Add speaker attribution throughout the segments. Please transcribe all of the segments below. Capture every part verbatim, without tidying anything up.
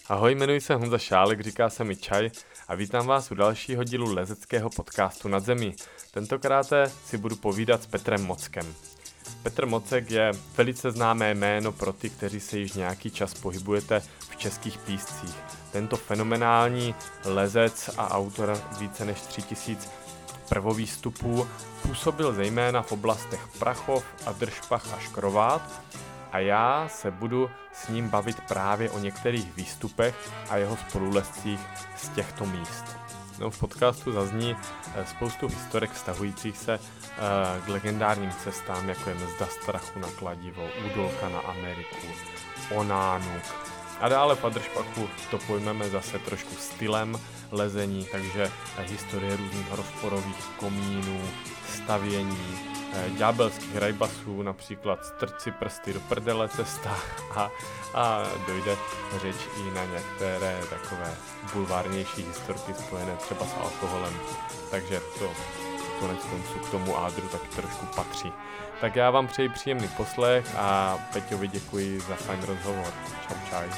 Speaker 1: Ahoj, jmenuji se Honza Šálek, říká se mi Čaj a vítám vás u dalšího dílu lezeckého podcastu Nad zemí. Tentokrát si budu povídat s Petrem Mockem. Petr Mocek je velice známé jméno pro ty, kteří se již nějaký čas pohybujete v českých píscích. Tento fenomenální lezec a autor více než tři tisíc prvovýstupů působil zejména v oblastech Prachov a Držpach a Škrovád a já se budu s ním bavit právě o některých výstupech a jeho spolulezcích z těchto míst. No, v podcastu zazní spoustu historek vztahujících se k legendárním cestám, jako je Mzda strachu na Kladivo, Údolka na Ameriku, Onánuk. A dále v Držpachu to pojmeme zase trošku stylem lezení, takže historie různých rozporových komínů, stavění, ďábelských rajbasů, například strč si prsty do prdele cesta a, a dojde řeč i na některé takové bulvárnější historky spojené třeba s alkoholem. Takže to konec konců k tomu ádru taky trošku patří. Tak já vám přeji příjemný poslech a Peťovi děkuji za fajn rozhovor. Čau, čaj.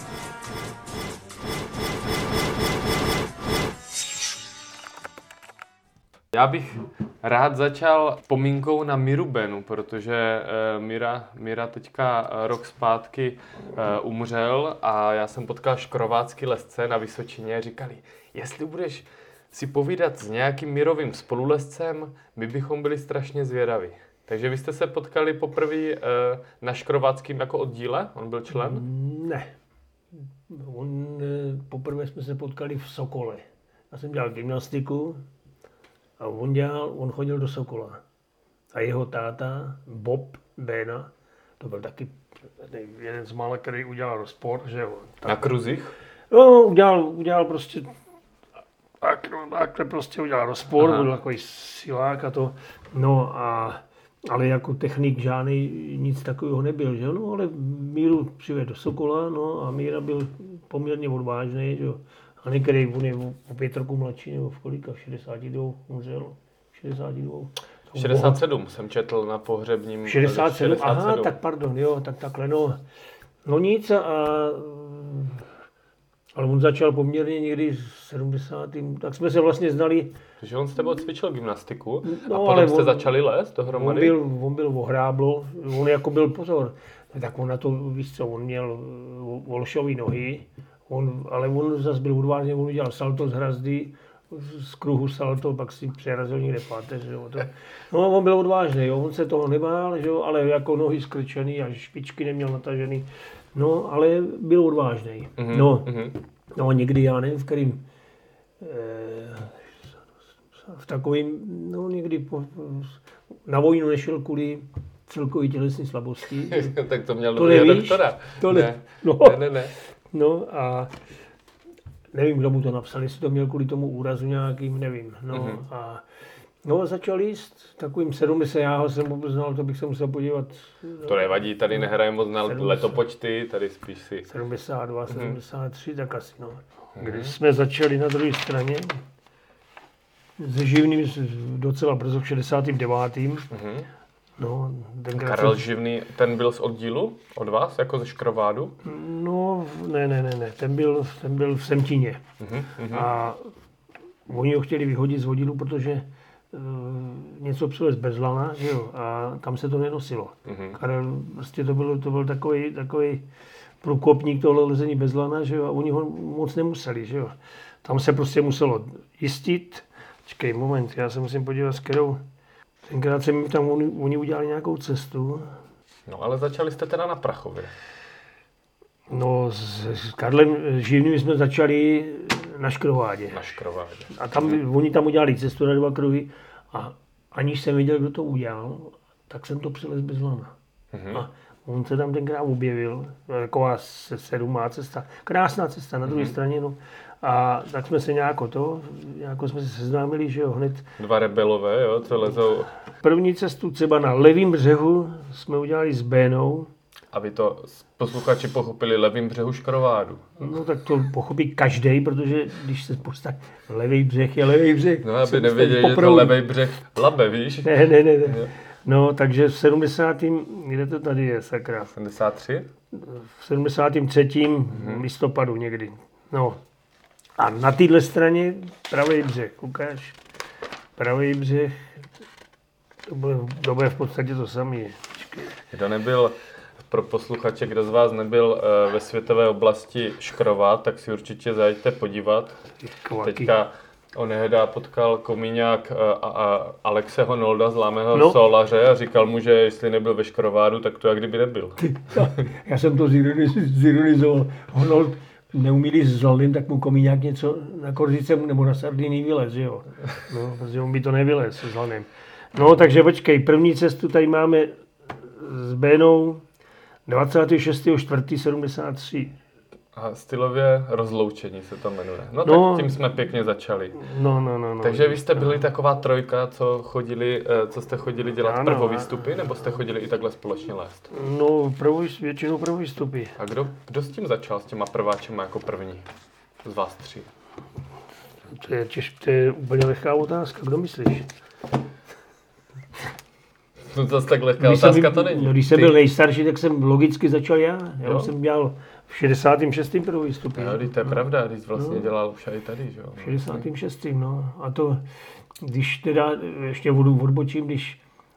Speaker 1: Já bych rád začal pomínkou na Miru Benu, protože uh, Mira, Mira teďka rok zpátky uh, umřel a já jsem potkal škrovácký lezce na Vysočině a říkali, jestli budeš si povídat s nějakým Mirovým spolulezcem, my bychom byli strašně zvědaví. Takže vy jste se potkali poprvé uh, na škrováckým jako oddíle? On byl člen?
Speaker 2: Ne. On, poprvé jsme se potkali v Sokole. Já jsem dělal gymnastiku a on, dělal, on chodil do Sokola. A jeho táta, Bob Bena, to byl taky jeden z mála, který udělal rozpor. Že jo, tak,
Speaker 1: na kruzích?
Speaker 2: No, udělal, udělal prostě tak, takhle prostě udělal rozpor, Aha. byl takový silák a to. No a ale jako technik žádný nic takového nebyl, že no, ale Míru přivedl do Sokola, no a Míra byl poměrně odvážný, že jo. A některý, on je o pět roku mladší, nebo v kolika, v šedesáti dvou umřel, v šedesáti dvou.
Speaker 1: šedesát sedm jsem četl na pohřebním.
Speaker 2: šedesát sedm, aha, tak pardon, jo, tak takhle, no. No nic a, ale on začal poměrně někdy v sedmdesátém tak jsme se vlastně znali.
Speaker 1: Takže on s tebou cvičil gymnastiku
Speaker 2: no,
Speaker 1: a potom ale jste on, začali lézt dohromady?
Speaker 2: On byl, on byl ohráblo, on jako byl pozor, tak on na to, víš co, on měl volšový nohy, on, ale on zase byl odvážný, on udělal salto z hrazdy, z kruhu salto, pak si přerazil někde páteř, jo. To, no on byl odvážný, jo, on se toho nebál, jo, ale jako nohy skrčený a špičky neměl natažený, no, ale byl odvážný. Mm-hmm. No, mm-hmm. no, někdy, já nevím, v kterým, eh, v takovým, no někdy po, na vojnu nešel kvůli celkový tělesné slabosti.
Speaker 1: Tak to měl
Speaker 2: to nevíš? Doktora. To
Speaker 1: ne.
Speaker 2: No.
Speaker 1: ne, ne, ne.
Speaker 2: No a nevím, kdo mu to napsal, jestli to měl kvůli tomu úrazu nějakým, nevím. No mm-hmm. a no, začal jíst takovým sedmdesát, já ho jsem vůbec znal, to bych se musel podívat.
Speaker 1: To nevadí, tady nehrajeme moc na letopočty, tady spíš si.
Speaker 2: sedmdesát dva, mm-hmm. sedmdesát tři, tak asi no. Mm-hmm. Když jsme začali na druhé straně, se Živným docela brzo v šedesátém devátém Mm-hmm. No,
Speaker 1: Karel Živný, ten byl z oddílu od vás, jako ze Škrovádu?
Speaker 2: No, ne, ne, ne, ne, ten byl, ten byl v Semtíně. Uh-huh. A oni ho chtěli vyhodit z oddílu, protože uh, něco přivez bez lana, že jo, a tam se to nenosilo. Uh-huh. Karel, prostě to byl, to byl takový, takový průkopník tohle lezení bez lana, že jo, a oni ho moc nemuseli, že jo. Tam se prostě muselo jistit. Čekej, moment, já se musím podívat, s kterou. Tenkrát jsem tam oni, oni udělali nějakou cestu.
Speaker 1: No ale začali jste teda na Prachově.
Speaker 2: No s, s Karlem Živným jsme začali na Škrovádě.
Speaker 1: Na Škrovádě.
Speaker 2: A tam, oni tam udělali cestu na dva kruhy a aniž jsem věděl, kdo to udělal, tak jsem to přilez bez lana. Mm-hmm. A on se tam tenkrát objevil, taková sedmá cesta, krásná cesta na druhé mm-hmm. straně, no. A tak jsme se nějako to, nějako jsme se seznámili, že jo, hned.
Speaker 1: Dva rebelové, jo, co lezou.
Speaker 2: První cestu třeba na levém břehu jsme udělali s Bénou.
Speaker 1: Aby to posluchači pochopili, levým břehu Škrovádu.
Speaker 2: No tak to pochopí každej, protože když se postaví, levý břeh je levý břeh.
Speaker 1: No aby nevěděli, že to levý břeh Labe, víš?
Speaker 2: Ne, ne, ne. ne. No takže v sedmdesátém kde to tady je, sakra?
Speaker 1: sedmdesát tři
Speaker 2: v sedmdesátém třetím Mm-hmm. listopadu někdy. No. A na téhle straně pravý břeh, ukáž. Pravý břeh, to bude, to bude v podstatě to samé.
Speaker 1: Kdo nebyl, pro posluchače, kdo z vás nebyl uh, ve světové oblasti Škrovat, tak si určitě zajďte podívat.
Speaker 2: Kvaky.
Speaker 1: Teďka onehda potkal komíňák a, a Alexe Honolda z Lámého
Speaker 2: no.
Speaker 1: Solaře a říkal mu, že jestli nebyl ve Škrovádu, tak to jak kdyby nebyl.
Speaker 2: Já jsem to zironizoval. Honold neumí s žaldem, tak mu komíňák něco na Korzice nebo na Sardinii vylez, jo. No, protože on by to nevylez s žaldem. No, takže počkej, první cestu tady máme s Bénou dvacátého šestého čtvrtého sedmdesát tři.
Speaker 1: A stylově Rozloučení se to jmenuje. No,
Speaker 2: no
Speaker 1: tak tím jsme pěkně začali.
Speaker 2: No, no, no, no.
Speaker 1: Takže vy jste byli taková trojka, co chodili, co jste chodili dělat ano, prvovýstupy, nebo jste chodili i takhle společně lézt?
Speaker 2: No, prvý, většinou prvovýstupy.
Speaker 1: A kdo, kdo s tím začal, s těma prváčema jako první? Z vás tří.
Speaker 2: To je, těž, to je úplně lehká otázka. Kdo myslíš?
Speaker 1: No zase tak lehká když otázka
Speaker 2: jsem,
Speaker 1: to není.
Speaker 2: No, když jsem byl nejstarší, tak jsem logicky začal já. Já jo? jsem dělal v šedesátém šestém prvovýstupy.
Speaker 1: Jo, to je no. pravda, když vlastně no. dělal už i tady, že jo.
Speaker 2: V šedesátém šestém no. A to, když teda, ještě vodu odbočím, když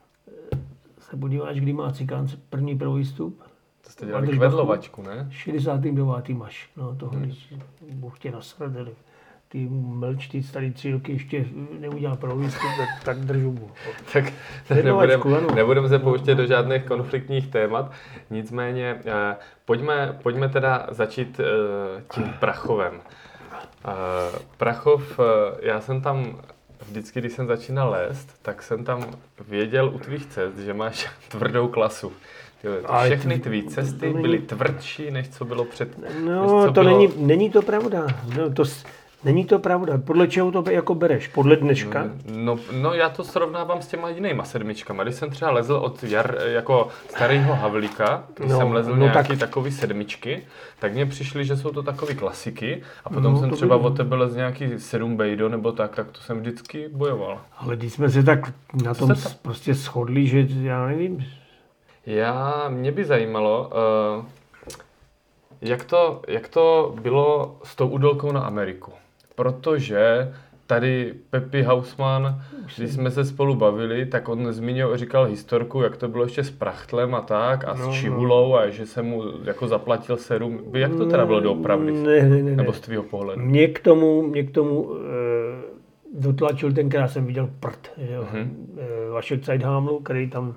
Speaker 2: se podíváš, kdy má Cikánce první prvovýstup.
Speaker 1: To jste dělali kvedlovačku, ne?
Speaker 2: šedesátém devátém až. No, toho, hmm. když Bůh tě nasradili. Ty mlčtíc tady tři roky ještě neudělal prvovýstup, tak, tak držu mu.
Speaker 1: Tak nebudeme nebudem se pouštět do žádných konfliktních témat. Nicméně eh, pojďme, pojďme teda začít eh, tím Prachovem. Eh, Prachov, eh, já jsem tam vždycky, když jsem začínal lézt, tak jsem tam věděl u tvých cest, že máš tvrdou klasu. Všechny tvý cesty byly tvrdší, než co bylo před...
Speaker 2: No, to bylo... není, není to pravda. No, to... Není to pravda. Podle čeho to jako bereš? Podle dneška?
Speaker 1: No, no já to srovnávám s těma jinýma sedmičkama. Když jsem třeba lezl od jar, jako starého Havlíka, když no, jsem lezl no, nějaký tak... takový sedmičky, tak mně přišli, že jsou to takový klasiky. A potom no, jsem třeba od tebe lezl nějaký sedm bejdo nebo tak, tak to jsem vždycky bojoval.
Speaker 2: Ale když jsme se tak na tom ta... prostě shodli, že já nevím.
Speaker 1: Já, mě by zajímalo, uh, jak, to, jak to bylo s tou údolkou na Ameriku. Protože tady Pepi Hausmann, když jsme se spolu bavili, tak on zmiňoval, říkal historku, jak to bylo ještě s Prachtlem a tak a no, s Čihulou no. a že se mu jako zaplatil serum. Jak to teda bylo doopravdy?
Speaker 2: Ne, ne, ne.
Speaker 1: Nebo z tvýho pohledu?
Speaker 2: Mě k tomu, mě k tomu e, dotlačil tenkrát, jsem viděl prd. Že jo? Uh-huh. E, Vašek Zeithamlu, který tam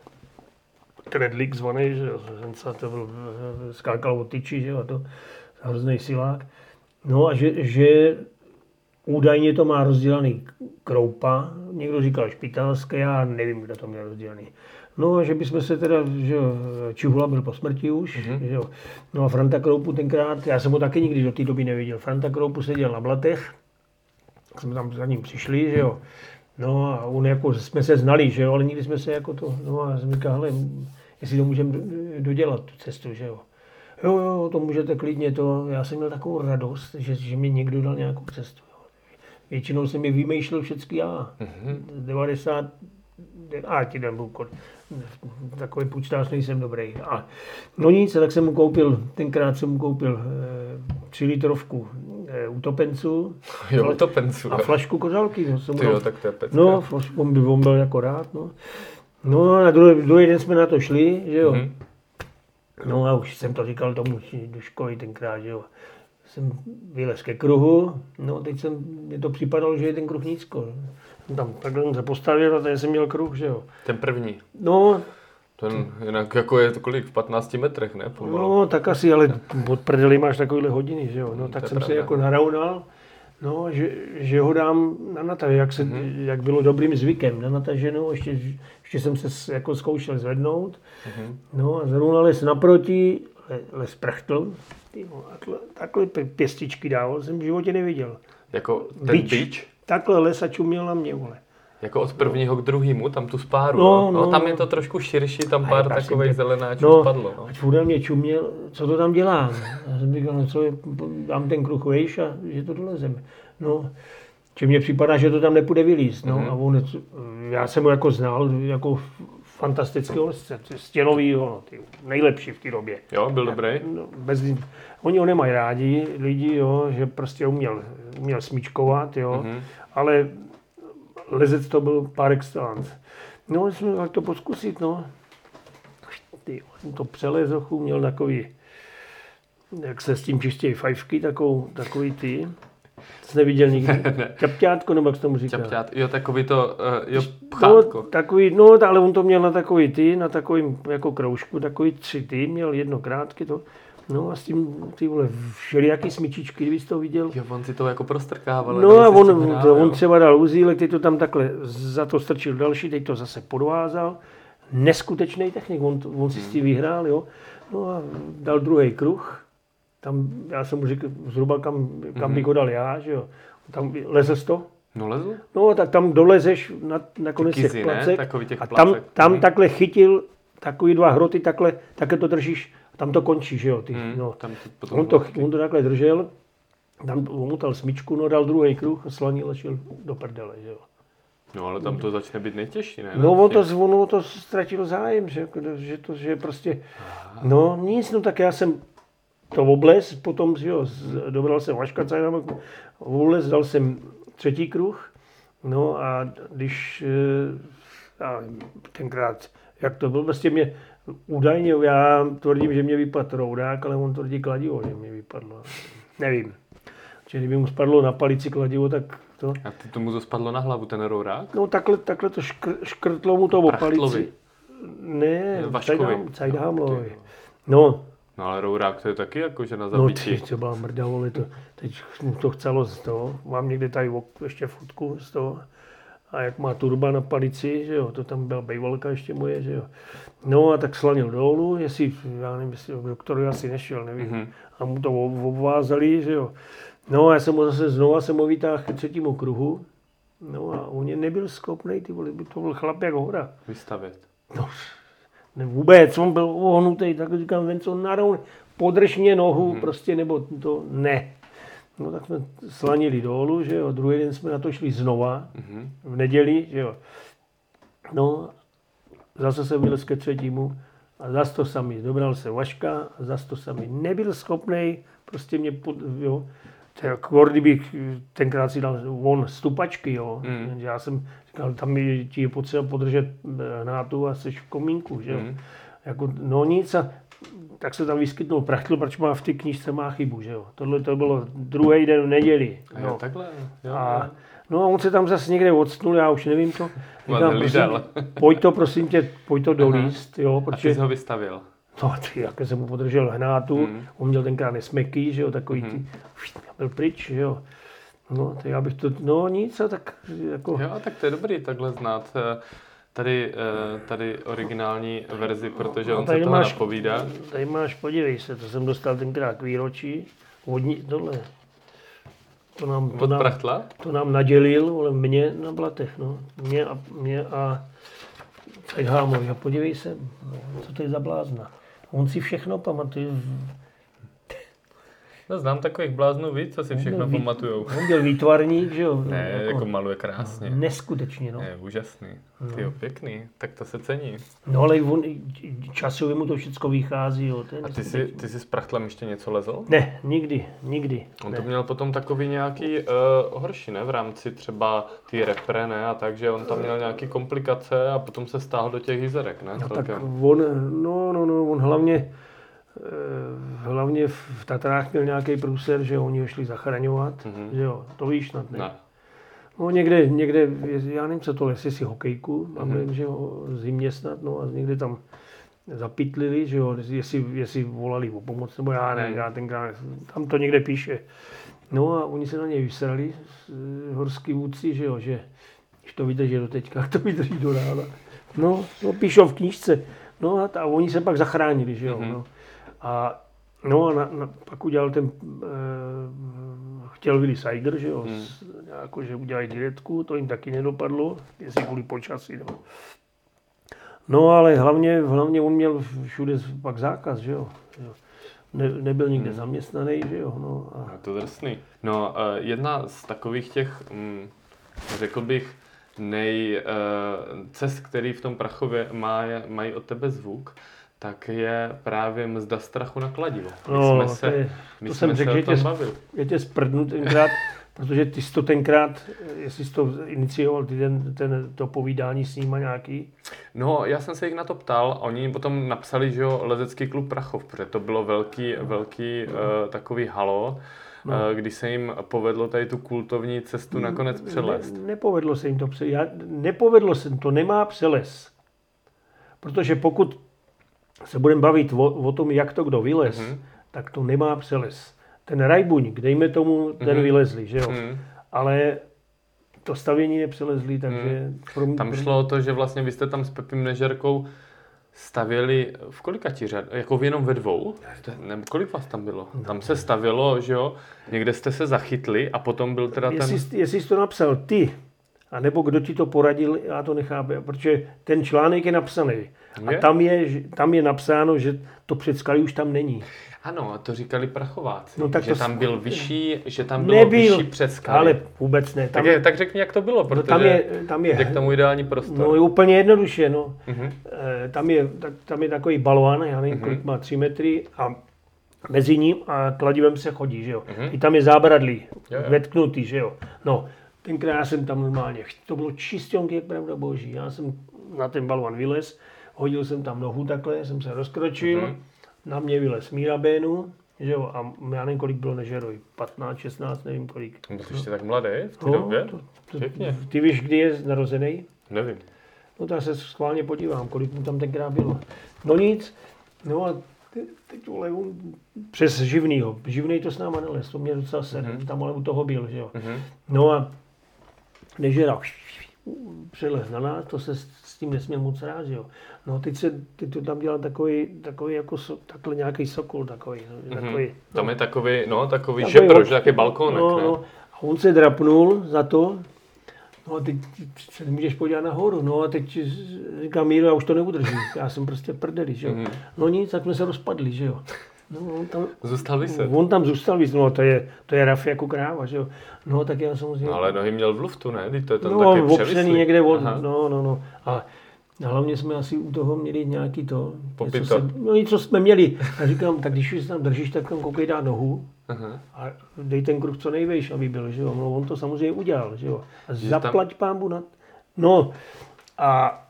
Speaker 2: Kredlik zvaný, že jo? To byl, skákal od tyči, že jo? A to hrozný silák. No a že, že údajně to má rozdělený Kroupa, někdo říkal Špitalské, já nevím, kdo to měl rozdělený. No a že bychom se teda, že Čihula byl po smrti už, mm-hmm. že jo. No a Franta Kroupu tenkrát, já jsem ho taky nikdy do té doby neviděl. Franta Kroupu seděl na Blatech, jsme tam za ním přišli, že jo. No a on jako, jsme se znali, že jo, ale nikdy jsme se jako to, no a jsem říkal, hele, jestli to můžeme dodělat, tu cestu, že jo. Jo, jo, to můžete klidně, to, já jsem měl takovou radost, že, že mi někdo dal nějakou cestu. Jo. Většinou jsem mi vymýšlel všechny já. Mm-hmm. devadesát, a ti dám byl takový půjčtář nejsem dobrý. A, no nic, tak jsem mu koupil, tenkrát jsem mu koupil e, tři litrovku e, utopenců.
Speaker 1: Jo, fla, utopenců.
Speaker 2: A flašku kořalky. No, jsem
Speaker 1: Ty jo, tak to je pecka.
Speaker 2: No, on byl, on byl jako rád, no. No a druhý, druhý den jsme na to šli, že jo. Mm-hmm. No a už jsem to říkal tomu do školy tenkrát, že jo. Jsem vylez ke kruhu, no teď jsem, mě to připadalo, že je ten kruh nízko. Tam takhle jsem se postavil a tady jsem měl kruh, že jo.
Speaker 1: Ten první?
Speaker 2: No.
Speaker 1: Ten jinak jako je to kolik, v patnácti metrech, ne? Pomalu.
Speaker 2: No tak asi, ale od prdeli máš takovýhle hodiny, že jo. No tak jsem pravda. Se jako naraunal, no, že, že ho dám na nataž, jak, se, mm-hmm. jak bylo dobrým zvykem, na nataženou, ještě, ještě jsem se jako zkoušel zvednout. Mm-hmm. No a zrovna les naproti, les Prachtl, takhle, takhle pěstičky dával, jsem v životě neviděl.
Speaker 1: Jako ten Bič, bič?
Speaker 2: Takhle les a čuměl na mě, vole.
Speaker 1: Jako od prvního k druhému, tam tu spáru,
Speaker 2: no,
Speaker 1: no,
Speaker 2: no,
Speaker 1: tam je to trošku širší, tam pár
Speaker 2: Aj,
Speaker 1: takových zelenáčů
Speaker 2: no,
Speaker 1: spadlo. No.
Speaker 2: Ať furt mě čuměl, co to tam dělám? Já jsem říkal, no co je, dám ten kruh vejš a že to dolezeme. No, či mně připadá, že to tam nepůjde vylízt. No, mm-hmm. a on, já jsem ho jako znal, jako fantastického lezce, stěnovýho, no, ty, nejlepší v té době.
Speaker 1: Jo, byl dobrý.
Speaker 2: No, bez, oni ho nemají rádi, lidi, jo, že prostě uměl, uměl smíčkovat, jo, mm-hmm. ale lezec to byl par excellence. No, jsme mohli to poskusit, no. Ty, on to přelezl, měl takový, jak se s tím čistějí fajfky, takovou, takový ty. Jsi neviděl nikdy? Čapťátko, nebo jak se tomu říká?
Speaker 1: Čapťát, jo, takový to, uh, jo, pchátko.
Speaker 2: No, takový, no, ale on to měl na takový ty, na takovým jako kroužku, takový tři ty, měl jedno krátky to. No a s tím, ty vole, všelijaký smyčičky, kdybys to viděl.
Speaker 1: Jo, on si to jako prostrkával.
Speaker 2: No a on, hrál, on třeba dal uzílek, teď to tam takhle za to strčil další, teď to zase podvázal. Neskutečný technik, on, on si hmm. s tím vyhrál, jo. No a dal druhý kruh. Tam, já jsem mu řekl zhruba kam, kam mm-hmm. bych ho dal já, že jo. Tam lezl jsi to?
Speaker 1: No lezl.
Speaker 2: No tak tam dolezeš na, na konec těch placek
Speaker 1: těch
Speaker 2: a tam,
Speaker 1: placek.
Speaker 2: tam
Speaker 1: mm.
Speaker 2: takhle chytil takový dva hroty, takhle, takhle to držíš, tam to končí, že jo. Ty,
Speaker 1: mm,
Speaker 2: no.
Speaker 1: tam to
Speaker 2: on, to, on to takhle držel, tam omutal smyčku, no dal druhý kruh a slanil a šel do prdele, že jo.
Speaker 1: No ale tam to začne být nejtěžší, ne?
Speaker 2: No on to, on to ztratil zájem, že, že to, že prostě, Aha. no nic, no tak já jsem to obles, potom jo, dobral jsem Vaška Cajna, obles, dal jsem třetí kruh, no a když, já tenkrát, jak to bylo, vlastně mě údajně, já tvrdím, že mě vypadl roudák, ale on tvrdí kladivo, že mě vypadlo, nevím. Že kdyby mu spadlo na palici kladivo, tak to...
Speaker 1: A ty tomu to spadlo na hlavu, ten rourák?
Speaker 2: No takhle, takhle to škr, škrtlo mu to o palici. Ne, Cajdhámlovi. No.
Speaker 1: No ale rourák to je taky jakože na zabití.
Speaker 2: No ty, to byla mrda, vole, to, teď mu to chcelo z toho. Mám někde tady ještě fotku z toho. A jak má turba na palici, že jo, to tam byla bejvalka ještě moje, že jo. No a tak slanil dolů, jestli, já nevím, jestli doktor asi nešel, nevím. Mm-hmm. A mu to obvázali, že jo. No a já jsem ho zase znova jsem ho vytáhl k třetímu kruhu. No a on je nebyl schopný, ty vole, to byl chlap jak hora.
Speaker 1: Vystavět.
Speaker 2: No, ne vůbec, on byl ohnutý, tak říkám, Venco, naroun, podrž mě nohu, mm-hmm. prostě, nebo to ne. No tak jsme slanili dolů, že jo, druhý den jsme na to šli znova, mm-hmm. v neděli, že jo. No, zase jsem vylez ke třetímu a zase to samý, dobral se Vaška a zase to samý. Nebyl schopnej, prostě mě, pod, jo, tak kdybych tenkrát si dal on stupačky, jo. Mm. Já jsem říkal, tam mi ti je potřeba podržet hnátu a seš v komínku, že jo. Mm. Jako, no nic a tak se tam vyskytnul Prachtl, protože má v té knížce má chybu, že jo. Tohle to bylo druhý den v neděli.
Speaker 1: No. Jo, takhle, jo,
Speaker 2: a,
Speaker 1: jo.
Speaker 2: No a on se tam zase někde odstnul, já už nevím to. Říkám, prosím, pojď to, prosím tě, pojď to dolíst, jo. Protože...
Speaker 1: A ty jsi ho vystavil?
Speaker 2: No, ty, jak jsem mu podržel hnátu, mm. on měl tenkrát nesmeky, že jo, takový mm. ty, byl pryč, že jo. No, tak já bych to, no nic, a tak jako...
Speaker 1: Jo, tak to je dobrý takhle znát tady, tady originální verzi, protože on no, se toho máš, napovídá.
Speaker 2: Tady máš, podívej se, to jsem dostal tenkrát k výročí, vodní, tohle. To nám, to
Speaker 1: Od
Speaker 2: nám,
Speaker 1: Prachtla?
Speaker 2: To nám nadělil, ale mě na blatech, no. Mě a, mě a Cajdhámovi, a podívej se, co to je za blázna. On si všechno pamatuje.
Speaker 1: No, znám takových bláznů víc, co si všechno
Speaker 2: vý,
Speaker 1: pamatujou.
Speaker 2: On byl výtvarník, že jo?
Speaker 1: Ne, jako, jako maluje krásně.
Speaker 2: Neskutečně, no.
Speaker 1: Je úžasný. No. Tyjo, pěkný, tak to se cení.
Speaker 2: No ale on, časově mu to všechno vychází, jo. To je
Speaker 1: a ty jsi, ty jsi s Prachtlem ještě něco lezl?
Speaker 2: Ne, nikdy, nikdy.
Speaker 1: On
Speaker 2: ne.
Speaker 1: to měl potom takový nějaký uh, horší, ne? V rámci třeba ty repre, ne? A takže on tam měl nějaký komplikace a potom se stáhl do těch jizerek, ne?
Speaker 2: No, tak on, no, no, no, on hlavně hlavně v Tatrách měl nějaký průser, že oni ho šli zachraňovat, mm-hmm. že jo, to víš snad, ne? ne. No někde, někde, já nevím, co to les, jestli hokejku, mm-hmm. mám nevím, že ho zimě snad, no a někde tam zapytlili, že jo, jestli, jestli volali o pomoc, nebo já ne, mm. já tenkrát, tam to někde píše. No a oni se na něj vysrali, horský vůdci, že jo, že když to vydrží do teďka, to vydrží do rána. No, no píšou v knížce, no a, a oni se pak zachránili, že jo, mm-hmm. no. A no a na, na, pak udělal ten, e, chtěl Willy Seiger, že jo, hmm. s, jako, že udělají direktku, to jim taky nedopadlo, jestli kvůli počasí, no. No ale hlavně, hlavně on měl všude pak zákaz, že jo. Ne, nebyl nikde hmm. zaměstnaný, že jo, no. A...
Speaker 1: Je to drsný. No, jedna z takových těch, hm, řekl bych, nej, uh, cest, který v tom Prachově má, mají od tebe zvuk, tak je právě Mzda strachu na kladivo. My
Speaker 2: no,
Speaker 1: jsme se,
Speaker 2: je,
Speaker 1: my
Speaker 2: to
Speaker 1: jsme
Speaker 2: jsem řekl, že tě, je tě sprdnu tenkrát, protože ty jsi to tenkrát, jestli jsi to inicioval, ty ten, ten, to povídání s nima nějaký?
Speaker 1: No, já jsem se jich na to ptal a oni potom napsali, že jo, Lezecký klub Prachov, protože to bylo velký, velký no. uh, takový halo, no. uh, když se jim povedlo tady tu kultovní cestu nakonec přelézt.
Speaker 2: Ne, nepovedlo se jim to přelézt. Nepovedlo se to, nemá přeles. Protože pokud se budeme bavit o, o tom, jak to kdo vylez, mm-hmm. tak to nemá přeles. Ten Rajbuň, dejme tomu, ten mm-hmm. vylezli, že jo. Mm-hmm. Ale to stavění nepřelezli, takže... Mm.
Speaker 1: Pro, tam šlo o to, že vlastně vy jste tam s Pepím Nežerkou stavěli v kolika ti řad? Jako jenom ve dvou? Ne, kolik vás tam bylo? Tam se stavělo, že jo, někde jste se zachytli a potom byl teda ten...
Speaker 2: Jestli, jestli jsi to napsal ty, a nebo kdo ti to poradil, já to nechápu, protože ten článek je napsaný. A tam je, tam je napsáno, že to před skaly už tam není.
Speaker 1: Ano, a to říkali Prachováci,
Speaker 2: no, tak
Speaker 1: že
Speaker 2: to
Speaker 1: tam byl vyšší, že tam bylo
Speaker 2: nebyl,
Speaker 1: vyšší před skaly.
Speaker 2: Ale vůbec ne. Tam,
Speaker 1: tak, je, tak řekni, jak to bylo, protože no,
Speaker 2: tam je, tam je,
Speaker 1: je k tomu ideální prostor.
Speaker 2: No je úplně jednoduše, no.
Speaker 1: Uh-huh.
Speaker 2: E, tam, je, tak, tam je takový balván, já nevím, uh-huh. kolik má, tři metry a mezi ním a kladivem se chodí, že jo. Uh-huh. I tam je zábradlí, jo, jo. vetknutý, že jo. No, tenkrát já jsem tam normálně, to bylo čistionky, jak pravda boží. Já jsem na ten balván vylez, hodil jsem tam nohu takhle, jsem se rozkročil, uh-huh. na mě vylez Míra Bénu, že jo, a já nevím, kolik bylo Nežerovi, patnáct, šestnáct, nevím kolik.
Speaker 1: No, to jste tak mladý v té
Speaker 2: no,
Speaker 1: době?
Speaker 2: To, to, ty víš, kdy je narozený?
Speaker 1: Nevím.
Speaker 2: No tak se schválně podívám, kolik mu tam tenkrát bylo. No nic, no a teď vole, přes Živnýho. Živnej to s náma nelez, to mě docela se, mm-hmm. tam ale u toho byl, že jo. Mm-hmm. No a Nežera přelez na nás, to se s tím nesměl moc rád, že jo. No teď se, teď to tam dělal takový, takový jako so, takhle nějaký sokol, takový. Mm-hmm. takový no.
Speaker 1: Tam je takový, no takový, takový žebro, že takový balkónek,
Speaker 2: no,
Speaker 1: ne?
Speaker 2: No. A on se drapnul za to, no a teď se nemůžeš podívat nahoru, no a teď říkám Míro, já už to neudržím, já jsem prostě prdeli, že jo. Mm-hmm. No nic, tak jsme se rozpadli, že jo. No, on tam,
Speaker 1: zůstal vyset.
Speaker 2: On tam zůstal vyset, no to je, to je raf jako kráva, že jo. No tak já samozřejmě...
Speaker 1: No ale nohy měl v luftu, ne? Teď to je tam
Speaker 2: no,
Speaker 1: taky
Speaker 2: opřený někde od, no, no, no. A hlavně jsme asi u toho měli nějaký to...
Speaker 1: Popito.
Speaker 2: Se, no něco jsme měli. A říkám, tak když se tam držíš, tak tam koukej dá nohu. Aha. A dej ten kruh co nejvejš, aby byl, že jo. No on to samozřejmě udělal, že jo. A zaplať tam... pánbu na... No a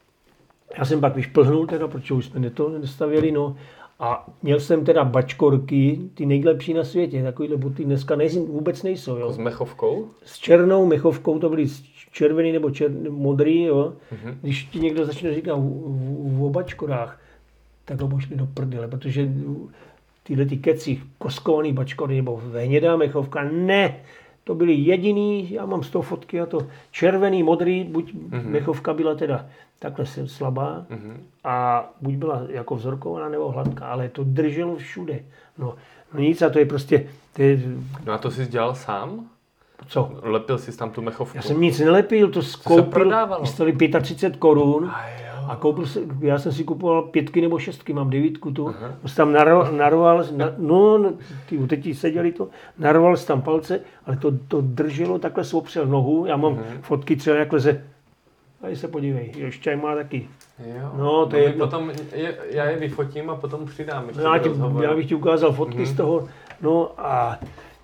Speaker 2: já jsem pak vyšplhnul teda, protože už jsme to nestavěli, no. A měl jsem teda bačkorky, ty nejlepší na světě, takovýhle boty dneska nejsou, vůbec nejsou, jo.
Speaker 1: S mechovkou?
Speaker 2: S černou mechovkou, to byly červený nebo čer, modrý, jo. Mm-hmm. Když ti někdo začne říkat o bačkorách, tak ho pošli do prdele, protože tyhle ty keci, koskovaný bačkory nebo hnědá mechovka, ne, to byly jediný, já mám z toho fotky a to červený, modrý, buď mm-hmm. mechovka byla teda takhle jsem slabá mm-hmm. a buď byla jako vzorkovaná nebo hladká, ale to drželo všude. No, no nic a to je prostě... To je... No
Speaker 1: a to jsi dělal sám?
Speaker 2: Co?
Speaker 1: Lepil jsi tam tu mechovku?
Speaker 2: Já jsem nic nelepil, to skoupil, stali třicet pět korun a koupil se, já jsem si kupoval pětky nebo šestky, mám devítku tu, uh-huh. jsem tam narval, narval na, no, no ty teď seděli to, narval jsem tam palce, ale to, to drželo, takhle jsem opřel nohu, já mám uh-huh. fotky třeba jak leze. Tady se podívej, ještě má taky.
Speaker 1: Jo.
Speaker 2: No, to no, je
Speaker 1: potom je, já je vyfotím a potom přidám.
Speaker 2: No, já, ti, já bych ti ukázal fotky mm-hmm. z toho. No a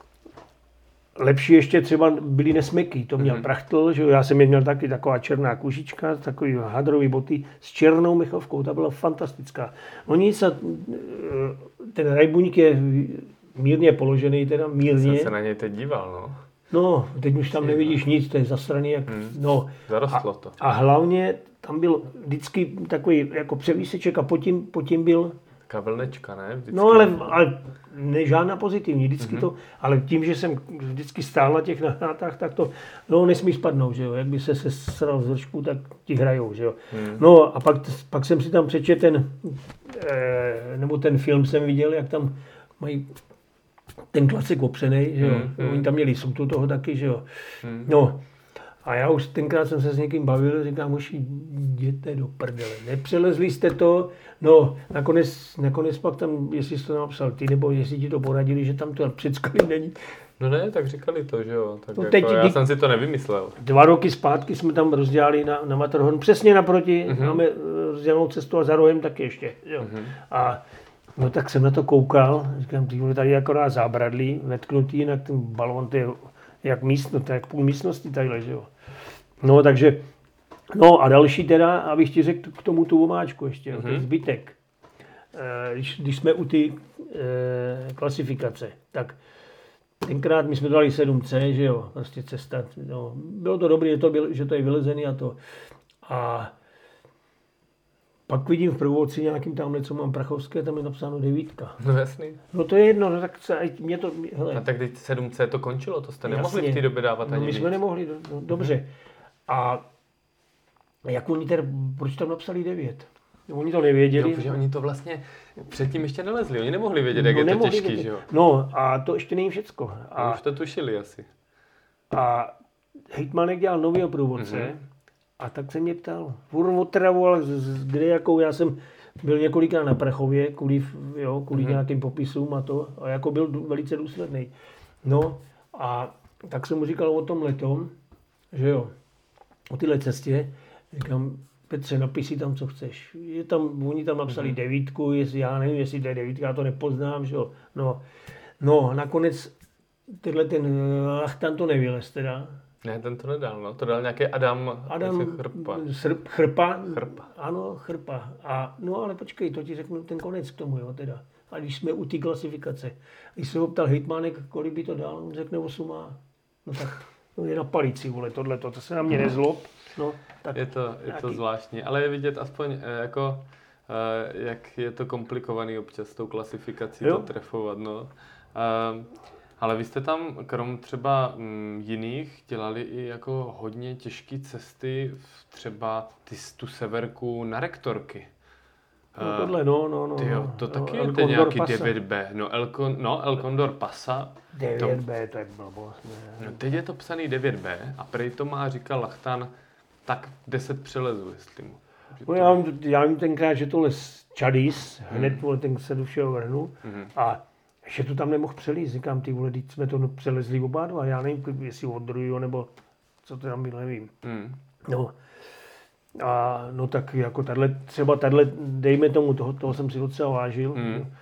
Speaker 2: lepší ještě třeba byly nesmeky. To měl mm-hmm. Prachtl, že já jsem je měl taky taková černá kužička, takový hadrový boty s černou mechovkou. Ta byla fantastická. No nic a ten rajbuňk je mírně položený, teda mírně.
Speaker 1: Jsem se na něj teď díval, no.
Speaker 2: No, teď už tam nevidíš nic, to je zasraný jak... Hmm. No.
Speaker 1: Zarostlo to.
Speaker 2: A, a hlavně tam byl vždycky takový jako převíseček a pod tím, pod tím byl...
Speaker 1: Taká vlnečka, ne? Vždycky.
Speaker 2: No ale, ale ne, žádná pozitivní, vždycky mm-hmm. to... Ale tím, že jsem vždycky stál na těch nahrátách, tak to... No, nesmí spadnout, že jo? Jak by se sesral z vršku, tak ti hrajou, že jo? Mm. No a pak, pak jsem si tam přečetl ten... Eh, nebo ten film jsem viděl, jak tam mají... ten klasik opřenej, že jo. Hmm, Oni tam měli soutu toho taky, že jo. Hmm. No A já už tenkrát jsem se s někým bavil, říkám, už jděte do prdele, nepřelezli jste to, no nakonec, nakonec pak tam, jestli jsi to napsal ty, nebo jestli ti to poradili, že tam to předskali není.
Speaker 1: No ne, tak říkali to, že jo, tak
Speaker 2: No
Speaker 1: jako,
Speaker 2: teď,
Speaker 1: já
Speaker 2: kdy,
Speaker 1: jsem si to nevymyslel.
Speaker 2: Dva roky zpátky jsme tam rozdělali na, na Matterhorn, přesně naproti, mm-hmm. máme rozdělenou cestu a za rohem taky ještě, jo. Mm-hmm. A no tak jsem na to koukal, říkám, ty vole, tady je akorát zábradlí, vetknutý, jinak ten balon, to je jak místno, to je jak půl místnosti tadyhle, že jo. No takže, no a další teda, abych ti řekl k tomu tu omáčku ještě, mm-hmm. ten zbytek. E, když, když jsme u ty e, klasifikace, tak tenkrát my jsme dali sedm cé, že jo, prostě cesta, no, bylo to dobré, že to, byl, že to je vylezený a to. A pak vidím v průvodci nějakým tamhle, co mám prachovské, tam je napsáno devítka.
Speaker 1: No jasný.
Speaker 2: No to je jedno, no tak se, mě to, hele.
Speaker 1: A tak teď sedm cé to končilo, to jste nemohli jasně v té době dávat ani
Speaker 2: no, my
Speaker 1: víc.
Speaker 2: jsme nemohli, no, dobře. A jak oni teda, proč tam napsali devět? Oni to nevěděli.
Speaker 1: Jo, protože oni to vlastně předtím ještě nelezli, oni nemohli vědět, jak no, je to těžký, vědět. Že jo?
Speaker 2: No a to ještě není všecko.
Speaker 1: A už to tušili asi.
Speaker 2: A hejtmanek dělal novýho průvodce mm-hmm. a tak se mě ptal, furt otravoval, kde jakou, já jsem byl několikrát na Prachově, kvůli, jo, kvůli mm-hmm. nějakým popisům a to, a jako byl velice důsledný. No a tak jsem mu říkal o tom letom, že jo, o téhle cestě, říkám, Petře, napiš si tam, co chceš. Je tam, oni tam napsali mm-hmm. devítku, jestli, já nevím, jestli to je devítka, já to nepoznám, že jo. No, no, nakonec tenhle ten Lachtan to nevylez teda.
Speaker 1: Ne, ten to nedal, no. To dal nějaký Adam,
Speaker 2: Adam
Speaker 1: Chrpa.
Speaker 2: Srp, chrpa.
Speaker 1: Chrpa.
Speaker 2: Ano, Chrpa. A, no ale počkej, to ti řeknu ten konec k tomu, jo, teda. A když jsme u té klasifikace, když se ho ptal hejtmánek, kolik by to dal, on řekne osm a no tak, no je na palici, vole, tohleto, to se na mě nezlob. No, tak
Speaker 1: je to, je to zvláštní, ale je vidět aspoň jako, jak je to komplikovaný občas s tou klasifikací jo. to trefovat, no. Ale vy jste tam, krom třeba m, jiných, dělali i jako hodně těžké cesty, třeba ty, tu severku na rektorky.
Speaker 2: No tohle, no, no, no.
Speaker 1: Tyjo, to taky
Speaker 2: no,
Speaker 1: je to nějaký devět bé, no El, no, El Condor Pasa.
Speaker 2: devět bé, to je blbost.
Speaker 1: No, teď je to psaný devět bé a prej to má, říkal Lachtan, tak deset přelezů, jestli mu.
Speaker 2: No, já, vím, já vím tenkrát, že tohle z Čadis, hmm. hned vole, ten se do všeho vrhnul hmm. a že to tam nemohl přelíst. Říkám, ty vole, teď jsme to přelezli oba dva, já nevím, jestli od druhého, nebo co to tam bylo, nevím. Hmm. No. A no tak jako tadyhle, třeba tadyhle, dejme tomu, toho, toho jsem si docela vážil. Hmm. E,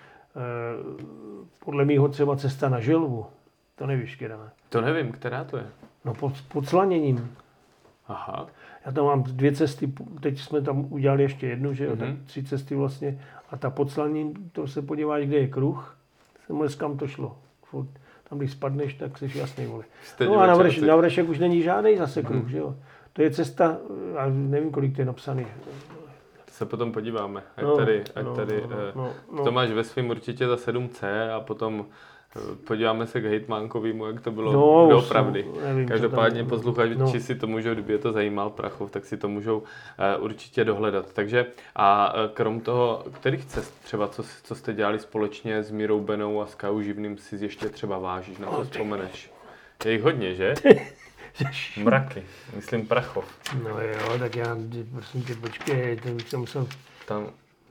Speaker 2: podle mýho třeba cesta na Želvu, to nevíš, která.
Speaker 1: To nevím, která to je.
Speaker 2: No pod, pod Slaněním.
Speaker 1: Aha.
Speaker 2: Já tam mám dvě cesty, teď jsme tam udělali ještě jednu, že jo, mm-hmm. tak tři cesty vlastně. A ta pod Slaněním, to se podíváš, kde je kruh, jsem vůbec kam to šlo. Furt, tam když spadneš, tak jsi jasný, vole. No a na, vrš, na vršek už není žádný zase kruh, mm-hmm. že jo. To je cesta, já nevím, kolik to je napsaný.
Speaker 1: To se potom podíváme, ať
Speaker 2: no,
Speaker 1: tady, ať
Speaker 2: no,
Speaker 1: tady
Speaker 2: no, no, no.
Speaker 1: to máš ve svým určitě za sedm cé a potom podíváme se k hejtmánkovému, jak to bylo
Speaker 2: no,
Speaker 1: doopravdy.
Speaker 2: Nevím,
Speaker 1: každopádně posluchači no. si to můžou, kdyby je to zajímal Prachov, tak si to můžou uh, určitě dohledat. Takže a uh, krom toho, kterých cest třeba, co, co jste dělali společně s Mírou Benou a s Kajou Živným, si ještě třeba vážíš, na to vzpomeneš? Je jich hodně, že? Mraky, myslím Prachov.
Speaker 2: No jo, tak já, prosím tě, počkej, ten jsem musel...
Speaker 1: Tam...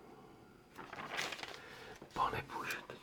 Speaker 2: Pane bože, teď...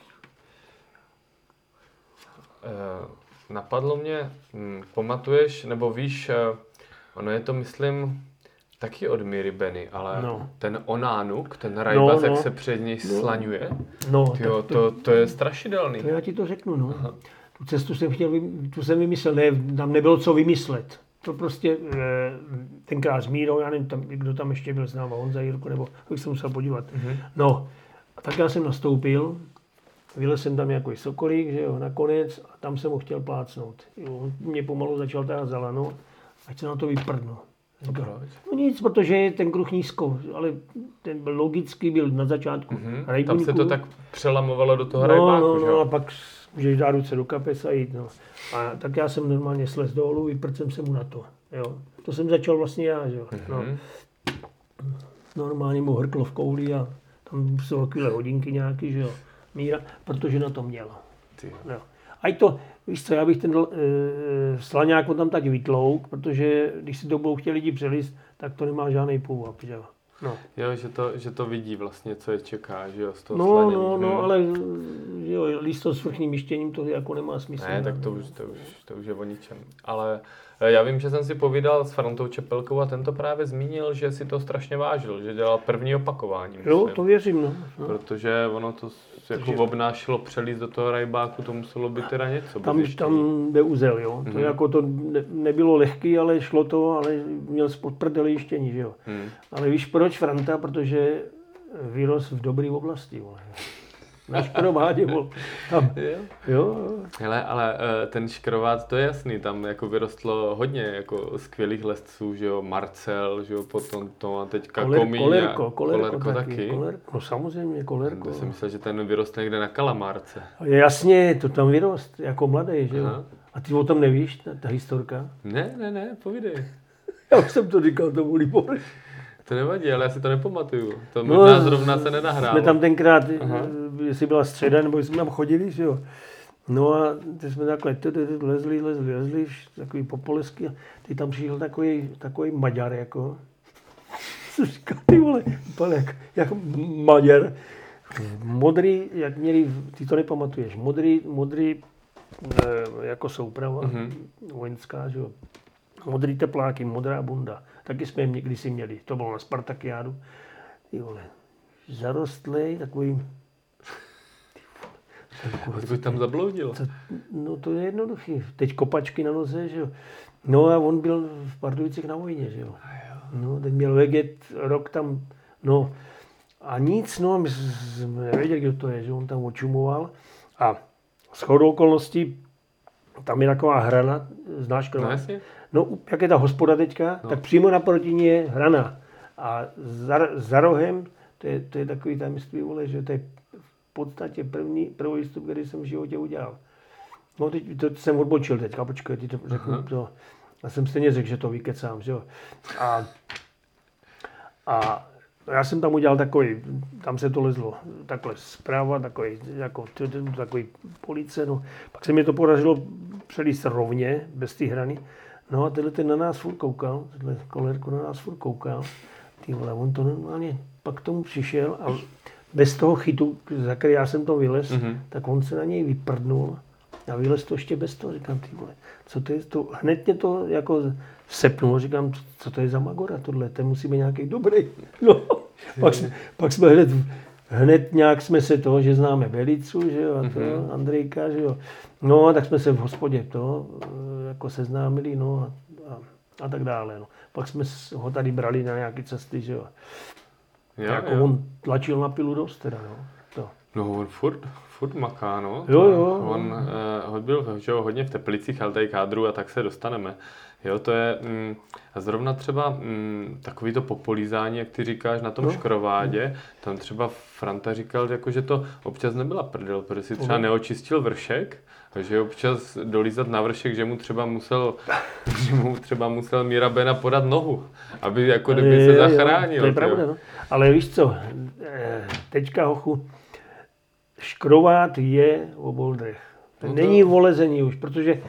Speaker 1: Uh, napadlo mě, hm, pamatuješ, nebo víš, uh, ono je to, myslím, taky od Míry Beny, ale no. ten Onánuk, ten rajbaz, no, no. jak se před něj no. slaňuje,
Speaker 2: no,
Speaker 1: tyjo, to, to je strašidelný.
Speaker 2: To já ti to řeknu, no. Aha. Tu cestu jsem chtěl, tu jsem vymyslel, ne, tam nebylo co vymyslet. To prostě tenkrát s Mírou, já nevím, tam, kdo tam ještě byl s náma, Honza Jirko, nebo bych se musel podívat. Mm-hmm. No, a tak já jsem nastoupil, vylez jsem tam jako sokolík, že jo, nakonec, a tam jsem ho chtěl plácnout. Jo, mě pomalu začal teda zalano, ať se na to vyprdnu. No nic, protože je ten kruh nízko, ale ten byl logicky byl na začátku
Speaker 1: mm-hmm.
Speaker 2: rajbníku.
Speaker 1: Tam se to tak přelamovalo do toho
Speaker 2: no,
Speaker 1: rajbáku,
Speaker 2: no,
Speaker 1: že
Speaker 2: jo? No a pak můžeš dát ruce do kapes a jít, no. A tak já jsem normálně slez dolů, vyprdl jsem se mu na to, jo. To jsem začal vlastně já, že jo. Mm-hmm. No. Normálně mu hrklo v kouli a tam jsou takové hodinky nějaký, že jo. Míra, protože na to měla. No. ať to, víš co, já bych ten e, slaňák tam tak vytlouk, protože když si to budou chtěli lidi přelist, tak to nemá žádný půvab, že jo. No.
Speaker 1: Jo, že to, že to vidí vlastně, co je čeká, že jo, z toho
Speaker 2: No,
Speaker 1: slanění.
Speaker 2: no, no,
Speaker 1: hmm.
Speaker 2: ale jo, lísto s vrchním myštěním to jako nemá smysl.
Speaker 1: Ne, tak to už, to, už, to už je o ničem. Ale já vím, že jsem si povídal s Frantou Čepelkou a ten to právě zmínil, že si to strašně vážil, že dělal první opakování.
Speaker 2: Jo,
Speaker 1: myslím.
Speaker 2: to věřím, no. no.
Speaker 1: Protože ono to jako obnášelo přelíst do toho rajbáku, to muselo být teda něco.
Speaker 2: Tam, tam jde uzel, jo. Mm-hmm. To jako to ne, nebylo lehký, ale šlo to, ale měl spod prdele jištění, že jo. Mm. Ale víš proč Franta? Protože vyrost v dobré oblasti, vole. Na Škrovádě byl tam. Jo. jo.
Speaker 1: Hele, ale ten Škrovád, to je jasný, tam jako vyrostlo hodně jako skvělých lesců, že jo, Marcel, že jo, potom to a teďka
Speaker 2: Koler,
Speaker 1: Komíň
Speaker 2: kolerko,
Speaker 1: a
Speaker 2: kolerko,
Speaker 1: kolerko taky. taky.
Speaker 2: Kolerko, no samozřejmě, kolerko.
Speaker 1: Já jsem myslel, že ten vyrost někde na Kalamárce.
Speaker 2: Jasně, to tam vyrost, jako mladý, že jo.
Speaker 1: Aha.
Speaker 2: A ty o tom nevíš, ta, ta historka?
Speaker 1: Ne, ne, ne, povídej.
Speaker 2: Já už jsem to říkal tomu Libory.
Speaker 1: To nevadí, ale já si to nepamatuju. To možná no, zrovna se nenahrálo.
Speaker 2: Jsme tam tenkrát, aha, jestli byla středa, nebo jsme tam chodili, že jo. No a teď jsme takhle lezli, lezli, lezli, takový popolesky a ty tam přišel takový, takový Maďar, jako. Co říkal, ty vole, úplně jak, jak Maďar. Modrý, jak měli, ty to nepamatuješ, modrý, modrý jako souprava, mm-hmm. vojenská, že jo. Modrý tepláky, modrá bunda. Taky jsme je kdysi měli. To bylo na Spartakiádu. Ty vole, zarostlej, takový...
Speaker 1: A to tam zabloudil.
Speaker 2: To, no to je jednoduchý. Teď kopačky na noze, že jo. No a on byl v Pardubicích na vojně, že jo. No, teď měl veget, rok tam, no. A nic, no, my jsme nevěděli, kdo to je, že on tam očumoval. A shodou okolností, tam je taková hrana, znáš Krvá?
Speaker 1: No,
Speaker 2: No, jak je ta hospoda teďka, no. Tak přímo naproti ní je hrana. A za, za rohem, to je, to je takový tajemství, vole, že to je v podstatě první, první výstup, který jsem v životě udělal. No, teď to jsem odbočil teďka, počkej, teď to řeknu to. Já jsem stejně řekl, že to vykecám, že jo. A, a já jsem tam udělal takový, tam se to lezlo takhle zprava, takový, jako, takový police, no. Pak se mi to podařilo přelíst rovně, bez té hrany. No a tenhle ten na nás furt koukal, tenhle kolerko na nás furt koukal. Ty vole, on to normálně pak k tomu přišel a bez toho chytu, za který já jsem to vylez, mm-hmm. tak on se na něj vyprdnul a vylez to ještě bez toho. Říkám, ty vole, co to je to? Hned mě to jako sepnulo, říkám, co to je za magora tohle, ten musí být nějaký dobrý. No, pak, jsme, pak jsme hned, hned nějak jsme se toho, že známe Belicu, že jo, a to, mm-hmm. Andrejka, že jo. No, tak jsme se v hospodě to jako seznámili, no a, a, a tak dále, no. Pak jsme ho tady brali na nějaké cesty, že jo.
Speaker 1: Jo,
Speaker 2: jako
Speaker 1: jo.
Speaker 2: on tlačil na pilu dost teda, no. To.
Speaker 1: No, on furt, furt maká, no.
Speaker 2: Jo, jo.
Speaker 1: On uh, byl že jo, hodně v Teplicích, ale tady kádru a tak se dostaneme. Jo, to je mm, a zrovna třeba mm, takový to popolízání, jak ty říkáš, na tom no. Škrovádě, tam třeba Franta říkal, jako, že to občas nebyla prdel, protože si třeba neočistil vršek, takže občas dolízat na vršek, že mu třeba musel, že mu třeba musel Míra Bena podat nohu, aby jako kdyby je, se zachránil.
Speaker 2: Jo, to je pravda, no. Ale víš co, teďka hochu, Škrovád je o boldrech. No to... Není o lezení už, protože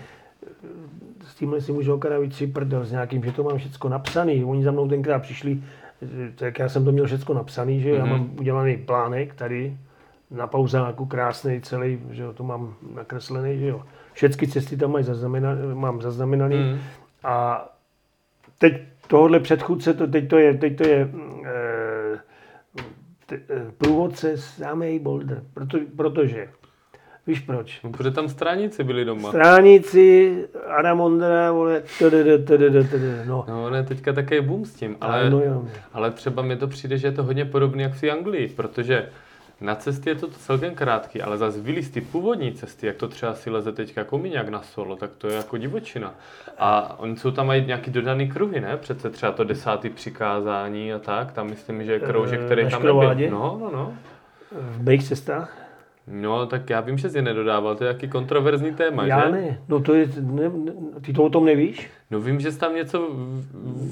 Speaker 2: s tímhle si můžu okravit tři prdel s nějakým, že to mám všecko napsaný. Oni za mnou tenkrát přišli, tak já jsem to měl všecko napsaný, že mm-hmm. já mám udělaný plánek tady na pauzáku, krásný celý, že jo, to mám nakreslený, že jo. Všechny cesty tam mají zaznamenaný, mám zaznamenaný. Mm. A teď tohle předchůdce, to, teď to je, teď to je e, te, průvodce samej boulder, proto, protože víš proč?
Speaker 1: No, protože tam stráníci byli doma.
Speaker 2: Stráníci, Adam Ondra, vole, tdd, tdd, tdd, no.
Speaker 1: No, ne, teďka také boom s tím, ale,
Speaker 2: no, jo.
Speaker 1: ale třeba mi to přijde, že je to hodně podobné jak v té Anglii, protože na cestě je to celkem krátký, ale zase vylíz ty původní cesty, jak to třeba si leze teďka Komíňák na solo, tak to je jako divočina. A oni jsou tam mají nějaký dodaný kruhy, ne? Přece třeba to desátý přikázání a tak, tam myslím, že je kroužek, který
Speaker 2: na
Speaker 1: tam
Speaker 2: nebyl.
Speaker 1: No, no, no.
Speaker 2: V mých cestách?
Speaker 1: No, tak já vím, že jsi je nedodával, to je jaký kontroverzní téma,
Speaker 2: já
Speaker 1: že?
Speaker 2: Já ne, no to je, ne, ne, ty to o tom nevíš?
Speaker 1: No vím, že jsi tam něco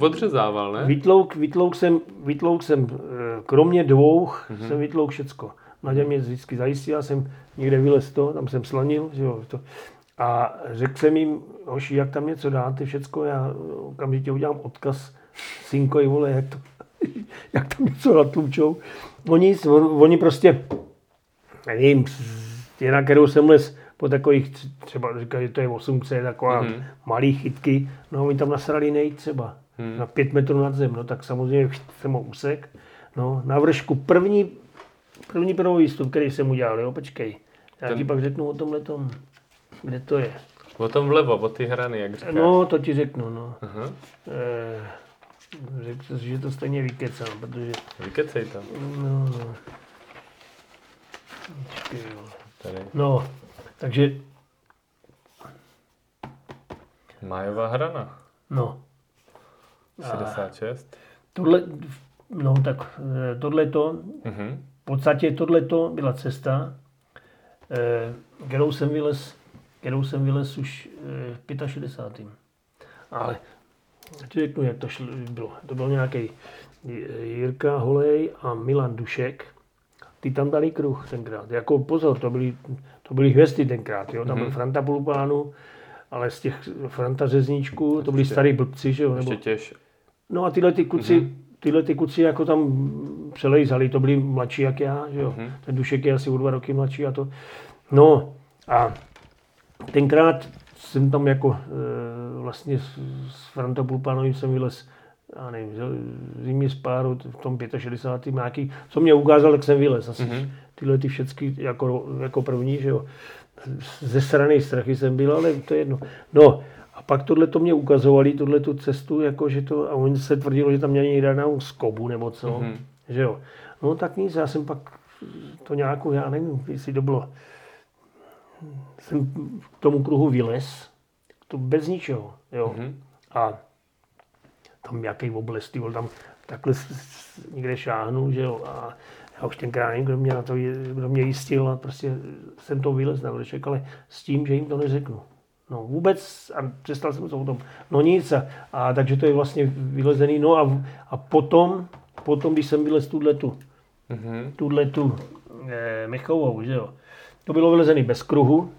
Speaker 1: odřezával, ne?
Speaker 2: Vytlouk, vytlouk jsem, vytlouk jsem, kromě dvou, mm-hmm. jsem vytlouk všecko. Naděja mě vždycky zajistila, jsem někde vylez to, tam jsem slanil, že jo, to. A řekl jsem jim, hoši, jak tam něco dáte, všecko, já okamžitě udělám odkaz synkovi, vole, jak, to, jak tam něco natlučou. No nic, oni prostě, nevím, na kterou jsem les po takových, třeba říkají, že to je osm C, taková mm-hmm. malý chytky, no oni tam nasrali nejít třeba, mm. na pět metrů nad zem, no tak samozřejmě jsem ho usek. No, na vršku první, první první výstup, který jsem udělal, jo, počkej, já Ten... ti pak řeknu o tomhletom. Kde to je?
Speaker 1: O tom vlevo, o ty hrany, jak říkáš.
Speaker 2: No, to ti řeknu, no.
Speaker 1: Aha.
Speaker 2: E, řekl jsi, že to stejně vykecám, protože...
Speaker 1: Vykecej to.
Speaker 2: No, no. Tady. No, takže...
Speaker 1: Májová hrana.
Speaker 2: No.
Speaker 1: šedesát šest.
Speaker 2: Tohle, no tak tohleto, uh-huh. v podstatě tohleto byla cesta, kterou jsem vylez, kterou jsem vylez už v šedesátém pátém Ale ti řeknu, jak to šlo, bylo. To byl nějaký Jirka Holej a Milan Dušek. Ty tam dali kruh tenkrát. Jako pozor, to byly, to byly hvězdy tenkrát. Jo? Tam mm-hmm. byl Franta Pulupánu, ale z těch Franta Řezníčku, to byli starý blbci. Že jo? Nebo...
Speaker 1: Ještě těž.
Speaker 2: No a tyhle ty kuci, mm-hmm. tyhle ty kuci jako tam přelejzali, to byli mladší jak já. Že jo? Mm-hmm. Ten Dušek je asi o dva roky mladší a to. No a tenkrát jsem tam jako e, vlastně s, s Franta Pulupánovým jsem vylez, já nevím, zimní spáru v tom šedesátém pátém nějaký, co mě ukázal, tak jsem vylez asi. Mm-hmm. Tyhle ty všechny jako, jako první, že jo. Ze strany strachy jsem byl, ale to je jedno. No a pak tohle to mě ukazovali, tohle tu cestu, jako že to, a oni se tvrdilo, že tam měli někde na skobu nebo co, mm-hmm. že jo. No tak nic, já jsem pak to nějakou, já nevím, jestli to bylo, jsem k tomu kruhu vylez, to bez ničeho, jo. Mm-hmm. A tam nějaký obles, ty tam takhle někde šáhnu, že jo. A já už tenkrát nevím, kdo mě, na to, kdo mě jistil a prostě jsem to vylez na vršek, ale s tím, že jim to neřeknu. No vůbec, a přestal jsem se o tom, no nic, a, a takže to je vlastně vylezený, no a, a potom, potom, když jsem vylez tuhletu, mm-hmm. tuhletu eh, Mechovou, že jo. To bylo vylezený bez kruhu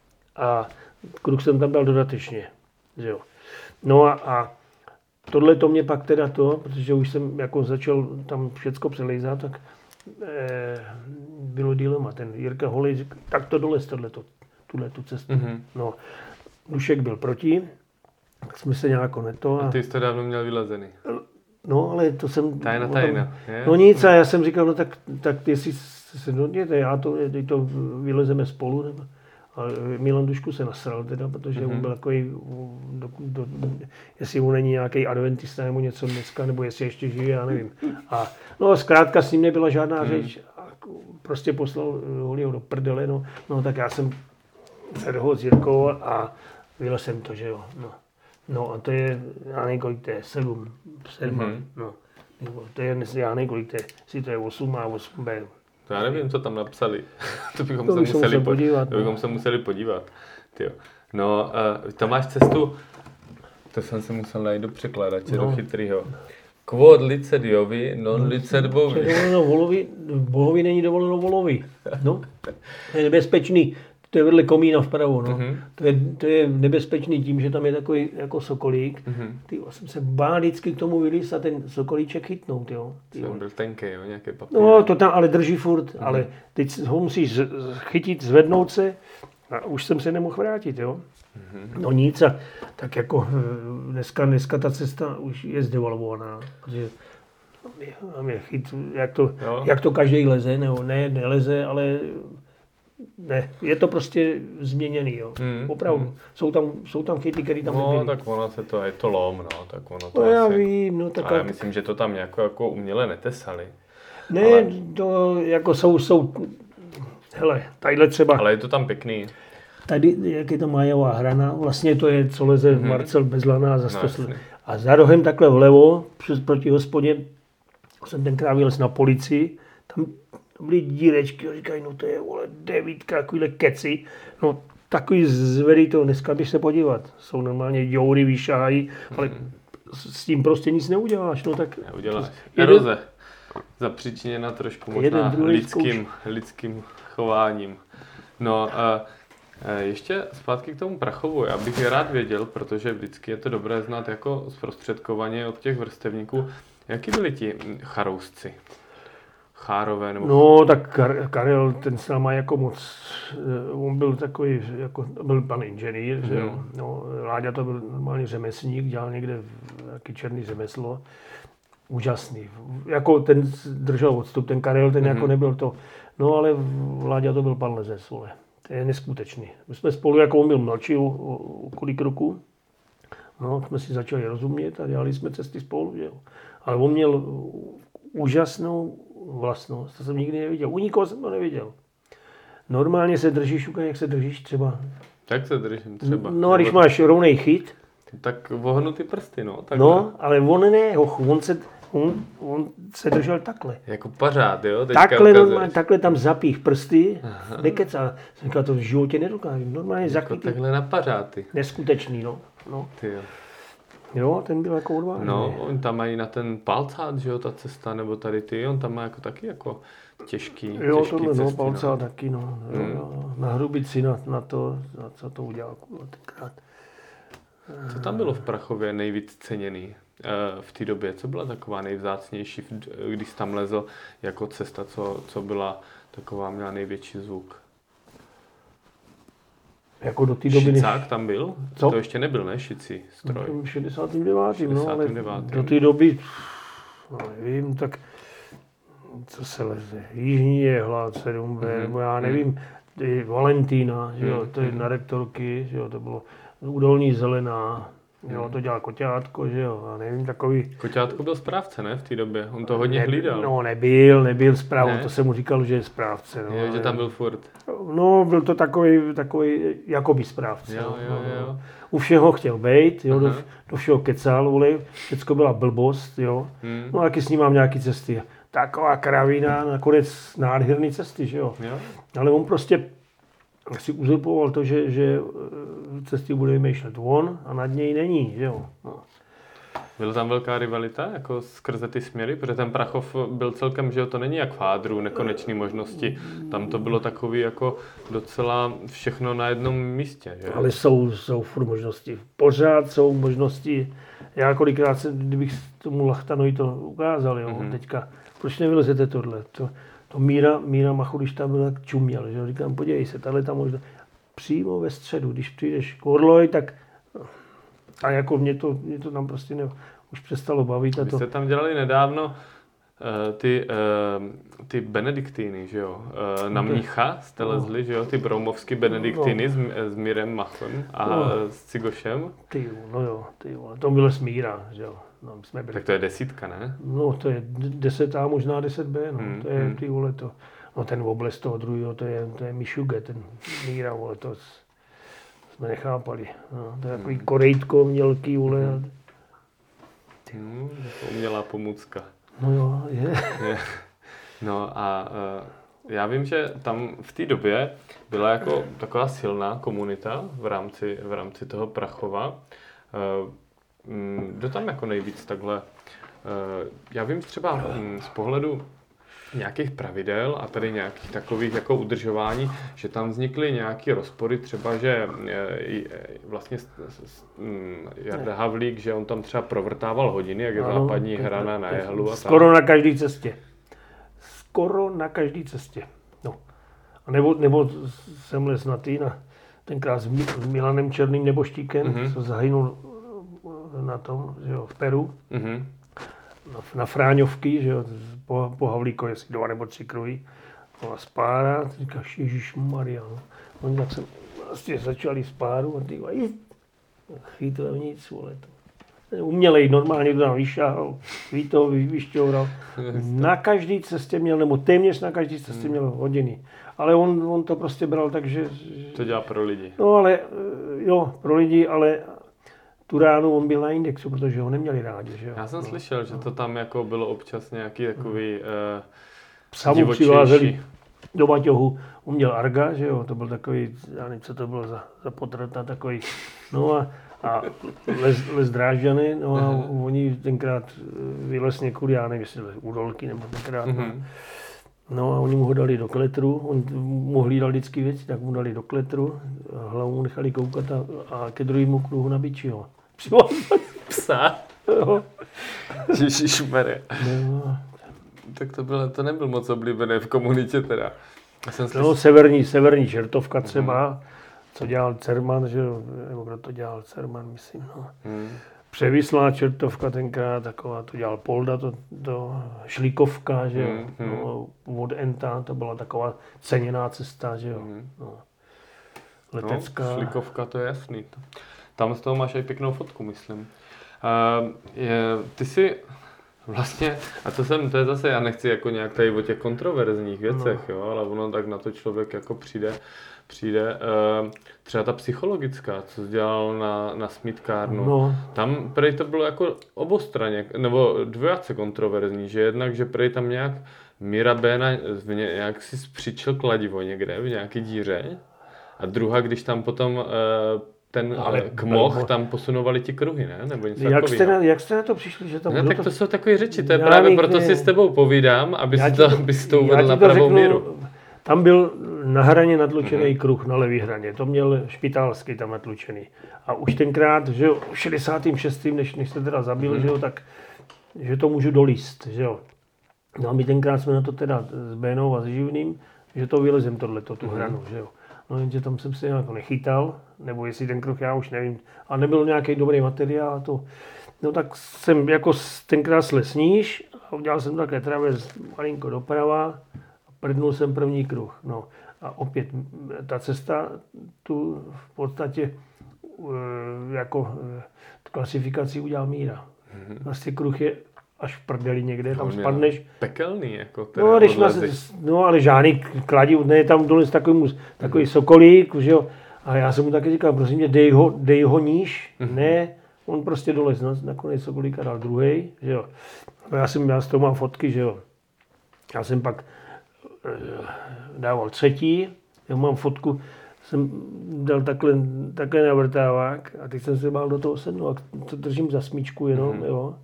Speaker 2: a kruh jsem tam dal dodatečně, že jo. No a, a tohle to mě pak teda to, protože už jsem jako začal tam všecko přelejzat, tak eh, bylo dilema. Ten Jirka Holej říkal, tak to dolez tohleto, tuhletu cestu. Mm-hmm. No, Dušek byl proti, tak jsme se nějako neto.
Speaker 1: A, a ty jsi to dávno měl vylezený.
Speaker 2: No, ale to jsem...
Speaker 1: Tajna, tajna.
Speaker 2: No nic, a já jsem říkal, no tak, tak jestli se doděte, já to, to vylezeme spolu, nebo... A Milan Dušku se nasral teda, protože mm-hmm. on byl takový, do, do, jestli on není nějaký adventista nebo něco dneska, nebo jestli ještě žije, já nevím. A no zkrátka s ním nebyla žádná mm-hmm. řeč. A prostě poslal Holího do prdele, no, no tak já jsem se dohodl s Jirkou a vylez jsem to, že jo. No, no a to je, já nevím kolik to je, sedm, sedm, mm-hmm. no. To je, já nevím kolik to je, jestli to je osm a osm B.
Speaker 1: To já nevím, co tam napsali. to bychom
Speaker 2: to
Speaker 1: se museli
Speaker 2: musel podívat.
Speaker 1: To bychom no. se museli podívat. Tyjo. No, uh, to máš cestu, to jsem se musel najít do překladače, no. do chytrýho. Quod licet jovi, non licet bovi.
Speaker 2: Dovoleno volovi, bohovi není dovoleno volovi. No, to je nebezpečný. To je vedle komína vpravo, no. Mm-hmm. To, je, to je nebezpečný tím, že tam je takový jako sokolík. Mm-hmm. Ty, jsem se bál vždycky k tomu vylíz a ten sokolíček chytnout, jo. Ty,
Speaker 1: on byl tenký, jo, nějaký papír.
Speaker 2: No, to tam ale drží furt, mm-hmm. ale teď ho musíš chytit, zvednout se a už jsem se nemohl vrátit, jo. Mm-hmm. No nic a tak jako dneska, dneska ta cesta už je zdevalvovaná, protože tam je chyt, jak to, jak to každý leze, nebo ne, neleze, ale ne, je to prostě změněný, jo. Mm, Opravdu. Mm. Jsou tam, jsou tam chyty, které tam
Speaker 1: no,
Speaker 2: nebyly.
Speaker 1: No, tak ono se to, je to lom, no, tak ono to
Speaker 2: no,
Speaker 1: asi...
Speaker 2: já vím, no tak...
Speaker 1: Ale já myslím, že to tam jako, jako uměle netesali.
Speaker 2: Ne, ale... to jako jsou, jsou... Hele, tadyhle třeba...
Speaker 1: Ale je to tam pěkný.
Speaker 2: Tady, jak je to májová hrana, vlastně to je, co leze mm-hmm. Marcel Bezlana a za no, sl... A za rohem takhle vlevo, přes proti hospodě, jsem tenkrát vylez na policii, tam byly dírečky, říkají, no to je, vole, devítka, takovýhle keci, no takový zvedý to, dneska běž se podívat, jsou normálně joury, vyšahají, ale mm-hmm. s tím prostě nic neuděláš, no tak...
Speaker 1: Neuděláš, eroze. zapříčiněna trošku možná lidským, lidským chováním. No a ještě zpátky k tomu Prachovu. Já bych rád věděl, protože vždycky je to dobré znát jako zprostředkovaně od těch vrstevníků, jaký byli ti charousci? Chárové nebo...
Speaker 2: No, tak Kar- Karel, ten s náma jako moc, on byl takový, jako, byl pan inženýr, mm. že jo. No, Láďa to byl normálně řemeslník, dělal někde nějaký černý řemeslo. Úžasný. Jako ten držel odstup, ten Karel, ten mm. jako nebyl to. No, ale Láďa to byl pan Lezec, vole. To je neskutečný. My jsme spolu, jako on byl mladší o, o kolik roku, no, jsme si začali rozumět a dělali jsme cesty spolu, že jo. Ale on měl úžasnou vlastnost, to jsem nikdy neviděl. U nikoho jsem to neviděl. Normálně se držíš, úplně jak se držíš třeba.
Speaker 1: Tak se držím třeba.
Speaker 2: No a když máš rovnej chyt.
Speaker 1: Tak vohnu ty prsty, no. Takhle.
Speaker 2: No, ale on ne, on se, on, on se držel takhle.
Speaker 1: Jako pařád, jo? Teďka
Speaker 2: takhle, normálně, takhle tam zapích prsty,
Speaker 1: Aha.
Speaker 2: nekecá. Jsem říkal, to v životě nedokážu. Normálně
Speaker 1: jako
Speaker 2: zakrytý.
Speaker 1: Takhle na pařáty.
Speaker 2: Neskutečný, no. no.
Speaker 1: Ty jo.
Speaker 2: Jo, ten byl jako odvážný.
Speaker 1: No, on tam mají na ten palcát, že jo, ta cesta, nebo tady ty, on tam má jako taky jako těžký,
Speaker 2: jo,
Speaker 1: těžký
Speaker 2: tohle,
Speaker 1: cesty.
Speaker 2: no, palcát
Speaker 1: no.
Speaker 2: taky, no. Jo,
Speaker 1: Hmm.
Speaker 2: jo. Na Hrubici, na, na to, na co to udělal tenkrát.
Speaker 1: Co tam bylo v Prachově nejvíc ceněný v té době? Co byla taková nejvzácnější, když jsi tam lezl jako cesta, co, co byla taková, měla největší zvuk?
Speaker 2: Jako do té doby...
Speaker 1: Šicák tam byl?
Speaker 2: Co?
Speaker 1: To ještě nebyl, ne? Šicí stroj.
Speaker 2: V šedesátém devátém no, ale
Speaker 1: šedesátém devátém
Speaker 2: do té doby, no nevím, tak co se leze, Jižní Jehla, sedm bé,
Speaker 1: Mhm.
Speaker 2: nebo já nevím, ty Valentína, že jo, to je na rektorky, že jo, to bylo Údolní Zelená, jo, to dělal Koťátko, že jo, já nevím, takový...
Speaker 1: Koťátko byl správce, ne? V té době. On to hodně
Speaker 2: ne,
Speaker 1: hlídal.
Speaker 2: No nebyl, nebyl správce,
Speaker 1: Ne?
Speaker 2: to jsem mu říkal, že je správce. No,
Speaker 1: Je, že
Speaker 2: ale-
Speaker 1: tam byl furt.
Speaker 2: No, byl to takový, takový jakoby správce.
Speaker 1: Jo,
Speaker 2: no,
Speaker 1: jo,
Speaker 2: no,
Speaker 1: jo.
Speaker 2: no. U všeho chtěl bejt, jo, do,
Speaker 1: Aha.
Speaker 2: do všeho kecal, vole, všecko byla blbost, jo.
Speaker 1: Hmm.
Speaker 2: No, taky s ním mám nějaký cesty. Taková kravina, nakonec nádherný cesty, že jo.
Speaker 1: Jo?
Speaker 2: Ale on prostě si uzurpoval to, že, že eh, cesty bude vymýšlet on a nad něj není, že jo. No.
Speaker 1: Byla tam velká rivalita, jako skrze ty směry, protože ten Prachov byl celkem, že jo, to není jak v Hádru, nekonečné možnosti. Tam to bylo takový jako docela všechno na jednom místě, že jo?
Speaker 2: Ale jsou, jsou furt možnosti. Pořád jsou možnosti. Já kolikrát jsem, kdybych tomu Lachtanovi to ukázal, jo,
Speaker 1: Mhm.
Speaker 2: teďka, proč nevylezete tohle? To, to Míra, Míra Machu, když tam byl, tak čuměl, že jo, říkám, podívej se, tahle tam možná, přímo ve středu, když přijdeš k Orloj, tak a jako mě to, mě to tam prostě ne, už přestalo bavit a
Speaker 1: Vy
Speaker 2: to.
Speaker 1: jste tam dělali nedávno uh, ty, uh, ty benediktýny, že jo? Uh, na Mnicha jste lezli, že jo? Ty broumovský benediktýny s, s Mírem Machem a
Speaker 2: No.
Speaker 1: s Cigošem.
Speaker 2: Ty jo, no jo, ty jo, to bylo Smíra, že jo. No, my jsme byli.
Speaker 1: Tak to je desítka, ne?
Speaker 2: No, to je deset A, možná deset bé, no.
Speaker 1: Hmm,
Speaker 2: To je,
Speaker 1: hmm.
Speaker 2: ty vole, to. No, ten obles toho druhého, to je, to je Mišuge, ten Míra, vole, to s- jsme nechápali. No, to je takový
Speaker 1: Hmm.
Speaker 2: korejtko mělký, vole.
Speaker 1: Hmm. Hmm, to umělá pomůcka.
Speaker 2: No jo, je.
Speaker 1: Je. No a uh, já vím, že tam v té době byla jako taková silná komunita v rámci, v rámci toho Prachova. Uh, mm, kdo tam jako nejvíc takhle... Uh, já vím třeba mm, z pohledu nějakých pravidel a tady nějakých takových jako udržování, že tam vznikly nějaké rozpory, třeba, že e, vlastně s, s, m, Jarda Havlík, že on tam třeba provrtával hodiny, jak je
Speaker 2: Ano,
Speaker 1: západní
Speaker 2: to-
Speaker 1: hrana
Speaker 2: to-
Speaker 1: na
Speaker 2: to-
Speaker 1: jehlu a
Speaker 2: Skoro na každé cestě. Skoro na každé cestě. No. A nebo, nebo jsem les na tý, na, tenkrát s Mi- s Milanem Černým neboštíkem,
Speaker 1: Mhm.
Speaker 2: mm-hmm. co zahynul na tom, že jo, v Peru.
Speaker 1: Mhm.
Speaker 2: na, na Fráňovky, že jo, po, po Havlíkově si dva nebo tři kruhy. No a spára, ty říkáš, ježišmarja, no. Oni tak se vlastně začali spáru a ty chytl vole to. Umělej, normálně to tam vyšáhl, ví to, vyšťoural. Na každé cestě měl, nebo téměř na každé cestě měl hodiny. Ale on, on to prostě bral tak, že...
Speaker 1: To dělá pro lidi.
Speaker 2: No ale, jo, pro lidi, ale tu ránu on byl na indexu, protože ho neměli rádi, že jo.
Speaker 1: Já jsem
Speaker 2: no.
Speaker 1: slyšel, že to tam jako bylo občas nějaký takový uh,
Speaker 2: Psa mu přivázeli do baťohu, uměl Arga, že jo, to byl takový, já nevím, co to bylo za, za potrat na takový, no a, a les, les Drážďany, no a oni tenkrát vylez někud, já nevím, jestli u Dolky nebo tenkrát. Mm-hmm. No a oni mu ho dali do kletru, on mu hlídal vždycky věci, tak mu dali do kletru, hlavu mu nechali koukat a, a ke druhému kruhu na bičího.
Speaker 1: Psa? Ježišmarja. No. Tak to, bylo, to nebyl moc oblíbené v komunitě teda.
Speaker 2: Jsem slyš... No severní, severní Čertovka třeba, mm. co dělal Cerman, že jo, nebo kdo to dělal, Cerman, myslím, no. Mm. Převislá Čertovka tenkrát, taková, to dělal Polda, to, to Šlíkovka, že jo, mm. no, od Enta, to byla taková ceněná cesta, že jo, mm. no. Letecká.
Speaker 1: No, Šlíkovka, to je jasný. Tam z toho máš i pěknou fotku, myslím. Uh, je, ty si vlastně, a to jsem, to je zase, já nechci jako nějak tady o těch kontroverzních věcech, no. jo, ale ono tak na to člověk jako přijde, přijde. Uh, třeba ta psychologická, co jsi dělal na, na smytkárnu, no. Tam prej to bylo jako obostraně, nebo dvojace kontroverzní, že jednak, že prej tam nějak Míra Béna, nějak si spřičil kladivo někde v nějaký díře, a druhá, když tam potom uh, ten ale kmoch, tam posunovali ti kruhy, ne? Nebo něco
Speaker 2: jak, jste na, jak jste na to přišli, že tam...
Speaker 1: Ne, tak to, to jsou takové řeči, to je právě nikdy... proto si s tebou povídám, aby si to, aby si to uvedl na pravou řeknu, míru.
Speaker 2: Tam byl na hraně natlučený mm-hmm. kruh, na levý hraně, to měl Špitálský tam natlučený. A už tenkrát, že jo, v šedesátém šestém než, než se teda zabil, mm-hmm. že jo, tak, že to můžu dolíst, že jo. No a my tenkrát jsme na to teda s Bénou a s Živným, že to vylezem tohleto, tu mm-hmm. hranu, že jo. No jenže tam jsem se jako nechytal, nebo jestli ten kruh, já už nevím, a nebyl nějaký dobrý materiál, to, no tak jsem jako tenkrát slez níž a udělal jsem také traves malinko doprava a prdnul jsem první kruh, no a opět ta cesta tu v podstatě jako klasifikaci udělal Míra. Vlastně kruh je až v prdeli někde, tam spadneš.
Speaker 1: Pekelný, jako
Speaker 2: no, když nás, no, ale žádný kladiv, ne, tam dole takový, takový sokolík, že jo. A já jsem mu taky říkal, prosím tě, dej ho, dej ho níž, mm-hmm. ne, on prostě dole, nakonec sokolíka dal druhej, že jo. A já jsem, já z toho mám fotky, že jo. Já jsem pak e, dával třetí, já mám fotku, jsem dal takhle, takhle navrtávák a teď jsem se bál do toho sednout a to držím za smyčku jenom, mm-hmm. jo.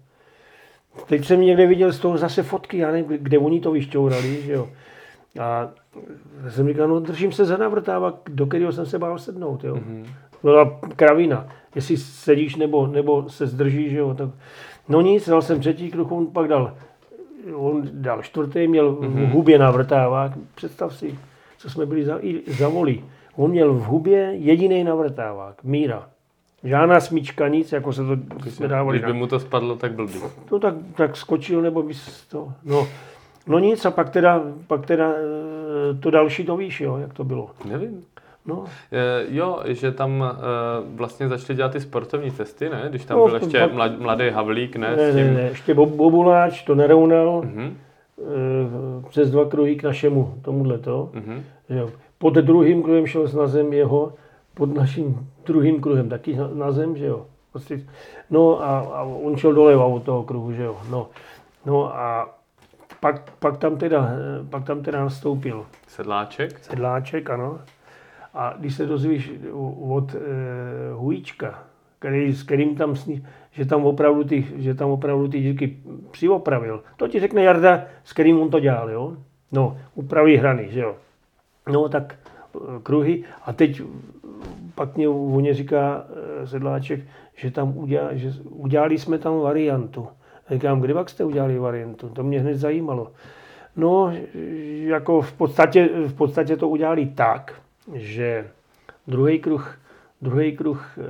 Speaker 2: Teď jsem někde viděl z toho zase fotky, já nevím, kde oni to vyšťourali, že jo. A jsem říkal, no držím se za navrtávák, do kterého jsem se bál sednout, jo. Mm-hmm. Byla kravina, jestli sedíš nebo, nebo se zdržíš, že jo. Tak... No nic, dal jsem třetí kruh, on pak dal, on dal čtvrtý, měl mm-hmm. v hubě navrtávák, představ si, co jsme byli za, za volí. On měl v hubě jediný navrtávák, Míra. Žádná smyčka, nic, jako se to jsme dávali.
Speaker 1: Když by mu to spadlo, tak blbý. No
Speaker 2: tak, tak skočil, nebo by to... No, no nic, a pak teda, pak teda to další to víš, jo, jak to bylo.
Speaker 1: Nevím.
Speaker 2: No.
Speaker 1: E, jo, že tam e, vlastně začali dělat ty sportovní cesty, ne? Když tam no, byl ještě pak... mlad, mladý Havlík, ne?
Speaker 2: Ne, ne, ne, ještě Bobuláč to nerovnal mm-hmm. e, přes dva kruhy k našemu tomuhleto. Mm-hmm. Jo. Pod druhým kruhem šel na zem jeho, pod naším druhým kruhem taky na, na zem, že jo. Prostě, no a, a on šel doleva od toho kruhu, že jo. No, no a pak, pak, tam teda, pak tam teda nastoupil
Speaker 1: Sedláček.
Speaker 2: Sedláček, ano. A když se dozvíš od e, Hujíčka, který, s kterým tam sní, že tam opravdu ty, že tam opravdu ty díky přiopravil, to ti řekne Jarda, s kterým on to dělal, jo. No, upraví hrany, že jo. No, tak kruhy a teď pak mě o ně říká Sedláček, že tam udělali, že udělali jsme tam variantu. A říkám, kdy pak jste udělali variantu? To mě hned zajímalo. No, jako v podstatě, v podstatě to udělali tak, že druhý kruh, druhý kruh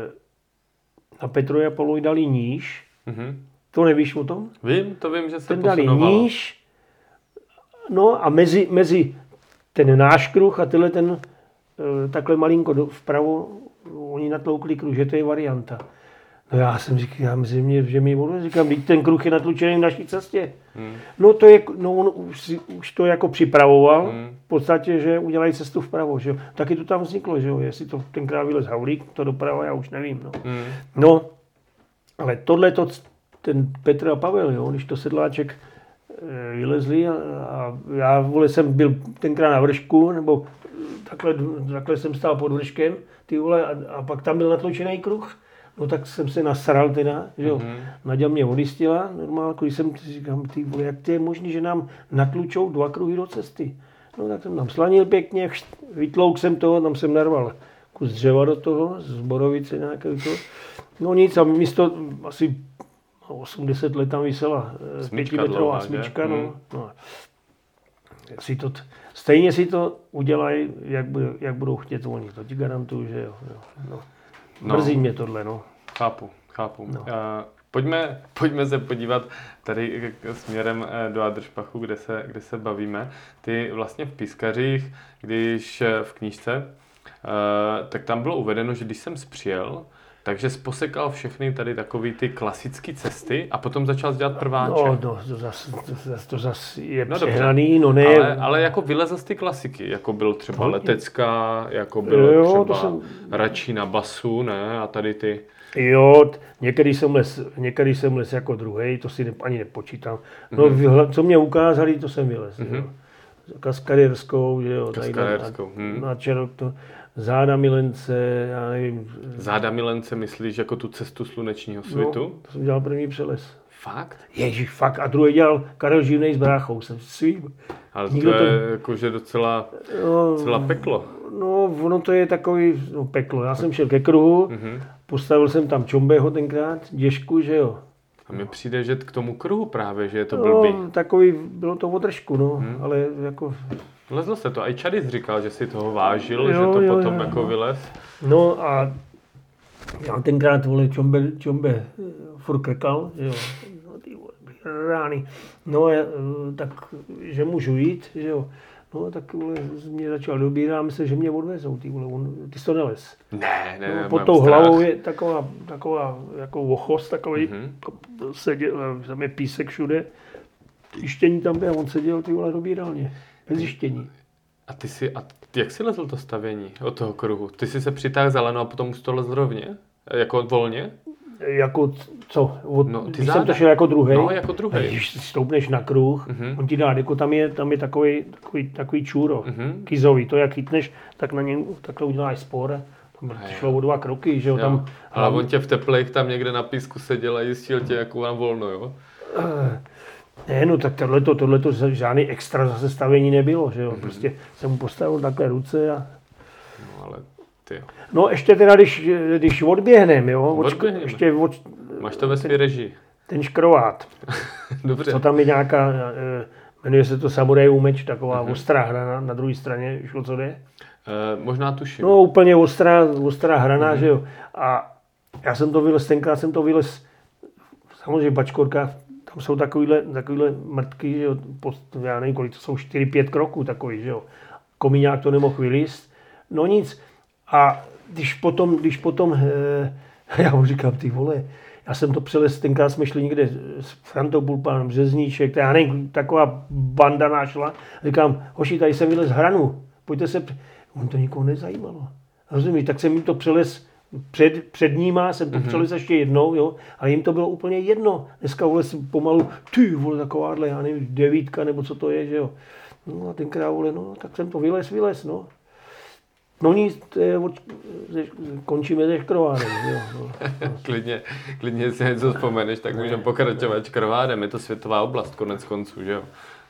Speaker 2: na Petroja Polovi dali níž. Mm-hmm. To nevíš o tom?
Speaker 1: Vím, to vím, že se
Speaker 2: ten dali níž, no a mezi, mezi ten náš kruh a tenhle ten takhle malinko do, vpravo, oni natloukli kruh, že to je varianta. No já jsem říkal, já myslím, že mi volil, říkám, ten kruh je natlučený v naší cestě. Hmm. No to je, no on už, už to jako připravoval, hmm. v podstatě, že udělají cestu vpravo, že jo. Taky to tam vzniklo, že jo, jestli to tenkrát vylez Havlík, to doprava, já už nevím, no. Hmm. No, ale tohle to, ten Petr a Pavel, jo, když to Sedláček e, vylezli a, a já, vole, jsem byl tenkrát na vršku, nebo takhle, takhle jsem stál pod vrškem, ty vole, a, a pak tam byl natlučený kruh. No tak jsem se nasral teda, že jo.
Speaker 1: Mhm.
Speaker 2: Naďa mě odjistila, normálně, když jsem říkám, ty vole, jak to je možný, že nám natlučou dva kruhy do cesty. No tak jsem tam slanil pěkně, vytlouk jsem toho, tam jsem narval kus dřeva do toho, z borovice nějaké to. No nic a místo asi osmdesát let tam vysela pětimetrová smyčka, no.
Speaker 1: Hmm.
Speaker 2: no. Si to, stejně si to udělají, jak, jak budou chtět oni, to ti garantuju, že jo. jo. No. Mrzí no. mě tohle, no.
Speaker 1: Chápu, chápu.
Speaker 2: No.
Speaker 1: Uh, pojďme, pojďme se podívat tady směrem do Adršpachu, kde se, kde se bavíme. Ty vlastně v Pískařích, když v knížce, uh, tak tam bylo uvedeno, že když jsem přijel, takže posekal všechny tady takový ty klasické cesty a potom začal dělat prváče.
Speaker 2: No, no to zase to zas, to zas je
Speaker 1: no,
Speaker 2: přehnaný, no ne.
Speaker 1: Ale, ale jako vylezl z ty klasiky, jako byl třeba no, Letecká, jako bylo
Speaker 2: jo,
Speaker 1: třeba
Speaker 2: to jsem...
Speaker 1: Račí na basu, ne, a tady ty...
Speaker 2: Jo, někdy jsem les, někdy jsem les jako druhej, to si ne, ani nepočítám. No,
Speaker 1: mm-hmm.
Speaker 2: co mě ukázali, to jsem vylez.
Speaker 1: Mm-hmm.
Speaker 2: Kaskaderskou, že jo.
Speaker 1: Kaskaderskou.
Speaker 2: Na, hmm. na čerok to, Záda Milence, já nevím.
Speaker 1: Záda Milence myslíš jako tu cestu slunečního svitu?
Speaker 2: No, to jsem dělal první přeles.
Speaker 1: Fakt?
Speaker 2: Ježíš, fakt. A druhý dělal Karel Živnej s bráchou, jsem svým.
Speaker 1: Ale Nikdo to je to... jakože docela, no, docela peklo.
Speaker 2: No, ono to je takový no, peklo. Já jsem šel ke kruhu, mm-hmm. postavil jsem tam Čombeho tenkrát, Děšku, že jo.
Speaker 1: A mi přijde, že k tomu kruhu právě, že je to blbý.
Speaker 2: No, takový, bylo to o držku, no, hmm. ale jako...
Speaker 1: Lezlo se to, a i Čadis říkal, že si toho vážil,
Speaker 2: jo,
Speaker 1: že to
Speaker 2: jo,
Speaker 1: potom
Speaker 2: jo,
Speaker 1: jako
Speaker 2: no.
Speaker 1: vylez.
Speaker 2: No a já tenkrát, vole, Čombe, Čombe furt krkal, že jo, no, ty vole, rány. No a tak, že můžu jít, že jo. No tak vole, mě začal dobírat a myslím, že mě odvezou, ty vole, on, ty jsi to nelez.
Speaker 1: Ne, ne,
Speaker 2: no,
Speaker 1: ne,
Speaker 2: pod tou
Speaker 1: strach.
Speaker 2: hlavou je taková, taková, jako ochos, takový, mm-hmm. seděl, tam je písek všude, jištění tam byl, on seděl, ty vole, dobíral mě, bez jištění.
Speaker 1: A ty si, a ty, jak jsi lezl to stavění od toho kruhu? Ty jsi se přitáhl zeleno a potom už to lezl rovně? Jako volně?
Speaker 2: Jako co? Od,
Speaker 1: no, ty
Speaker 2: když
Speaker 1: záda.
Speaker 2: jsem to šel jako druhý.
Speaker 1: No, jako druhý.
Speaker 2: Když stoupneš na kruh, mm-hmm. on ti dá, jako tam je, tam je takový, takový, takový čůro, mm-hmm. kizový. To jak chytneš, tak na něm takhle uděláš spor. Tam šlo o dva kroky, že jo. Tam,
Speaker 1: ale on tě v teplejch tam někde na písku seděl a jistil tě jako vám volno, jo?
Speaker 2: Ne, no tak tohleto, tohleto žádný extra zase stavění nebylo, že jo. Mm-hmm. Prostě jsem mu postavil takhle ruce a...
Speaker 1: No ale ty.
Speaker 2: No ještě teda, když, když odběhnem, jo.
Speaker 1: Odběhneme.
Speaker 2: Ještě od,
Speaker 1: máš to ve své režii.
Speaker 2: Ten škrovát.
Speaker 1: Dobře.
Speaker 2: Co tam je nějaká, jmenuje se to Samurajův meč, taková mm-hmm. ostrá hrana, na druhé straně, už o co jde?
Speaker 1: Uh, možná tuším.
Speaker 2: No úplně ostrá, ostrá hrana, mm-hmm. že jo. A já jsem to vylez, tenkrát jsem to vylez, samozřejmě v Bačkorkách, tam jsou takovýhle, takovýhle mrtky, že jo, post, já nevím kolik, to jsou čtyři pět kroků takový, že jo. Komíňák to nemohl vylíst, no nic. A když potom, když potom, eh, já mu říkám, ty vole, já jsem to přelez, tenkrát jsme šli někde s Frantopulpánem, Březníček, já nevím, taková banda našla. Říkám, hoši, tady jsem vylez hranu, pojďte se, on to nikoho nezajímalo. Rozumíš, tak jsem jim to přelez před, před níma, jsem to mm-hmm. přelez ještě jednou, jo, ale jim to bylo úplně jedno. Dneska vole si pomalu, ty vole, takováhle, já nevím, devítka, nebo co to je, že jo. No a tenkrát vole, no, tak jsem to vylez, vylez, no. No nic, to je, končíme se škrovádem. Jo, no, no.
Speaker 1: klidně, klidně si něco vzpomeneš, tak můžeme pokračovat škrovádem. Je to světová oblast, konec konců, že jo.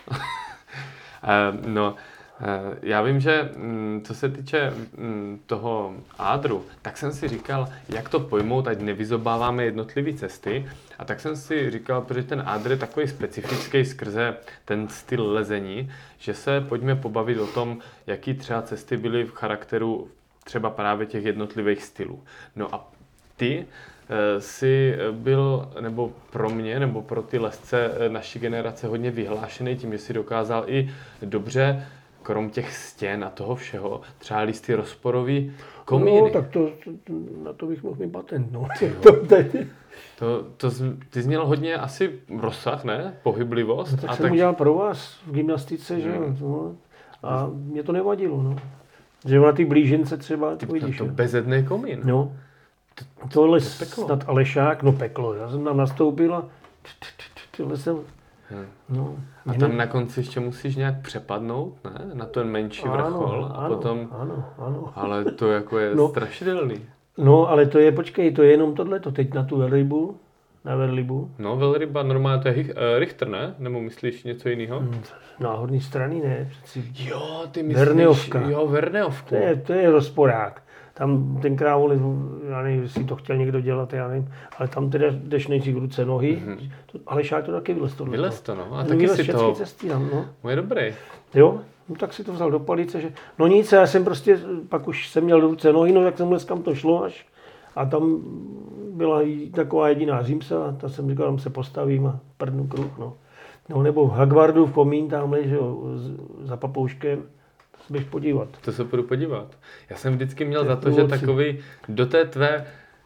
Speaker 1: no, já vím, že co se týče toho ádru, tak jsem si říkal, jak to pojmout, ať nevyzobáváme jednotlivé cesty. A tak jsem si říkal, protože ten ádr je takový specifický skrze ten styl lezení, že se pojďme pobavit o tom, jaký třeba cesty byly v charakteru třeba právě těch jednotlivých stylů. No a ty si byl, nebo pro mě, nebo pro ty lezce naší generace hodně vyhlášený tím, že si dokázal i dobře, krom těch stěn a toho všeho, třeba listy rozporový komíny.
Speaker 2: No, tak to, to, na to bych mohl mít patent, no. to,
Speaker 1: to, to, ty jsi měl hodně asi rozsah, ne? Pohyblivost.
Speaker 2: No, tak
Speaker 1: a
Speaker 2: jsem
Speaker 1: tak...
Speaker 2: udělal pro vás v gymnastice, hmm. že no. A mě to nevadilo, no. Že na ty blížence třeba,
Speaker 1: ty,
Speaker 2: to vidíš.
Speaker 1: To, to bezedný komín.
Speaker 2: No. Tohle snad Alešák, no peklo. Já jsem tam nastoupil a tohle jsem...
Speaker 1: Hmm.
Speaker 2: No,
Speaker 1: a tam na konci ještě musíš nějak přepadnout, ne? Na ten menší vrchol
Speaker 2: ano,
Speaker 1: a
Speaker 2: ano,
Speaker 1: potom...
Speaker 2: Ano, ano.
Speaker 1: Ale to jako je
Speaker 2: no,
Speaker 1: strašidelný.
Speaker 2: No, ale to je, počkej, to je jenom tohle, to teď na tu velrybu, na velrybu.
Speaker 1: No, velryba normálně to je Hich, uh, Richter, ne? Nebo myslíš něco jiného?
Speaker 2: Hmm, náhodný strany, ne? Přeci
Speaker 1: Jo, ty myslíš,
Speaker 2: Verneovka.
Speaker 1: jo, Verneovku.
Speaker 2: To je, to je rozporák. Tam tenkrát, vole, já nevím, jestli to chtěl někdo dělat, já nevím, ale tam teda jdeš nejdřív ruce, nohy, mm-hmm. to, ale šák to taky vylez tohle.
Speaker 1: Vylez to, no. A
Speaker 2: no,
Speaker 1: taky si to,
Speaker 2: cesty tam, no.
Speaker 1: no je dobrý.
Speaker 2: Jo, no tak si to vzal do palice, že, no nic, já jsem prostě, pak už jsem měl ruce, nohy, no tak jsem vlez, kam to šlo až, a tam byla taková jediná římsa, a ta jsem říkal, tam se postavím a prdnu kruh, no. No nebo Hagvardův komín tamhle, že jo, za papouškem. Běž podívat.
Speaker 1: To se budu podívat. Já jsem vždycky měl za to, že takový do té tvé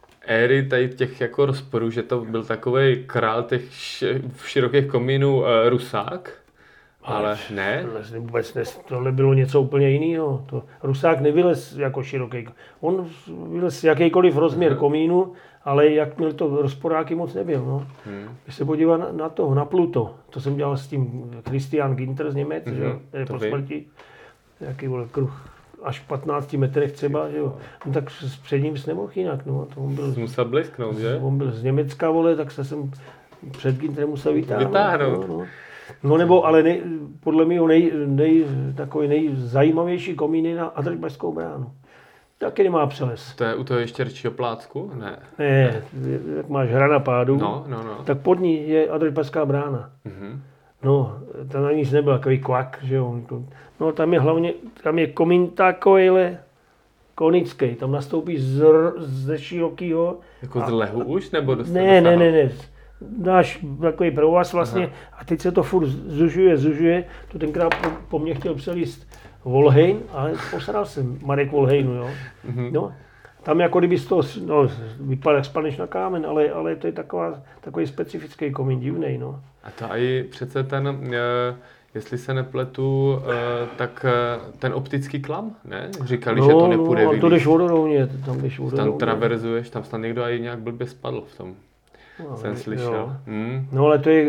Speaker 1: éry tady těch jako rozporů, že to byl takový král těch širokých komínů uh, Rusák, ale, ale ne.
Speaker 2: Tohle vůbec ne, tohle bylo něco úplně jiného. To, Rusák nevylez jako široký. On vylez jakýkoliv rozměr uh-huh. komínu, ale jak měl to rozporáky moc nebyl. No. Hmm. Když se podívá na, na to, na Pluto, to jsem dělal s tím Christian Ginter z Němec, uh-huh. že je po smrti. Jaký byl kruh až v patnácti metrech třeba, že jo. No tak s předním jsi nemohl jinak, no. To on byl,
Speaker 1: musel blisknout, že?
Speaker 2: On byl z Německa, vole, tak se jsem před Ginterem musel vytáhnout.
Speaker 1: Vytáhnout.
Speaker 2: No, no. no nebo, ale nej, podle mě nej, nej, takový nejzajímavější komín je na Adržbašskou bránu. Taky nemá přeles.
Speaker 1: To je u toho Ještěrčího plácku? Ne.
Speaker 2: Ne, jak máš hrana pádu,
Speaker 1: no, no, no.
Speaker 2: tak pod ní je Adržbašská brána. Mm-hmm. No, tam na nic nebyl takový kvak, že jo. No, tam je hlavně, tam je komín takovýhle konický, tam nastoupíš z, ze širokýho.
Speaker 1: Jako z lehu už, nebo dostaneš?
Speaker 2: Ne, ne, ne, ne. Dáš takový provaz vlastně. Aha. A teď se to furt zužuje, zužuje. To tenkrát po, po mně chtěl přelíst Volhejn, ale posral jsem Marek Volhejnu, jo. Mm-hmm. No, tam jako kdyby z toho, no, vypadá, jak spadneš na kámen, ale, ale to je taková, takový specifický komín, divnej, no.
Speaker 1: A to i přece ten, jestli se nepletu, tak ten optický klam, ne? Říkali, no, že to nepůjde
Speaker 2: no, to jdeš vodorovně, tam jdeš vodorovně.
Speaker 1: Tam traverzuješ, tam snad někdo i nějak blbě spadl v tom, no, jsem slyšel. Hmm.
Speaker 2: No ale to je,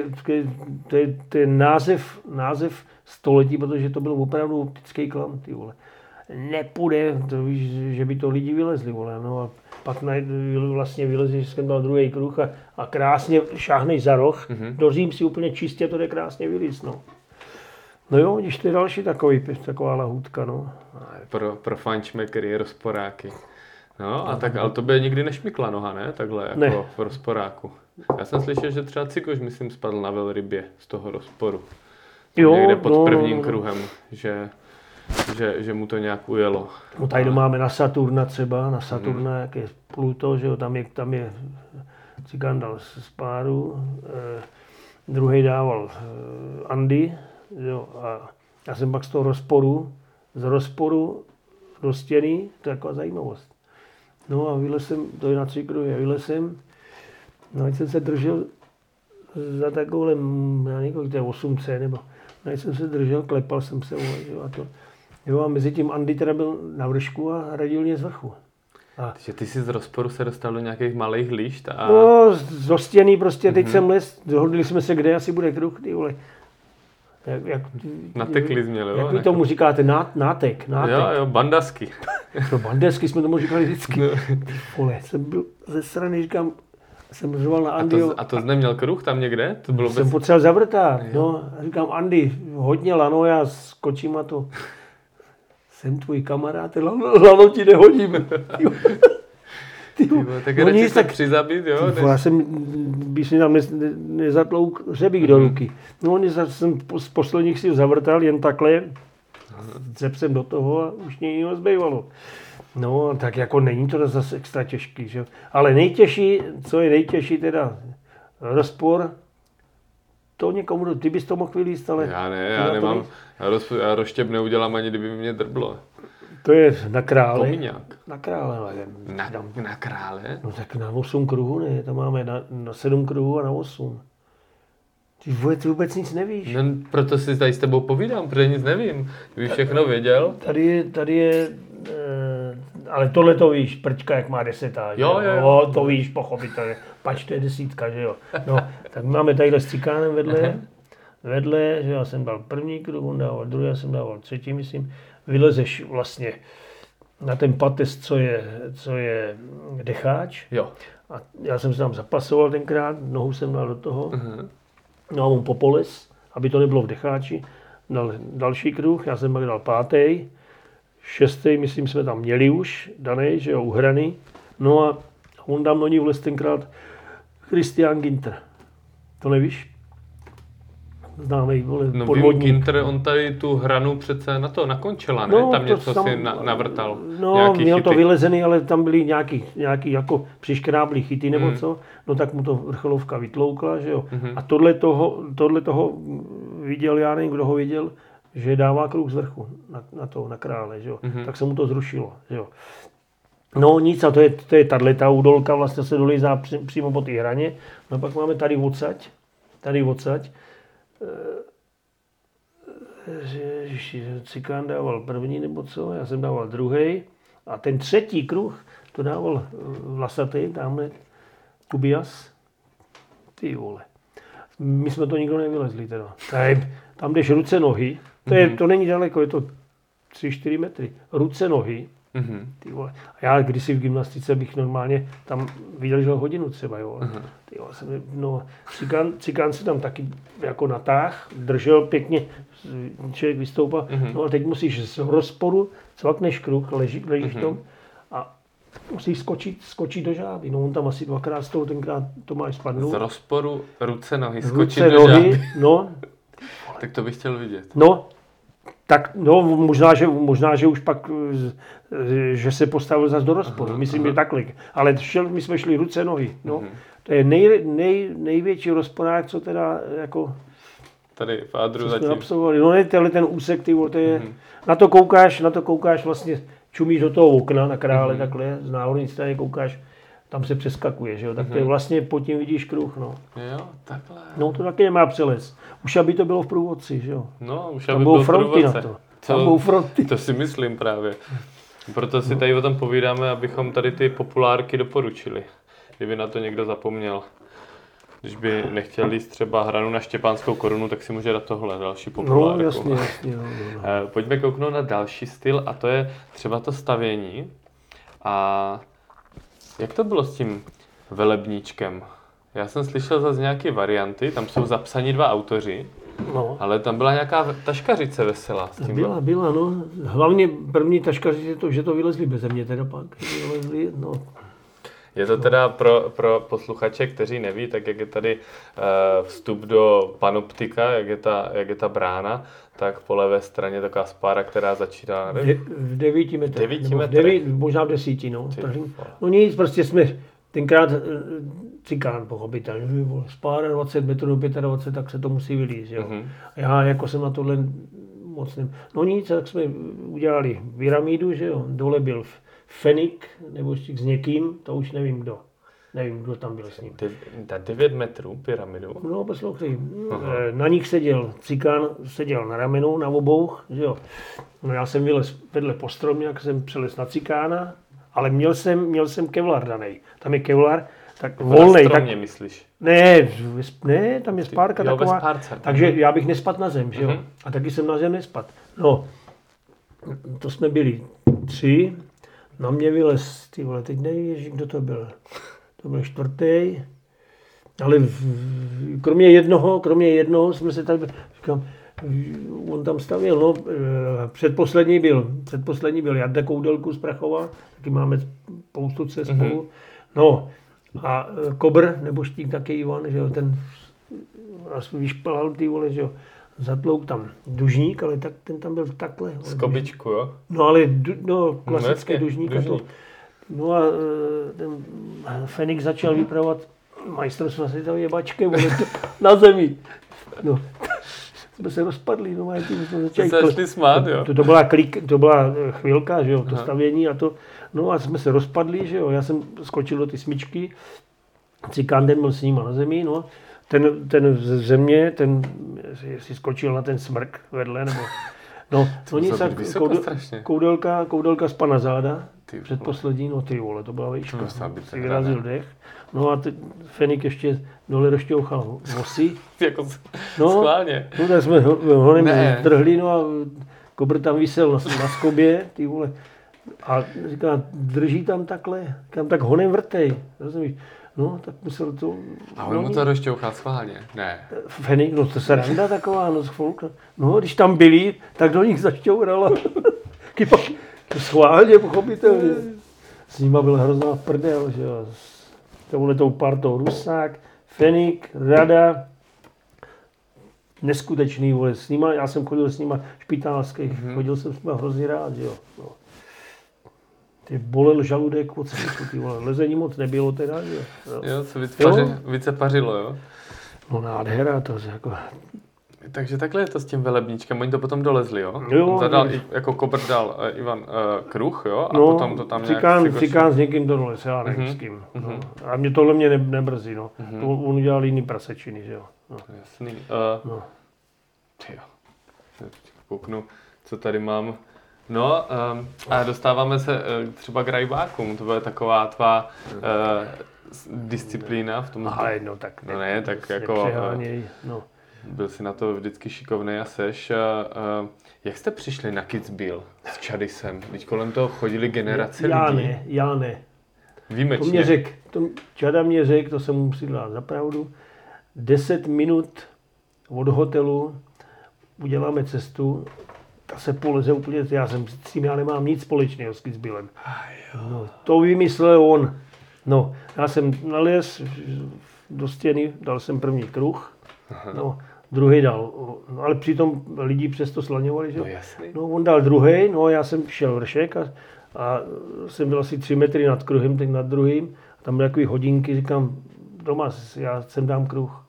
Speaker 2: to je, to je název, název století, protože to byl opravdu optický klam, ty vole. Nepůjde, to víš, že by to lidi vylezli, vole, no a pak vlastně vylezeš, jsem dal druhý kruh a, a krásně šáhneš za roh, mm-hmm. dořím si úplně čistě, to jde krásně vylíz, no. No jo, když to je další takový, taková lahůdka, no.
Speaker 1: Pro, pro fančmekery, rozporáky. No a tak, ale to by nikdy nešmykla noha, ne? Takhle jako ne. V rozporáku. Já jsem slyšel, že třeba Cikoš, myslím, spadl na velrybě z toho rozporu. Jo, někde pod no, prvním kruhem, že... Že, že mu to nějak ujelo.
Speaker 2: No tady máme na Saturna třeba, na Saturna, hmm. jak je Pluto, že jo, tam je, tam je Cikán dal z páru, eh, druhý dával eh, Andy, jo, a já jsem pak z toho rozporu, z rozporu do stěny, to je taková zajímavost. No a vylez jsem, to je na tři kruhy, a vylez jsem, no ať jsem se držel za takovouhle, já nevím, to je osm C, nebo, no ať jsem se držel, klepal jsem se, jo, a to. Jo, a mezi tím Andy teda byl na vršku a radil mě z vrchu. A...
Speaker 1: Takže ty jsi z rozporu se dostal do nějakých malých lišt a...
Speaker 2: No, do stěny prostě, teď mm-hmm. jsem les, dohodli jsme se, kde asi bude kruh, ty vole. Jak, jak,
Speaker 1: Natekli jsme, jo?
Speaker 2: Jak vy tomu říkáte, ná, nátek, nátek.
Speaker 1: Jo, jo, bandasky.
Speaker 2: No, bandasky jsme tomu říkali vždycky. No. Ty vole, jsem byl ze strany, říkám, jsem řval na Andy.
Speaker 1: A to, a to jsi neměl kruh tam někde? To bylo
Speaker 2: jsem
Speaker 1: bez...
Speaker 2: potřeboval zavrtát, no. Říkám, Andy, hodně lano, já skočím a to... Jsem tvůj kamarád, lano ti nehodím.
Speaker 1: Tyvo, tak no radši se tak přizabít, jo?
Speaker 2: Tyvo, já jsem, by si nám ne, ne, nezatlouk řebík do ruky. No, jsem z posledních si zavrtal jen takhle, cep jsem do toho a už mě jiného zbývalo. No, tak jako není to zase extra těžký, že? Ale nejtěžší, co je nejtěžší teda, rozpor, to někomu, ty bys to mohl vylíst, ale...
Speaker 1: Já ne, já nemám, já, roz, já roštěp neudělám ani, kdyby mě drblo.
Speaker 2: To je na krále.
Speaker 1: Pomíňák.
Speaker 2: Na krále, ale...
Speaker 1: Na, na krále?
Speaker 2: No tak na osm kruhů, ne, tam máme na, na sedm kruhů a na osm. Ty vůbec, vůbec nic nevíš.
Speaker 1: No, proto si tady s tebou povídám, protože nic nevím. Kdyby všechno věděl.
Speaker 2: Tady je, tady je, e, ale tohle to víš, prčka jak má desetá,
Speaker 1: jo, jo, jo.
Speaker 2: No, to víš, pochopitelně. Pač to je desítka, že jo. No, tak máme tadyhle s Cikánem vedle, vedle, že já jsem dal první kruh, on dával druhý, já jsem dával třetí, myslím. Vylezeš vlastně na ten pates, co je, co je decháč.
Speaker 1: Jo.
Speaker 2: A já jsem se tam zapasoval tenkrát, nohu jsem dal do toho.
Speaker 1: Uh-huh.
Speaker 2: No a on popoles, aby to nebylo v decháči. Dal další kruh, já jsem pak dal pátý. Šestý, myslím, jsme tam měli už danej, že jo, uhraný. No a on tam do ní vlez tenkrát Christian Ginter. To nevíš? Známej, vole,
Speaker 1: No
Speaker 2: podvodník.
Speaker 1: vím, Ginter, on tady tu hranu přece na to nakončila, ne?
Speaker 2: No,
Speaker 1: tam
Speaker 2: to
Speaker 1: něco
Speaker 2: sam,
Speaker 1: si na, navrtal.
Speaker 2: No,
Speaker 1: nějaký
Speaker 2: měl
Speaker 1: chyby.
Speaker 2: to vylezený, ale tam byly nějaký, nějaký jako přiškráblý chyty nebo
Speaker 1: Hmm.
Speaker 2: co. No tak mu to vrcholovka vytloukla, že jo.
Speaker 1: Mhm.
Speaker 2: A tohle toho, tohle toho viděl, já nevím, kdo ho viděl, že dává kruh z vrchu na, na to, na krále, že jo.
Speaker 1: Mhm.
Speaker 2: Tak se mu to zrušilo, že jo. No nic, a to je, to je tato údolka, vlastně se dolejzá při, přímo po té hraně. No pak máme tady odsaď, tady odsaď. Ježiši, Cikán dával první nebo co, já jsem dával druhý. A ten třetí kruh, to dával vlasatý, tamhle Kubias. Ty vole. My jsme to nikdo nevylezli teda. Tady, tam jdeš ruce, nohy. To, je, to není daleko, je to tři čtyři metry. Ruce, nohy.
Speaker 1: Mhm.
Speaker 2: Ty vole. A já kdysi v gymnastice bych normálně tam vydržel hodinu třeba, jo.
Speaker 1: Mhm.
Speaker 2: Ty vole, jsem, no, cikán, cikán se tam taky jako natáh, držel pěkně, člověk vystoupal,
Speaker 1: Mhm.
Speaker 2: no a teď musíš z rozporu, cvakneš kruh, leží, ležíš v
Speaker 1: Mhm.
Speaker 2: tom a musíš skočit, skočit do žáby. No on tam asi dvakrát z toho tenkrát Tomáš spadnul.
Speaker 1: Z rozporu ruce, nohy, skočit
Speaker 2: Ruce,
Speaker 1: do
Speaker 2: nohy,
Speaker 1: žáby.
Speaker 2: no,
Speaker 1: Tak to bych chtěl vidět.
Speaker 2: no, tak no, možná, že, možná, že už pak, že se postavil zase do rozporu.
Speaker 1: Aha,
Speaker 2: Myslím,
Speaker 1: aha.
Speaker 2: že takhle. Ale šel, my jsme šli ruce, nohy. No.
Speaker 1: Mhm.
Speaker 2: To je nej, nej, největší rozporák, co teda jako
Speaker 1: Tady v Adru
Speaker 2: co jsme
Speaker 1: zatím.
Speaker 2: absolvovali. No ne, tenhle ten úsek, ty vole, to je,
Speaker 1: Mhm.
Speaker 2: na to koukáš, na to koukáš vlastně, čumíš do toho okna na krále,
Speaker 1: Mhm.
Speaker 2: takhle, z náhodní strany koukáš, tam se přeskakuje, že jo, tak to je
Speaker 1: Mhm.
Speaker 2: vlastně pod tím vidíš kruh, no.
Speaker 1: Jo, takhle.
Speaker 2: No to taky nemá přeles. Už aby to bylo v průvodci, že jo.
Speaker 1: No, už
Speaker 2: Tam
Speaker 1: aby
Speaker 2: budou
Speaker 1: byl
Speaker 2: fronty na
Speaker 1: průvodce.
Speaker 2: to. Tam budou fronty.
Speaker 1: To si myslím právě. Proto si tady o tom povídáme, abychom tady ty populárky doporučili. Kdyby na to někdo zapomněl. Když by nechtěl jíst třeba hranu na štěpánskou korunu, tak si může dát tohle, další populárku.
Speaker 2: No jasně, jasně. No, no, no.
Speaker 1: Eh, Pojďme kouknout na další styl a to je třeba to stavění. A jak to bylo s tím velebníčkem? Já jsem slyšel zase nějaké varianty, tam jsou zapsaní dva autoři,
Speaker 2: no.
Speaker 1: ale tam byla nějaká taškařice veselá s tím.
Speaker 2: Byla, byla, no. Hlavně první taškaři je to, že to vylezli beze mě teda pak. Vylezli, no.
Speaker 1: Je to teda pro, pro posluchače, kteří neví, tak jak je tady uh, vstup do panoptika, jak je, ta, jak je ta brána, tak po levé straně taková spára, která začíná...
Speaker 2: V, de, v devíti metrech.
Speaker 1: Devíti
Speaker 2: nebo v
Speaker 1: metrech.
Speaker 2: devět, možná v desíti, no.
Speaker 1: Ty
Speaker 2: Takže,
Speaker 1: vole.
Speaker 2: no nic, prostě jsme tenkrát eh, Cikán pochopitelně, že bylo spára dvacet metrů do dvacet pět, tak se to musí vylízt, jo.
Speaker 1: Mhm.
Speaker 2: Já jako jsem na tohle moc nem... No nic, tak jsme udělali pyramídu, že jo. Dole byl Fenik, nebo ještě s někým, to už nevím kdo. Nevím, kdo tam byl s ním.
Speaker 1: Dev, ta devět metrů pyramidu.
Speaker 2: No, poslouchej,
Speaker 1: Aha.
Speaker 2: eh, na nich seděl Cikán, seděl na ramenu, na obou, že jo. No já jsem vylez vedle po stromě, jak jsem přelez na Cikána, ale měl jsem, měl jsem kevlar danej. Tam je kevlar, tak volnej.
Speaker 1: Na
Speaker 2: Tak,
Speaker 1: stromě, myslíš?
Speaker 2: ne, ne, tam je spárka
Speaker 1: Jo, ve
Speaker 2: taková,
Speaker 1: spárce.
Speaker 2: takže
Speaker 1: Mhm.
Speaker 2: já bych nespadl na zem, že jo.
Speaker 1: Mhm.
Speaker 2: A taky jsem na zem nespadl. No, to jsme byli tři, na mě vylez, ty vole, teď nevíš, kdo to byl. To byl čtvrtý, ale v, v, kromě jednoho, kromě jednoho jsme se tady, říkám, on tam stavěl, no, předposlední byl, předposlední byl Jarda Koudelku z Prachova, taky máme spoustu cest
Speaker 1: Mhm.
Speaker 2: spolu, no, a Kobr, nebo Štík taky Ivan, že jo, ten nás vyšplhal, ty vole, že jo, zatlouk tam Dužník, ale tak, ten tam byl takhle.
Speaker 1: Z kobičku, jo?
Speaker 2: No ale, du, no, klasické
Speaker 1: jasně,
Speaker 2: Dužník a to.
Speaker 1: Dužník.
Speaker 2: No a e, ten Fenik začal vypravovat majstrovství světové jebačky na zemi. No, jsme se rozpadli, no a tím jsme začali.
Speaker 1: Jste se začali smát, jo?
Speaker 2: To, to, byla klik, to byla chvilka, že jo, to
Speaker 1: Aha.
Speaker 2: stavění a to. No a jsme se rozpadli, že jo, já jsem skočil do ty smyčky, Cikán byl s nima na zemi, no. Ten, ten ze země, ten si skočil na ten smrk vedle, nebo... No,
Speaker 1: To
Speaker 2: oni
Speaker 1: muselo
Speaker 2: se
Speaker 1: být vysoko strašně.
Speaker 2: koudelka, koudelka z pana záda,
Speaker 1: Ty vole.
Speaker 2: předposlední, no ty vole, to byla výška.
Speaker 1: To musela být
Speaker 2: Si
Speaker 1: tak
Speaker 2: vyrazil
Speaker 1: ráda.
Speaker 2: dech. No a ty, Fenik ještě dole rozťouchal vosy.
Speaker 1: Jako
Speaker 2: No,
Speaker 1: schválně.
Speaker 2: no tak jsme ho, ho
Speaker 1: Ne.
Speaker 2: zdrhli, no a Kobr tam visel na, na skobě, ty vole. A říká, drží tam takhle, říkám, tak honem vrtej, rozumíš? No, tak musel to...
Speaker 1: A on
Speaker 2: no,
Speaker 1: mu to rozšťouchal schválně? Ne.
Speaker 2: Fenik, no to se randa taková, no chvilka. No, když tam byli, tak do nich zašťourala. Kypa, schválně, pochopitelně. S nima byla hrozná prdel, že jo. S touhletou partou Rusák, Fenik, Rada, neskutečný, vole, s nima, já jsem chodil s nima špitálských, mm-hmm. chodil jsem s nima hrozně rád, že jo. No. Ty bolel žaludek od smíchu, ty vole, lezení moc nebylo teda, že jo.
Speaker 1: Jo, co víc, paři, více pařilo, jo.
Speaker 2: No nádhera, to je jako...
Speaker 1: Takže takhle je to s tím velebníčkem, oni to potom dolezli, jo?
Speaker 2: Jo.
Speaker 1: Zadal, i, jako Kobr dal uh, Ivan uh, Kruh, jo? A
Speaker 2: no,
Speaker 1: potom to tam
Speaker 2: cikán,
Speaker 1: nějak...
Speaker 2: Cikán s někým to dolez, já nevím
Speaker 1: uh-huh.
Speaker 2: s kým.
Speaker 1: Uh-huh.
Speaker 2: No. A mě tohle mě ne, nebrzí, no.
Speaker 1: Uh-huh.
Speaker 2: To on udělal jiný prasečiny, že jo. No.
Speaker 1: Jasný. Uh,
Speaker 2: no.
Speaker 1: Tyjo. Kouknu, co tady mám. No um, a dostáváme se uh, třeba k rajbákům, to bude taková tvá uh, disciplína v tom.
Speaker 2: Ale no tak
Speaker 1: ne, no ne, tak jako uh,
Speaker 2: no.
Speaker 1: Byl jsi na to vždycky šikovnej a seš. Uh, uh, jak jste přišli na Kitzbühel s Čadisem? Teď kolem toho chodili generace
Speaker 2: já
Speaker 1: lidí.
Speaker 2: Já ne, já ne.
Speaker 1: Výjimečně.
Speaker 2: To mě řek, to Čada mě řek, to jsem mu musel dát za pravdu, deset minut od hotelu uděláme cestu, ta se poleze úplně, já jsem s tím, já nemám nic společného s Kitzbühelem. No, to vymyslel on. No, já jsem nalez do stěny, dal jsem první kruh, no, druhý dal, no, ale přitom lidi přesto slaňovali, že?
Speaker 1: No, jasný.
Speaker 2: No, on dal druhý, no, já jsem šel vršek a, a jsem byl asi tři metry nad kruhem, tak nad druhým, tam byly takové hodinky, říkám, doma, já sem dám kruh.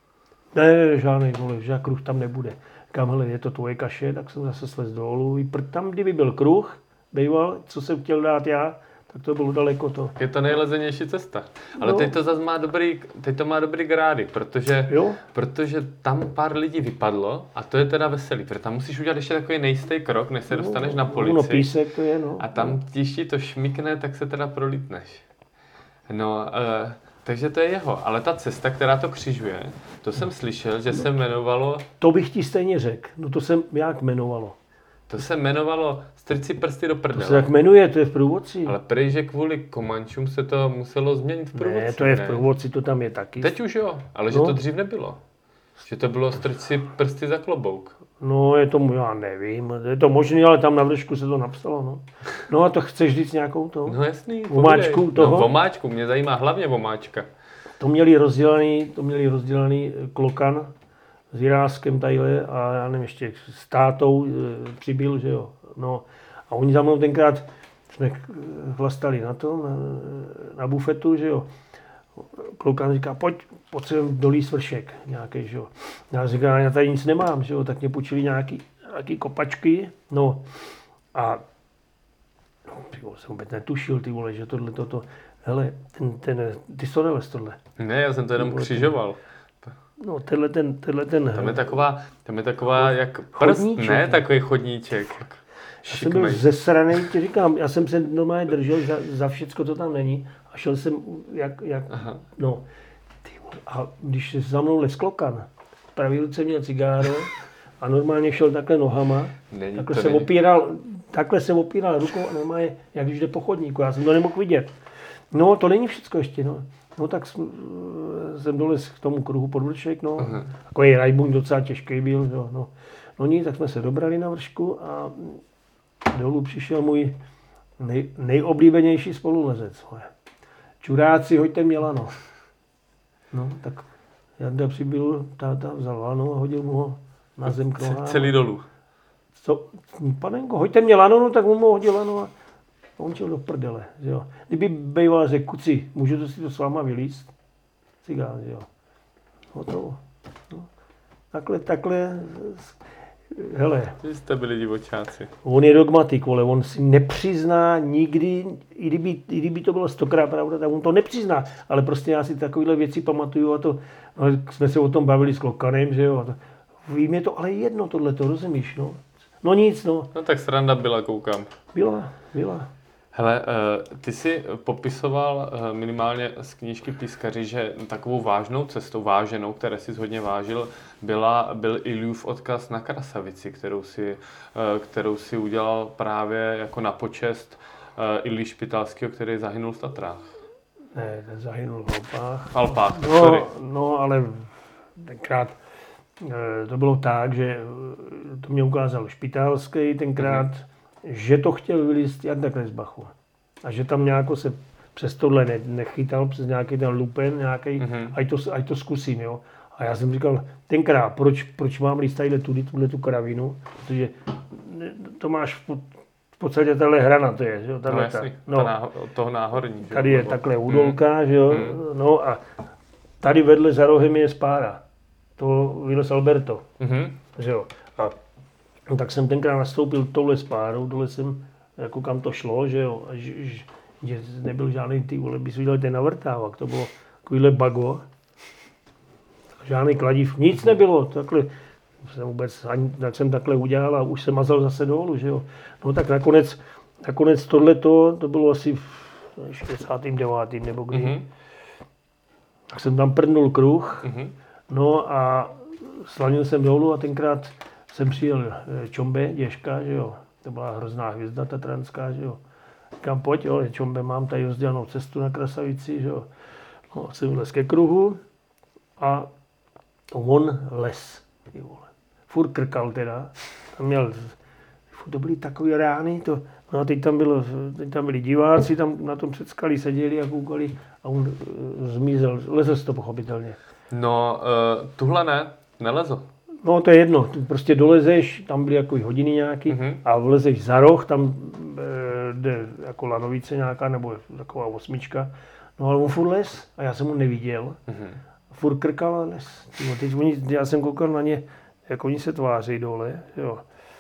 Speaker 2: Ne, žádný, vole, žádný kruh tam nebude. Říkám, hele, je to tvoje kaše, tak jsem zase slez dolů. Tam, kdyby byl kruh, býval, co jsem chtěl dát já, tak to bylo daleko to.
Speaker 1: Je to nejlezenější cesta. Ale
Speaker 2: no.
Speaker 1: teď to zase má dobrý, teď to má dobrý grády, protože,
Speaker 2: jo?
Speaker 1: protože tam pár lidí vypadlo a to je teda veselý, protože tam musíš udělat ještě takový nejistý krok, než se no, dostaneš na policii.
Speaker 2: No písek to je, no.
Speaker 1: A tam, když ti to šmikne, tak se teda prolítneš. No, uh, takže to je jeho, ale ta cesta, která to křižuje, to jsem slyšel, že se jmenovalo...
Speaker 2: To bych ti stejně řekl, no to se jak jmenovalo?
Speaker 1: To se jmenovalo Strci prsty do prdele.
Speaker 2: To se tak jmenuje, to je v průvodci.
Speaker 1: Ale prej, že kvůli Komančům se to muselo změnit v průvodci.
Speaker 2: Ne, to je v průvodci, to tam je taky.
Speaker 1: Teď už jo, ale
Speaker 2: no.
Speaker 1: že to dřív nebylo. Že to bylo Strci prsty za klobouk.
Speaker 2: No, je to, já nevím, je to možný, ale tam na vršku se to napsalo, no. No a to chceš říct nějakou to?
Speaker 1: No jasný.
Speaker 2: Vomáčku toho?
Speaker 1: No, vomáčku, mě zajímá hlavně vomáčka.
Speaker 2: To měli rozdělený, to měli rozdělený Klokan s Jiráskem tadyhle a já nevím, ještě s tátou e, přibyl, že jo. No a oni za mnou tenkrát jsme chlastali na tom, na, na bufetu, že jo. Klokan říká, pojď, potřebujeme dolít vršek nějaký, že jo. Já říkám, já tady nic nemám, že jo, tak mě půjčili nějaký, nějaký kopačky, no a no, jsem vůbec netušil, ty vole, že tohle, toto, hele, ten, ten, ty jsi to nevez tohle.
Speaker 1: Ne, já jsem to jenom křižoval.
Speaker 2: No, tenhle ten, tenhle ten...
Speaker 1: Tam je taková, tam je taková jak prst,
Speaker 2: chodníček,
Speaker 1: ne, takový chodníček.
Speaker 2: Já jsem byl zesranej, ti říkám, já jsem se normálně držel za, za všecko, co tam není a šel jsem jak, jak no. Ty, a když se za mnou les Klokan, v pravý ruce měl cigáro a normálně šel takhle nohama,
Speaker 1: není,
Speaker 2: takhle
Speaker 1: to
Speaker 2: se
Speaker 1: není.
Speaker 2: opíral, takhle se opíral rukou a normálně, jak když jde po chodníku, já jsem to nemohl vidět. No, to není všecko ještě, no. No tak jsem dolez k tomu kruhu pod vršek, no. Uh-huh. Takový rajbuň docela těžký byl, no. No, no nic, tak jsme se dobrali na vršku a dolů přišel můj nej, nejoblíbenější spolulezec. Čuráci, hoďte mě lano. No, tak Jarda přibyl, táta vzal lano a hodil mu ho na zem k nohám.
Speaker 1: Celý dolů.
Speaker 2: Co? Panenko, hoďte mě lano, no tak mu ho hodil lano a on šel do prdele, že jo. Kdyby býval řekl, kuci, můžu to si to s váma vylíst? Cigán, že jo. Hotovo. No. Takhle, takhle, hele.
Speaker 1: Vy jste byli divočáci.
Speaker 2: On je dogmatik, vole, on si nepřizná nikdy, i kdyby, i kdyby to bylo stokrát pravda, tak on to nepřizná. Ale prostě já si takovéhle věci pamatuju a to, no, jsme se o tom bavili s Klokanem, že jo. A to, vím, je to ale jedno tohleto, rozumíš, no. No nic, no.
Speaker 1: No tak sranda byla, koukám.
Speaker 2: Byla, byla.
Speaker 1: Hele, ty jsi popisoval minimálně z knížky Pískaři, že takovou vážnou cestou, váženou, které jsi hodně vážil, byla, byl Iljův odkaz na krasavici, kterou si, kterou si udělal právě jako na počest Ilji Špitalského, který zahynul v Tatrách.
Speaker 2: Ne, ten zahynul v Alpách.
Speaker 1: V Alpách,
Speaker 2: no,
Speaker 1: sorry.
Speaker 2: No, ale tenkrát to bylo tak, že to mě ukázal Špitalský tenkrát, mm-hmm. že to chtěl vylízt Jan Kresbachu. A že tam nějako se přes tohle ne, nechytal, přes nějaký ten lupen, nějaký, mm-hmm. ať, to, ať to zkusím, jo. A já jsem říkal, tenkrát, proč, proč mám líst tadyhle tudy, tuhle tu kravinu, protože to máš v, v podstatě tahle hrana, to je, že jo,
Speaker 1: no, jasný,
Speaker 2: no,
Speaker 1: ta náho, toho náhorní, že
Speaker 2: tady je
Speaker 1: nebo...
Speaker 2: takhle údolka, mm. že jo,
Speaker 1: mm.
Speaker 2: no a tady vedle za rohem je spára, to vylez Alberto, mm-hmm. že jo. A no, tak jsem tenkrát nastoupil touhle spárou, dole jsem, jako kam to šlo, že jo, a že, že nebyl žádný ty, vole, bys viděl ten navrtávak, to bylo takovýhle bago, žádný kladiv, nic nebylo, takhle, jsem vůbec, ani, tak jsem takhle udělal a už jsem mazal zase dolů, že jo. No tak nakonec, nakonec tohleto, to bylo asi v šedesátém devátém nebo kdy, mm-hmm. tak jsem tam prdnul kruh, mm-hmm. no a slanil jsem dolů a tenkrát jsem přijel Čombe, Děžka, že jo, to byla hrozná hvězda tatranská, že jo. Říkám, pojď, jo, Čombe, mám tady rozdělanou cestu na Krasavici, že jo. No, jsem les ke kruhu a on les, ty vole. Furt krkal teda, tam měl, furt to byly takové rány, to, no a teď tam, bylo, teď tam byli diváci, tam na tom před skalí seděli a koukali a on uh, zmizel, lezl to pochopitelně.
Speaker 1: No, uh, tuhle ne, nelezl.
Speaker 2: No to je jedno, prostě dolezeš, tam byly jako hodiny nějaký mm-hmm. a vlezeš za roh, tam e, jde jako lanovice nějaká nebo taková osmička. No ale on furt les a já jsem ho neviděl. Mm-hmm. Furt krkal a les. Tyjo, teď oni, já jsem koukal na ně, jak oni se tváří dole. Jo.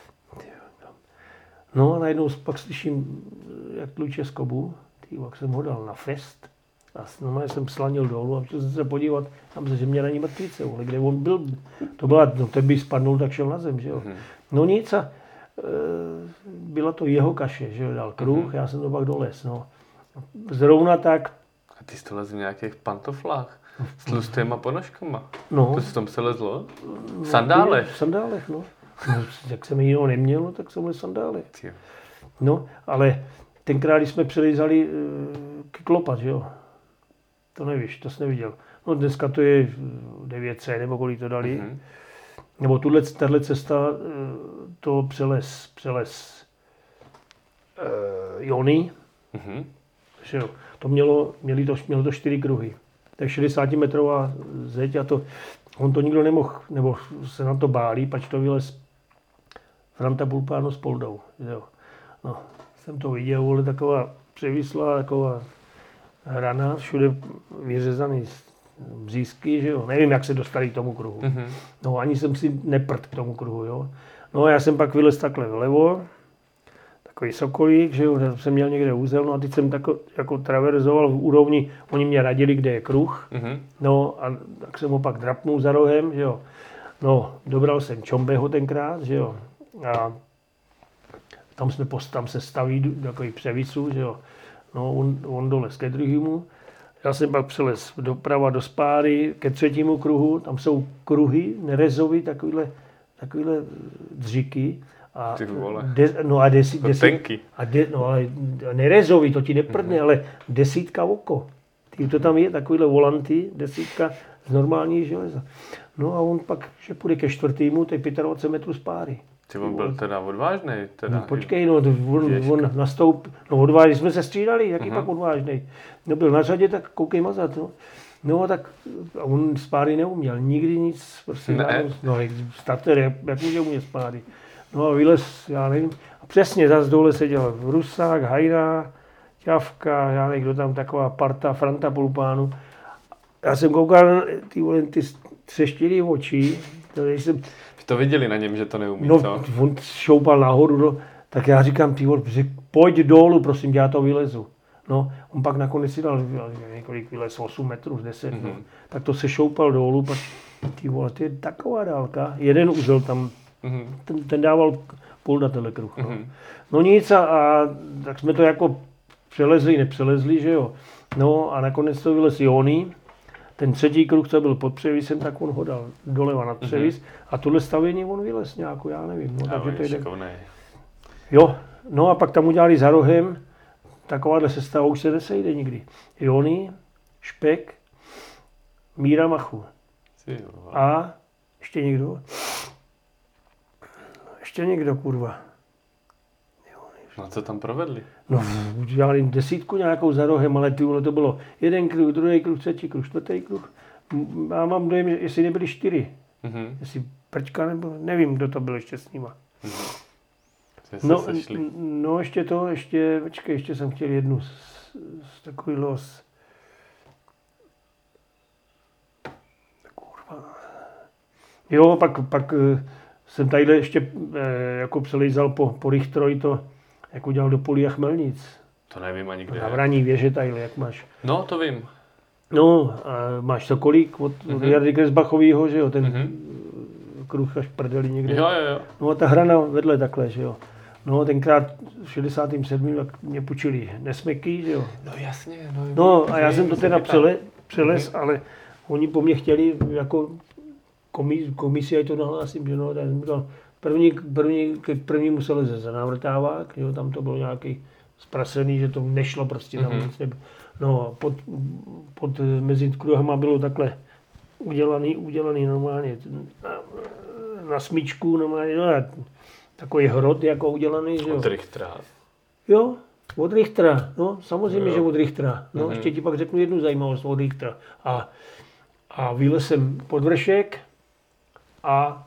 Speaker 2: No a najednou pak slyším, jak tluče z kobu. Tyjo, jak jsem ho dal na fest. A normálně jsem slanil dolů a chtěl jsem se podívat, tam ze země není mrtvice, ale kde on byl, to byla, no ten by spadnul, tak šel na zem, že jo. Mm-hmm. No nic a e, byla to jeho kaše, že jo, dal kruh, mm-hmm. já jsem to pak dolez, no. Zrovna tak.
Speaker 1: A ty jsi to lez v nějakých pantoflách s tlustýma ponožkama.
Speaker 2: No.
Speaker 1: To jsi tam se lezlo? V sandálech?
Speaker 2: V sandálech, no. Jak jsem jiného neměl, no, tak jsem lez v sandálech. No, ale tenkrát, když jsme přelizali e, k Klopat, že jo. To nevíš, to jsi neviděl. No dneska to je devět C, nebo kolik to dali. Mm-hmm. Nebo tuhle, tahle cesta, to přeles, přeles uh, Jony. Mm-hmm. Že to mělo, měli to, mělo to čtyři kruhy. To je šedesátimetrová zeď a to, on to nikdo nemohl, nebo se na to bálí, pač to vylez Franta Pulpáno s Poldou. Že jo. No, jsem to viděl, vole, taková převislá, taková hrana, všude vyřezaný břízky, že jo. Nevím, jak se dostali k tomu kruhu. Mm-hmm. No ani jsem si neprt k tomu kruhu, jo. No a já jsem pak vylez takhle vlevo, takový sokolík, že jo, jsem měl někde úzel, no a teď jsem tako, jako traverzoval v úrovni, oni mě radili, kde je kruh, mm-hmm. no a tak jsem ho pak drapnul za rohem, že jo. No, dobral jsem Čombeho tenkrát, že jo. A tam, jsme, tam se staví takový převisu, že jo. No, on, on dolez ke druhému. Já jsem pak přelez doprava do spáry ke třetímu kruhu. Tam jsou kruhy nerezový, takovýhle, takovýhle dřiky. A
Speaker 1: ty vole.
Speaker 2: De, no a desi,
Speaker 1: desit,
Speaker 2: a de, no ale nerezový, to ti neprdne, mm-hmm. ale desítka oko. Ty, to tam je, takovýhle volanty, desítka z normální železa. No a on pak, že půjde ke čtvrtýmu, to je dvacet pět metrů spáry.
Speaker 1: Ty on byl teda odvážný. Teda
Speaker 2: no, počkej, no, on, on nastoupil, no odvážný, jsme se střídali, jaký uh-huh. pak odvážný. No byl na řadě, tak koukej mazat, no. No tak, a on spáry neuměl, nikdy nic, prostě,
Speaker 1: ne.
Speaker 2: no, starter, jak, jak může umět spáry. No a vylez, já nevím, a přesně zase dole seděl Rusák, Hajda, Ťavka, já nevím, kdo tam, taková parta, Franta Pulpánu. Já jsem koukal, ty vole, ty třeštěný oči, to jsem...
Speaker 1: To viděli na něm, že to neumí,
Speaker 2: no,
Speaker 1: co?
Speaker 2: On šoupal nahoru, no, tak já říkám, ty vole, pojď dolů, prosím, já to vylezu. No, on pak nakonec si dal několik vylez, osm metrů, deset, mm-hmm. no. Tak to se šoupal dolů, pak, ty vole, to je taková dálka, jeden uzel tam, mm-hmm. ten, ten dával půl na telekruh, no. Mm-hmm. No nic a, a tak jsme to jako přelezli, nepřelezli, že jo. No a nakonec to vylez Jony. Ten třetí kruh, co byl pod převisem, tak on ho dal doleva nad převis. Mm-hmm. A tohle stavění on vylez nějakou, já nevím. No, takže to jde. Jo, no a pak tam udělali za rohem, takováhle sestava už se nesejde nikdy. Jony, Špek, Míra Machu. A ještě někdo? Ještě někdo, kurva.
Speaker 1: No co tam provedli?
Speaker 2: No, udělali desítku nějakou za rohem, ale tyhle to bylo jeden kruh, druhý kruh, třetí kruh, čtvrtý kruh. Já mám dojem, jestli nebyli čtyři. Mm-hmm. Jestli Prčka nebo nevím, kdo to byl ještě s nima. Mm-hmm. No, no, ještě to, ještě, počkej, ještě jsem chtěl jednu z, z takový los. Kurva. Jo, pak, pak jsem tadyhle ještě eh, jako přelejzal po, po Richtroji to, jak udělal do Polí a Chmelnic.
Speaker 1: To nevím ani kde.
Speaker 2: Na Vraní věže tadyhle, jak máš.
Speaker 1: No, to vím.
Speaker 2: No, a máš Sokolík od, mm-hmm. od Jardy Kresbachovýho, že jo, ten mm-hmm. kruh až prdeli někde.
Speaker 1: Jo, jo, jo.
Speaker 2: No a ta hrana vedle takhle, že jo. No, tenkrát v šedesátém sedmém tak mě půjčili nesmeky, že jo.
Speaker 1: No jasně. No,
Speaker 2: no a já jsem to teda přele, přelez, mm-hmm. ale oni po mně chtěli jako komis, komisi, já to nahlásím, že no, tak jsem říkal, první, první, k prvnímu se leze za návrtávák, jo, tam to bylo nějaký zprasený, že to nešlo prostě tam mm-hmm. nic nebylo. No, pod, pod mezi kruhama bylo takhle udělaný, udělaný normálně na, na smyčku, normálně, no, takový hrot jako udělaný, že jo.
Speaker 1: Od Richtera.
Speaker 2: Jo, od Richtera, no, samozřejmě, jo. že od Richtera. No, mm-hmm. ještě ti pak řeknu jednu zajímavost od Richtera. A, a vylez jsem pod vršek a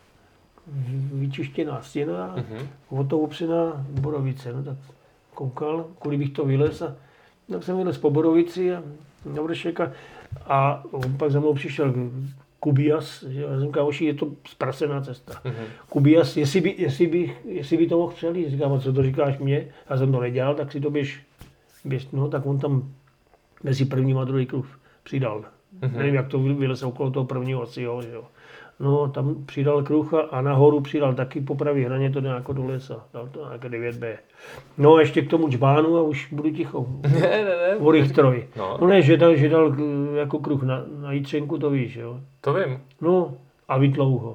Speaker 2: vyčištěná stěna, mm-hmm. o to opřená borovice, no tak koukal, kudy bych to vylez a tak jsem vylez po borovici a na vršek a, a on pak za mnou přišel Kubias, že já jsem kámoši, je to zprasená cesta. Mm-hmm. Kubias, jestli by, jestli, by, jestli by to mohl přelít, říkám, a co to říkáš mě, já jsem to nedělal, tak si to běž, běž no, tak on tam mezi prvním a druhý kruh přidal. Mm-hmm. Nevím, jak to vylez okolo toho prvního asi, jo, že jo. No, tam přidal kruh a nahoru přidal taky po pravý hraně, to jde jako do lesa, dal to nějaké devět bé. No, ještě k tomu džbánu a už budu ticho.
Speaker 1: Ne, ne, ne.
Speaker 2: O Richterovi. No. no ne, že dal, že dal jako kruh na, na Jitřenku, to víš, jo.
Speaker 1: To vím.
Speaker 2: No, a vytlouho.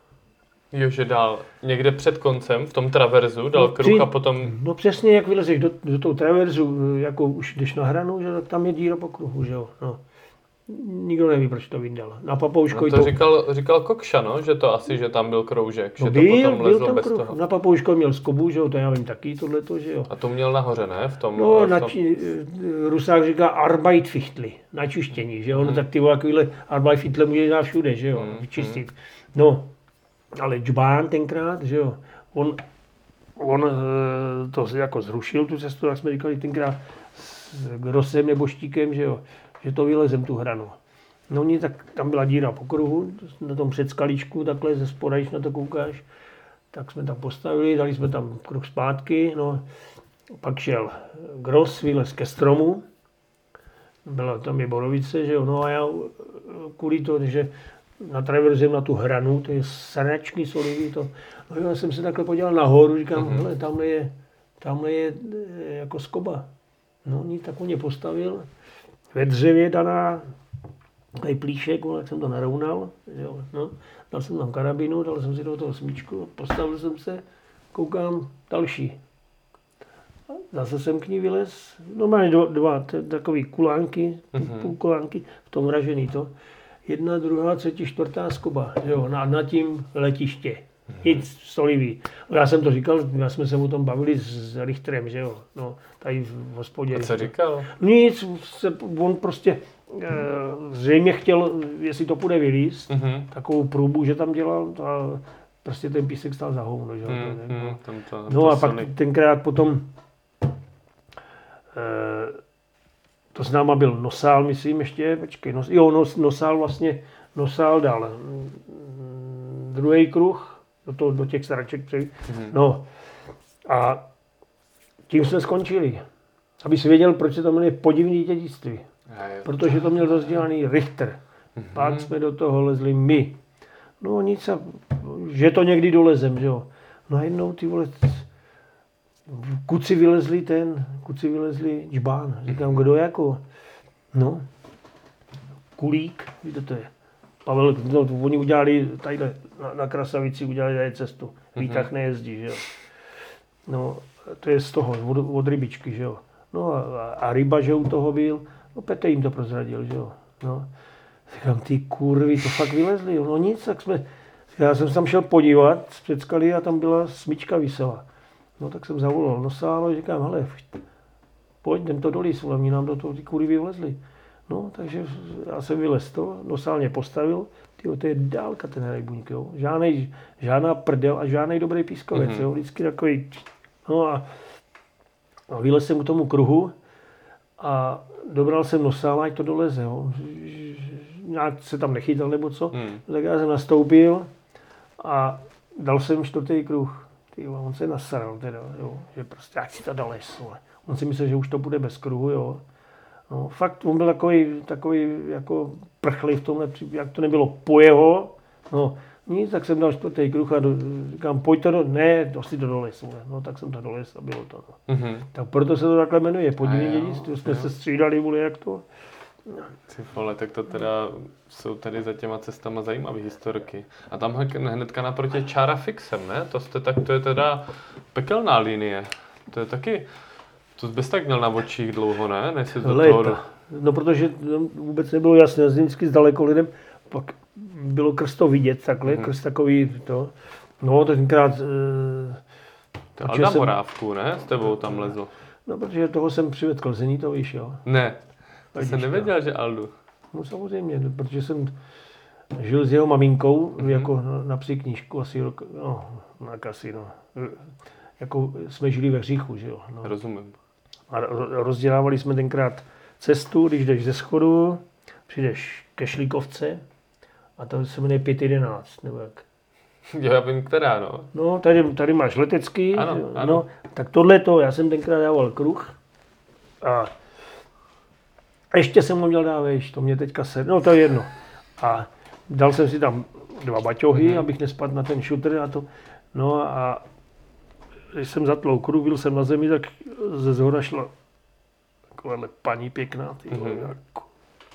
Speaker 1: Jo, že dal někde před koncem, v tom traverzu, dal no, kruh při, a potom...
Speaker 2: No přesně, jak vylezeš do, do toho traverzu, jako už jdeš na hranu, že tam je díra po kruhu, že jo. No. Nikdo neví, proč to vydal. Na Papouškovi
Speaker 1: no to, to říkal, říkal Kokša, no, že to asi, že tam byl kroužek,
Speaker 2: no
Speaker 1: že
Speaker 2: byl,
Speaker 1: to potom lezlo
Speaker 2: tam
Speaker 1: bez
Speaker 2: kruh.
Speaker 1: toho.
Speaker 2: Na Papouškovi měl skobu, že jo, to já vím taky, tohleto, že jo.
Speaker 1: A to měl nahoře, ne? V tom,
Speaker 2: no,
Speaker 1: v tom...
Speaker 2: Na či, Rusák říká Arbeitfichtli, na čištění, že jo, hmm. no tak ty takovýhle Arbeitfichtle může dát všude, že jo, hmm. vyčistit. No, ale džbán tenkrát, že jo, on, on to jako zrušil tu cestu, jak jsme říkali tenkrát, s Grosem nebo Štíkem, že jo, že to vylezem tu hranu. No oni, tak tam byla díra po kruhu, na tom předskalíčku, takhle ze spoda, když na to koukáš, tak jsme tam postavili, dali jsme tam kruh zpátky, no, pak šel Gros, vylez ke stromu, byla tam je borovice, že jo, no a já kvůli to, že na traverzem na tu hranu, to je sračky solivý, to, no jo, já jsem se takhle podíval nahoru, říkám, mm-hmm. hele, tamhle je, tamhle je jako skoba. No, oni tak on je postavil, ve dřevě daná, tady plíšek, jak jsem to narovnal, jo, no, dal jsem tam karabinu, dal jsem si do toho smíčku, postavil jsem se, koukám, další. Zase jsem k ní vylez, normálně dva, dva t- takový kulánky, mm-hmm. půl kulánky, v tom ražený to. Jedna, druhá, třetí, čtvrtá skoba, jo, na, nad tím letiště. Mm-hmm. Nic solivý. Já jsem to říkal, já jsme se o tom bavili s Richterem, že jo, no, tady v hospodě.
Speaker 1: A co říkal?
Speaker 2: Nic, se, on prostě e, zřejmě chtěl, jestli to půjde vylíst, mm-hmm. takovou průbu, že tam dělal a prostě ten písek stál za hovno, že jo. Mm-hmm. No, tam to, tam no a pak Sonic. Tenkrát potom e, to s náma byl Nosál, myslím ještě, počkej, nos, jo, nos, Nosál vlastně, Nosál dal druhý kruh, do, toho, do těch sraček, mm-hmm. no a tím jsme skončili. Aby si věděl, proč se to jmenuje Podivný dědictví. Protože to měl rozdělaný Richter. Mm-hmm. Pak jsme do toho lezli my. No nic, a, že to někdy dolezem, že jo. No a jednou ty vole, Kuci vylezli ten, kuci vylezli džbán. Říkám, kdo jako? No, Kulík, víte, to je. Pavel, no, oni udělali tadyhle na, na Krasavici, udělali tady cestu. Výtah nejezdí, že jo. No, to je z toho, od, od rybičky, že jo. No a, a ryba, že u toho byl, no Petr jim to prozradil, že jo. No. Říkám, ty kurvy, to fakt vylezli, no nic, tak jsme, já jsem se tam šel podívat z předskaly a tam byla smyčka visela. No tak jsem zavolal nosálo a říkám, hele, pojď, jdem to dolí, oni nám do toho ty kurvy vlezli. No, takže já jsem vylez to, nosál mě postavil, tyjo, to je dálka ten rajbuňk, jo. Žádnej, žádná prdel a žádnej dobrý pískovec, mm-hmm. jo, vždycky takový, no a, a vylez jsem k tomu kruhu a dobral jsem nosál, ať to doleze, jo. Nějak se tam nechytal nebo co, mm. tak já jsem nastoupil a dal jsem čtvrtý kruh. Tyjo, on se nasaral teda, jo, že prostě jak si to dolez, on si myslel, že už to bude bez kruhu, jo. No, fakt, on byl takový, takový jako prchlý v tomhle, jak to nebylo po jeho, no nic, tak jsem dal čtvrtý kruh a do, říkám, pojď to do, ne, dosti to dolez, no tak jsem to dolez a bylo to, no. Mm-hmm. Tak proto se to takhle jmenuje, podivný dědictví, jsme jo. se střídali, vole, jak to.
Speaker 1: No. Ty vole, tak to teda jsou tady za těma cestama zajímavé historky. A tam hnedka naproti Čára Fixem, ne? To, jste, tak, to je teda pekelná linie, to je taky... To bys tak měl na očích dlouho, ne? Než jsi do toho...
Speaker 2: No, protože vůbec nebylo jasné, já jsem vždycky s daleko lidem, pak bylo krst to vidět takhle, mm-hmm. krst takový to. No, tenkrát...
Speaker 1: To je Alda jsem... Morávku, ne? S tebou tam lezl.
Speaker 2: No, protože toho jsem přivedl Klzení, to víš, jo.
Speaker 1: Ne, to jsem nevěděl, že Aldu.
Speaker 2: No samozřejmě, protože jsem žil s jeho maminkou, mm-hmm. jako na, na psí knížku, asi rok, no, na kasino. Jako jsme žili ve Hříchu, že jo. No.
Speaker 1: Rozumím.
Speaker 2: A rozdělávali jsme tenkrát cestu, když jdeš ze schodu, přijdeš ke Šlíkovce a to se jmenuje pět jedenáct, nebo jak.
Speaker 1: Jo, já vím, která, no.
Speaker 2: No, tady, tady máš letecký,
Speaker 1: ano, ano.
Speaker 2: No, tak tohleto, já jsem tenkrát dával kruh a ještě jsem ho měl dávat, to mě teďka se, no to je jedno. A dal jsem si tam dva baťohy, mm-hmm. abych nespadl na ten šutr a to, no a když jsem zatlou kruh, byl jsem na zemi, tak ze zhora šla takováhle paní pěkná, ty, mm-hmm. jako,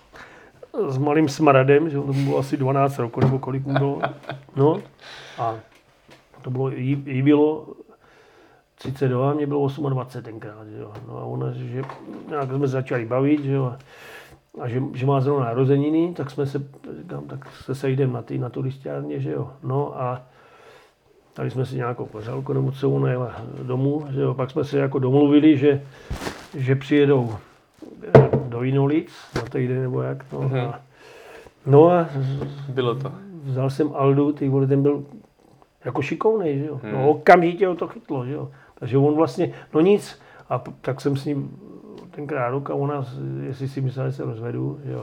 Speaker 2: s malým smradem, že to bylo asi dvanáct roku, nebo kolik mu bylo. No a to bylo, jí, jí bylo třicet dva, mě bylo dvacet osm tenkrát, že jo. No a ona, že nějak jsme začali bavit, že jo. A že, že má zrovna narozeniny, tak jsme se, říkám, tak se sejdeme na, ty, na turistiárně, že jo. No a dali jsme si nějakou pořádku, nebo co ona jela domů, že jo. Pak jsme se jako domluvili, že, že přijedou do Jinolic na týden nebo jak. No, mm-hmm. a, no a
Speaker 1: bylo to.
Speaker 2: Vzal jsem Aldu, ty vole, ten byl jako šikovnej, že jo.
Speaker 1: Mm.
Speaker 2: No okamžitě ho to chytlo, že jo. Takže on vlastně, no nic. A p- tak jsem s ním tenkrát rok a ona, jestli si myslel, že se rozvedu, že jo.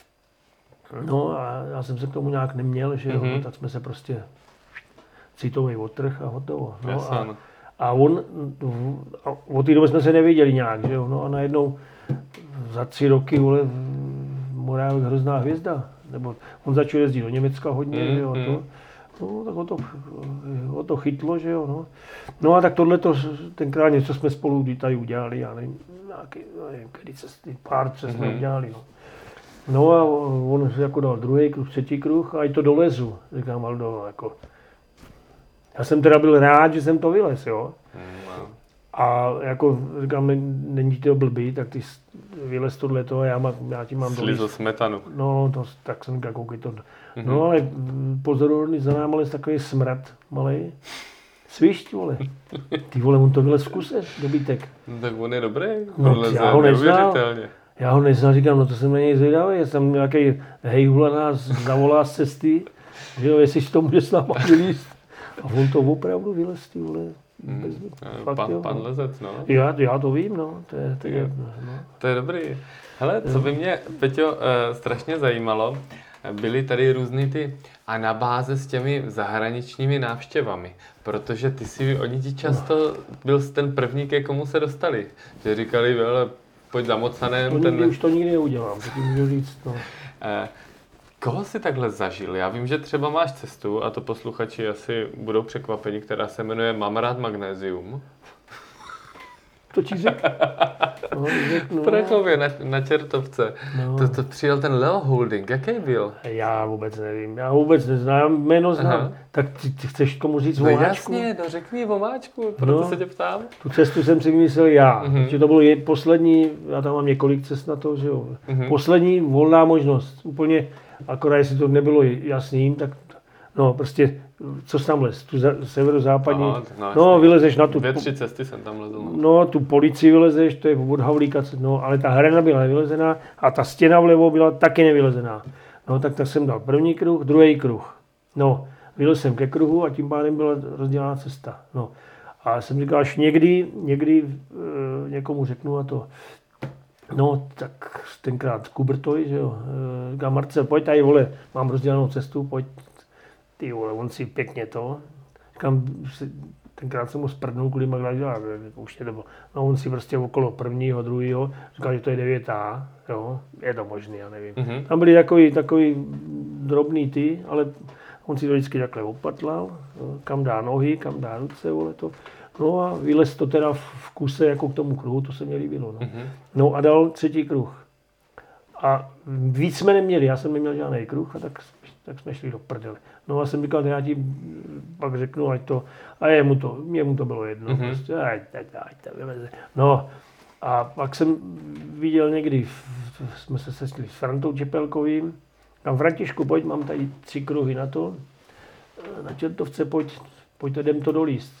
Speaker 2: No a já jsem se k tomu nějak neměl, že jo. Mm-hmm. No, tak jsme se prostě citový odtrh a hotovo. No, a, a on, a od té doby jsme se nevěděli nějak, že jo. No a najednou za tři roky, vole, Morávek hrozná hvězda. Nebo on začal jezdit do Německa hodně, mm, že jo. To, no, tak ho to, ho to chytlo, že jo. No, no a tak tohleto, tenkrát něco jsme spolu tady udělali, já nevím, nějaký, nevím, kdy cesty, pár cest jsme mm-hmm. udělali, no. No a on jako dal druhý kruh, třetí kruh a i to dolezu, říkám, Aldo, jako. Já jsem teda byl rád, že jsem to vylez, jo. Mm, a jako říkám, není to blbý, tak ty vylez tohleto a já, má, já ti mám dolíst.
Speaker 1: Slízo smetanu.
Speaker 2: No, to, tak jsem říkal, koukej to. Mm-hmm. No ale pozoruhodný za náma les takový smrad malej. Svíšť, vole. Ty vole, on to vylez v kuse, dobytek.
Speaker 1: No, tak on je dobrý,
Speaker 2: no,
Speaker 1: leze
Speaker 2: já ho neznal. Já ho neznal, říkám, no to jsem na něj zvědavý, jestli tam nějaký hejhula nás zavolá z cesty, že jo, jestli to může s náma vylíst. A on to opravdu vylez, ty vole.
Speaker 1: Hmm. Fakt, pan, jo, pan Lezec, no.
Speaker 2: Já, já to vím, no. To je, to je, no.
Speaker 1: To je dobrý. Hele, co by mě, Peťo, uh, strašně zajímalo, byly tady různý ty anabáze s těmi zahraničními návštěvami, protože ty si, oni ti často byl ten první, ke komu se dostali. Že říkali, vele, pojď za Mocanem.
Speaker 2: To nikdy, ten... Už to nikdy neudělám, tak můžu říct, no.
Speaker 1: Uh, Koho jsi takhle zažil? Já vím, že třeba máš cestu, a to posluchači asi budou překvapeni, která se jmenuje Mám rád magnézium.
Speaker 2: to ti řeknu. No, řeknu.
Speaker 1: Prachově na, na Čertovce. No. To, to přijel ten Leo Houlding, jaký byl?
Speaker 2: Já vůbec nevím, já vůbec neznám, jméno znám. Aha. Tak ty, ty chceš komu říct
Speaker 1: no
Speaker 2: Vomáčku?
Speaker 1: Jasně, no řekni Vomáčku, proto no, se tě ptám.
Speaker 2: Tu cestu jsem si vymyslel já, uh-huh. protože to bylo je, poslední, já tam mám několik cest na to, že jo. Uh-huh. Poslední volná možnost, úplně, akorát jestli to nebylo jasným, tak no prostě, co jsi tam lez, tu za, severozápadní, aha, no, no vylezeš na tu...
Speaker 1: Dvě, tři cesty jsem tam lezl. No,
Speaker 2: no tu policii vylezeš, to je od Havlíka, no ale ta hrana byla nevylezená a ta stěna vlevo byla taky nevylezená. No tak, tak jsem dal první kruh, druhý kruh. No, vylez jsem ke kruhu a tím pádem byla rozdělaná cesta. No. A jsem říkal, až někdy, někdy e, někomu řeknu a to, no tak tenkrát Kubertoj, že jo, e, říkám, Marcel, pojď tady, vole, mám rozdělanou cestu, pojď, ty vole, on si pěkně to, říkám, tenkrát jsem mu sprdnul kvůli Magdalena, už nebylo. No on si prostě okolo prvního, druhého, říkal, že to je devět A, jo, je to možný, já nevím. Mm-hmm. Tam byly takový, takový drobný ty, ale on si to vždycky takhle opatlal, kam dá nohy, kam dá ruce, vole to. No a vylez to teda v kuse jako k tomu kruhu, to se mi líbilo. No, mm-hmm. no a dal třetí kruh. A víc jsme neměli, já jsem neměl žádný kruh a tak, tak jsme šli do prdele. No a jsem říkal, já ti pak řeknu, ať to, a jemu to, jemu to bylo jedno, mm-hmm. prostě, ať, ať, ať to vyleze. No a pak jsem viděl někdy, jsme se sešli s Frantou Čepelkovým, tam Františku, pojď, mám tady tři kruhy na to, na Čertovce, pojď, pojďte, jdem to dolíst.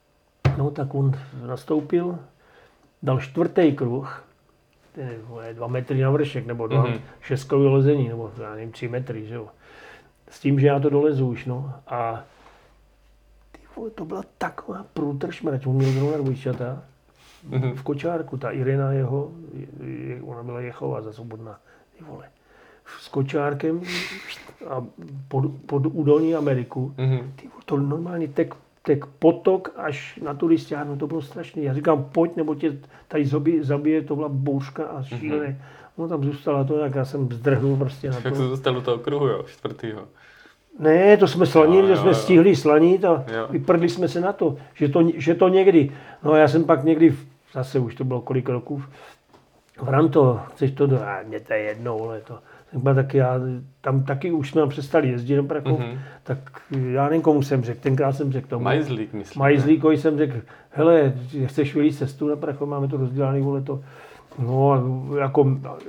Speaker 2: No tak on nastoupil, dal čtvrtý kruh, ten je dva metry na vršek, nebo dva mm-hmm. šestkový lezení, nebo já nevím, tři metry, že jo. S tím, že já to dolezu už, no. A ty vole, to byla taková průtršmrať, on měl zrovna dvojčata mm-hmm. v kočárku, ta Irina jeho, ona byla Jechová za Svobodná, ty vole. S kočárkem a pod, pod údolní Ameriku, mm-hmm. ty vole, to normálně tek, tek potok až na turistárnu, to bylo strašné. Já říkám, pojď, nebo tě tady zabije, zabije to byla bouřka a šílené. Mm-hmm. No tam zůstala to, jak já jsem zdrhnul prostě na to.
Speaker 1: Jak jsi zůstal do toho kruhu, jo, čtvrtýho?
Speaker 2: Ne, to jsme slanili, že jsme jo. stihli slanit a jo. vyprdli jsme se na to že, to, že to někdy. No a já jsem pak někdy, zase už to bylo kolik roků, Franto, chceš to, do... a mě to je jedno, ale to. Tak já, tam taky už jsme přestali jezdit do Prachov, mm-hmm. tak já nevím, komu jsem řekl, tenkrát jsem řekl tomu.
Speaker 1: Majzlík, myslím.
Speaker 2: Majzlíkovi jsem řekl, hele, chceš vylít cestu na Prachov, máme to rozdělaný, vole to. No, jako,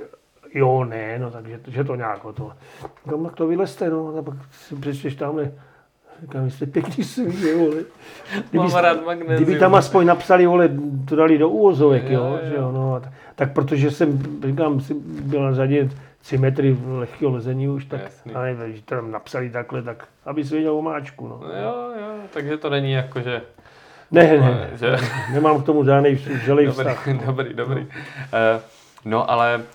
Speaker 2: jo, ne, no, takže že to nějak o to. Říkám, tak to vylezte, no, a pak si přečteš tamhle. Říkám, jste pěkný svý, vole. Kdyby, kdyby tam aspoň napsali, vole, to dali do úvozovek, jo, jo, jo. jo no, tak, tak protože jsem, říkám, byl na řadě tři metry lehkého lezení už, tak a nevím, že to tam napsali takhle, tak aby si věděl o máčku, no.
Speaker 1: Jo, jo, takže to není jako, že...
Speaker 2: Ne, ne, že... nemám k tomu žádnej želej vztah.
Speaker 1: Dobrý, dobrý, dobrý. No, uh, no ale uh,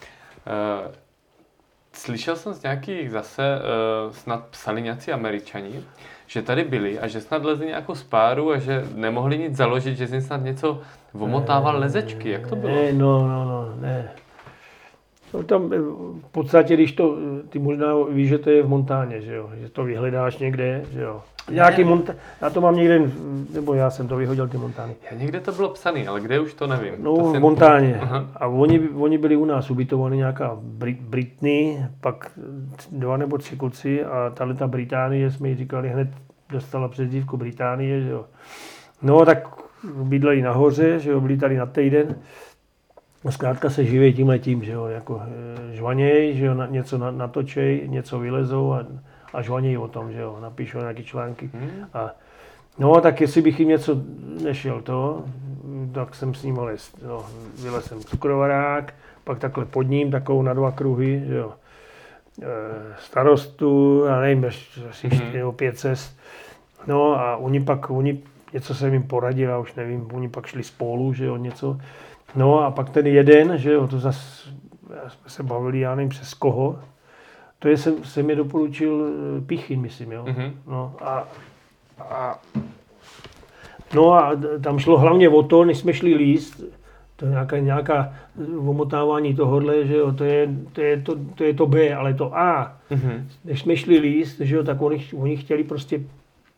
Speaker 1: slyšel jsem z nějakých zase, uh, snad psali nějací Američani, že tady byli a že snad lezli nějakou spáru a že nemohli nic založit, že jsi snad něco omotával lezečky, jak to bylo?
Speaker 2: Ne, no, no, no, ne. No tam v podstatě, když to, ty možná víš, že to je v montáně, že jo, že to vyhledáš někde, že jo. Nějaký monta- já to mám někde, nebo já jsem to vyhodil, ty montány.
Speaker 1: Já někde to bylo psaný, ale kde už to nevím.
Speaker 2: No
Speaker 1: to
Speaker 2: v
Speaker 1: jsem...
Speaker 2: montáně. Aha. A oni, oni byli u nás ubytovaní nějaká Brit- Britney, pak dva nebo tři kluci a tahleta Británie, jsme jí říkali, hned dostala přezdívku Británie, že jo. No tak bydleli nahoře, že jo, byli tady na týden. A zkrátka se živí tímhletím, že jo, jako žvaněj, že jo, na, něco natočej, něco vylezou a, a žvaněj o tom, že jo, napíšou nějaké články. Hmm. A, no tak jestli bych jim něco nešel to, tak jsem s ním lez, no, vylez jsem cukrovarák, pak takhle pod ním, takovou na dva kruhy, že jo, e, starostu, já nevím, asi čtyři nebo pět cest. No a oni pak, oni, něco jsem jim poradil, já už nevím, oni pak šli spolu, že jo, něco. No a pak ten jeden, že jo, to zase, jsme se bavili, já nevím přes koho, to je, jsem, jsem je doporučil Pichin, myslím, jo. Mm-hmm. No a, a, no a tam šlo hlavně o to, než jsme šli líst, to je nějaká, nějaká omotávání tohohle, že jo, to je to, je to, to, je to B, ale to A. Mm-hmm. Než jsme šli líst, že jo, tak oni, oni chtěli prostě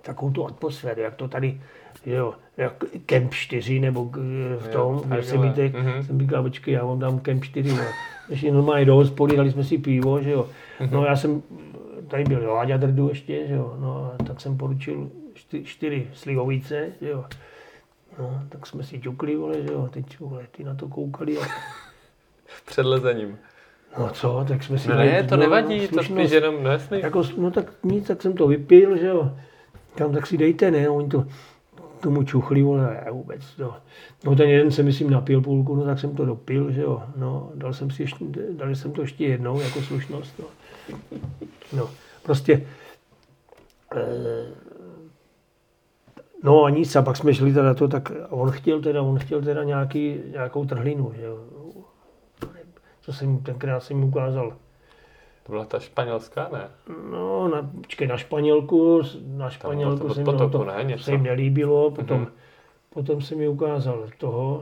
Speaker 2: takovou tu atmosféru, jak to tady, jo, jak Kemp čtyři nebo v tom, v Jesemitech, mm-hmm. jsem říkal, počkej, já vám dám Kemp čtyři, no. Ještě normálně do hospody, dali jsme si pivo, že jo. Mm-hmm. No já jsem, tady byl Láďa Drdu ještě, že jo, no tak jsem poručil čty, čtyři slivovice, že jo. No, tak jsme si ťukli, vole, že jo, teď, vole, ty na to koukali a...
Speaker 1: Před lezením.
Speaker 2: No co, tak jsme si...
Speaker 1: No ne, to nevadí, to spíš jenom, no jasný.
Speaker 2: Jako, no tak nic, tak jsem to vypil, že jo. Tam tak si dejte, ne, oni to tomu čuchli, vole, ne, vůbec, no. No ten jeden se myslím napil půlku, no tak jsem to dopil, že jo. No, dal jsem si ještě, dal jsem to ještě jednou, jako slušnost, no. No, prostě... Eh, no a nic, a pak jsme šli teda to, tak on chtěl teda, on chtěl teda nějaký, nějakou trhlinu, že jo. Co jsem tenkrát jsem mu ukázal.
Speaker 1: To byla ta španělská, ne?
Speaker 2: No, na, počkej, na Španělku, na Španělku se mi to, to ne, se jim nelíbilo, potom, mm-hmm. potom jsem mi ukázal toho,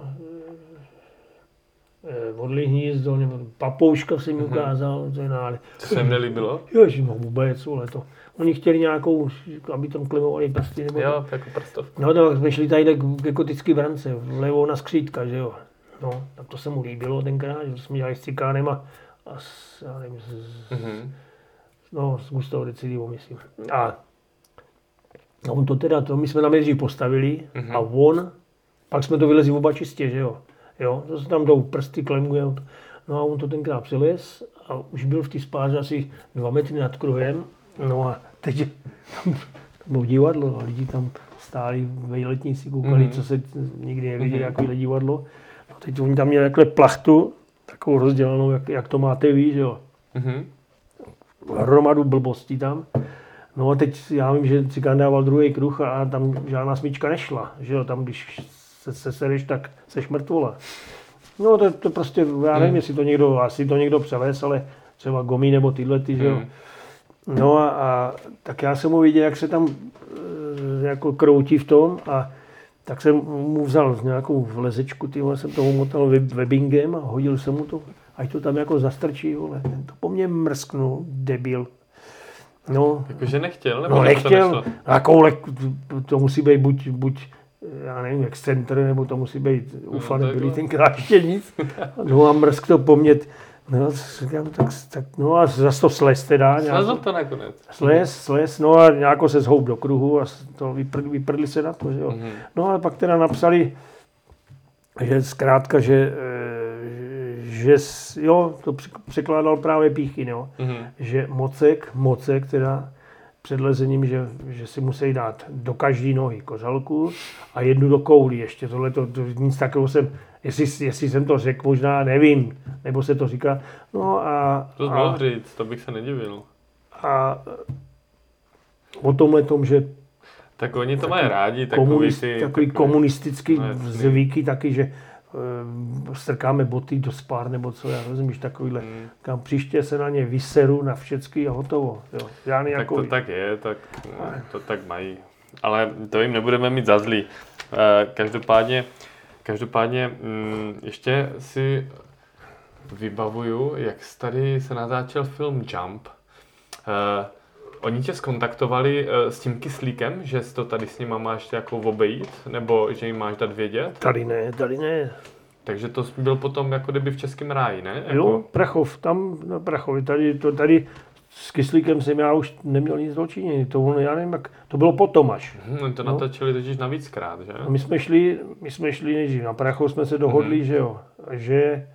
Speaker 2: eh, Vodlý hnízdo, nebo Papouška jsem mi mm-hmm. ukázal, to je nále.
Speaker 1: Co se jim nelíbilo?
Speaker 2: Ježi, no vůbec, vole to. Oni chtěli nějakou, aby tam klemovali prsty, nebo
Speaker 1: jo, jako prstovku.
Speaker 2: No tak jsme šli tady ke gotický brance, vlevo na skřítka, že jo. No, tak to se mu líbilo tenkrát, že jsme dělali s Cikánem a, a s, já nevím, s, mm-hmm. no, s Gustavou Decidivou, myslím. A no, on to teda, to my jsme tam nejdřív postavili mm-hmm. a on, pak jsme to vylezli oba čistě, že jo. Jo, to se tam jdou prsty, klemuje. No a on to tenkrát přilez a už byl v té spáře asi dva metry nad kruhem. No a teď tam bylo divadlo a lidi tam stáli, vejletníci koukali, mm-hmm. co se nikdy neviděli, mm-hmm. jakové divadlo. No teď oni tam měli takhle plachtu, takovou rozdělanou, jak, jak to máte vy, že jo. Mm-hmm. Hromadu blbostí tam. No a teď já vím, že Cikán dával druhý kruh a tam žádná smyčka nešla, že jo. Tam když se, se sereš, tak seš mrtvola. No to, to prostě, já nevím, mm. jestli to někdo, asi to někdo přeles, ale třeba Gomí nebo tyhle ty, že jo. Mm. No a, a tak já jsem mu viděl, jak se tam e, jako kroutí v tom a tak jsem mu vzal nějakou vlezečku, tyhle, jsem toho motal webingem a hodil jsem mu to, ať to tam jako zastrčí, vole. Ten to po mně mrsknul, debil. No.
Speaker 1: Jakože nechtěl? Nebo
Speaker 2: no nechtěl, jakou, to musí být buď, buď já nevím, excentr, nebo to musí být ufa, no, nebyli tenkrát ještě nic. No a mrsk to po mně. No, tak, tak, no a zase to slez teda.
Speaker 1: Slezl to nakonec.
Speaker 2: Slez, slez, no a nějako se zhoub do kruhu a to vyprdli, vyprdli se na to, že jo. Mm-hmm. No ale pak teda napsali, že zkrátka, že, že jo, to překládal právě Píchy, jo. Mm-hmm. Že mocek, mocek teda před lezením, že, že si musí dát do každé nohy kořalku a jednu do koulí ještě. Tohle to, to nic takového jsem, jestli, jestli jsem to řekl, možná nevím, nebo se to říká. No a...
Speaker 1: To mohl říct, to bych se nedivil.
Speaker 2: A o tomhle tom, že...
Speaker 1: Tak oni to mají rádi, takový komunist, ty...
Speaker 2: Takový komunistický no, zvyky taky, že e, strkáme boty do spár, nebo co, já rozumíš, takovýhle. Hmm. Kam příště se na ně vyseru na všecky a hotovo. Jo.
Speaker 1: Tak jako... to tak je, tak no, to tak mají. Ale to jim nebudeme mít za zlý. E, každopádně, každopádně m, ještě si vybavuju, jak tady se natáčel film Jump. E, Oni tě skontaktovali uh, s tím Kyslíkem, že jsi to tady s nima máš jako obejít, nebo že jim máš dát vědět?
Speaker 2: Tady ne, tady ne.
Speaker 1: Takže to byl potom jako kdyby v Českém ráji, ne? Jako...
Speaker 2: Jo, Prachov, tam na Prachovi, tady, to, tady s Kyslíkem jsem já už neměl nic dočinění, to ono, já nevím, jak, to bylo potom až.
Speaker 1: Hmm, to no. Natočili totiž navíckrát, že?
Speaker 2: No, my jsme šli, my jsme šli nejdřív na Prachov, jsme se dohodli, hmm. že jo, že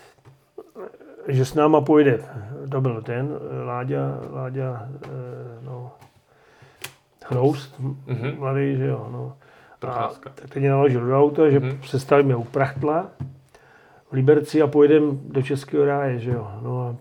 Speaker 2: že s náma pojede, to byl ten, Láďa, Láďa, no, Hroust, mm-hmm. mladý, že jo, no. A tak teď mě naložil do auta, že mm-hmm. se stavíme u Prachtla v Liberci a pojedem do Českého ráje, že jo, no a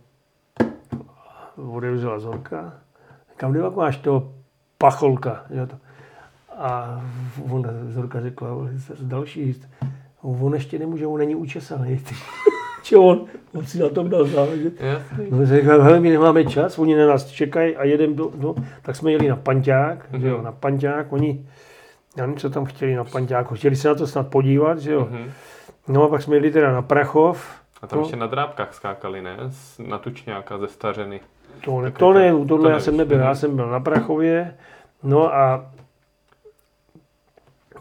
Speaker 2: odevřela Zorka. Kam jde, máš toho Pacholka, že jo, a on, Zorka řekla, další, on ještě nemůže, on není učesaný, Či on, on si na tom dal záležet. No, říkal, hele, my nemáme čas, oni na nás čekají a jedem do, no, tak jsme jeli na Panťák, mm-hmm. že jo, na Panťák, oni, já nevím, co tam chtěli na Panťáku, chtěli se na to snad podívat, že jo. Mm-hmm. No a pak jsme jeli teda na Prachov.
Speaker 1: A tam
Speaker 2: no.
Speaker 1: ještě na drápkách skákali, ne? Na Tučňáka ze Stařeny.
Speaker 2: To ne, to ne, tohle to já jsem nebyl, mm-hmm. já jsem byl na Prachově, no a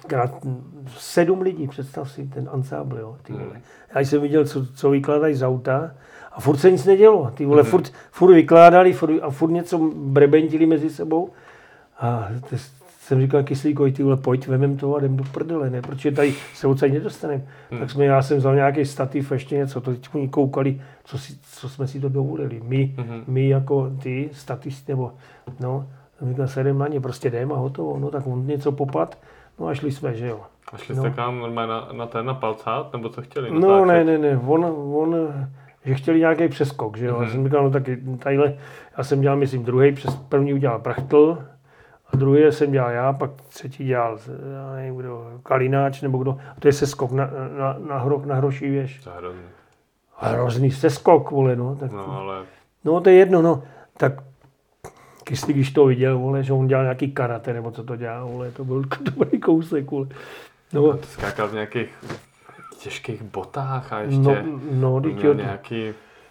Speaker 2: krát sedm lidí, představ si ten ansábl, jo, ty vole. Já jsem viděl, co, co vykládají z auta a furt se nic nedělo, ty vole, mm. furt, furt vykládali furt, a furt něco brebentili mezi sebou a to, jsem říkal Kyslíkovi, ty vole, pojď, vemem to a jdem do prdele, ne, protože tady se odsaď nedostaneme. Mm. Tak jsme, já jsem vzal nějaký stativ, ještě něco, to teď oni koukali, co, si, co jsme si to dovolili. My, mm. my jako ty statisti, nebo no, jsem říkal, se jdem na ně, prostě jdem a hotovo, no tak on něco popad, no a šli jsme, že jo.
Speaker 1: A šli jste
Speaker 2: no.
Speaker 1: kam normálně na, na ten, na palcát, nebo co chtěli?
Speaker 2: No ne, ne, ne, on, on, že chtěli nějaký přeskok, že jo. Mm. Já jsem říkal, no taky tadyhle, já jsem dělal, myslím, druhý, přes první udělal Prachtl, a druhý jsem dělal já, pak třetí dělal, já nevím kdo, Kalináč nebo kdo. A to je seskok na, na, na, hro, na hroší věž.
Speaker 1: To je hrozný.
Speaker 2: Hrozný seskok, vole, no. Tak,
Speaker 1: no, ale...
Speaker 2: no to je jedno, no. Tak Kyslík, když to viděl, vole, že on dělal nějaký karate, nebo co to dělal, vole, to byl dobrý kousek, vole.
Speaker 1: No. A to skákal v nějakých těžkých botách a ještě
Speaker 2: no, no,
Speaker 1: měl nějaký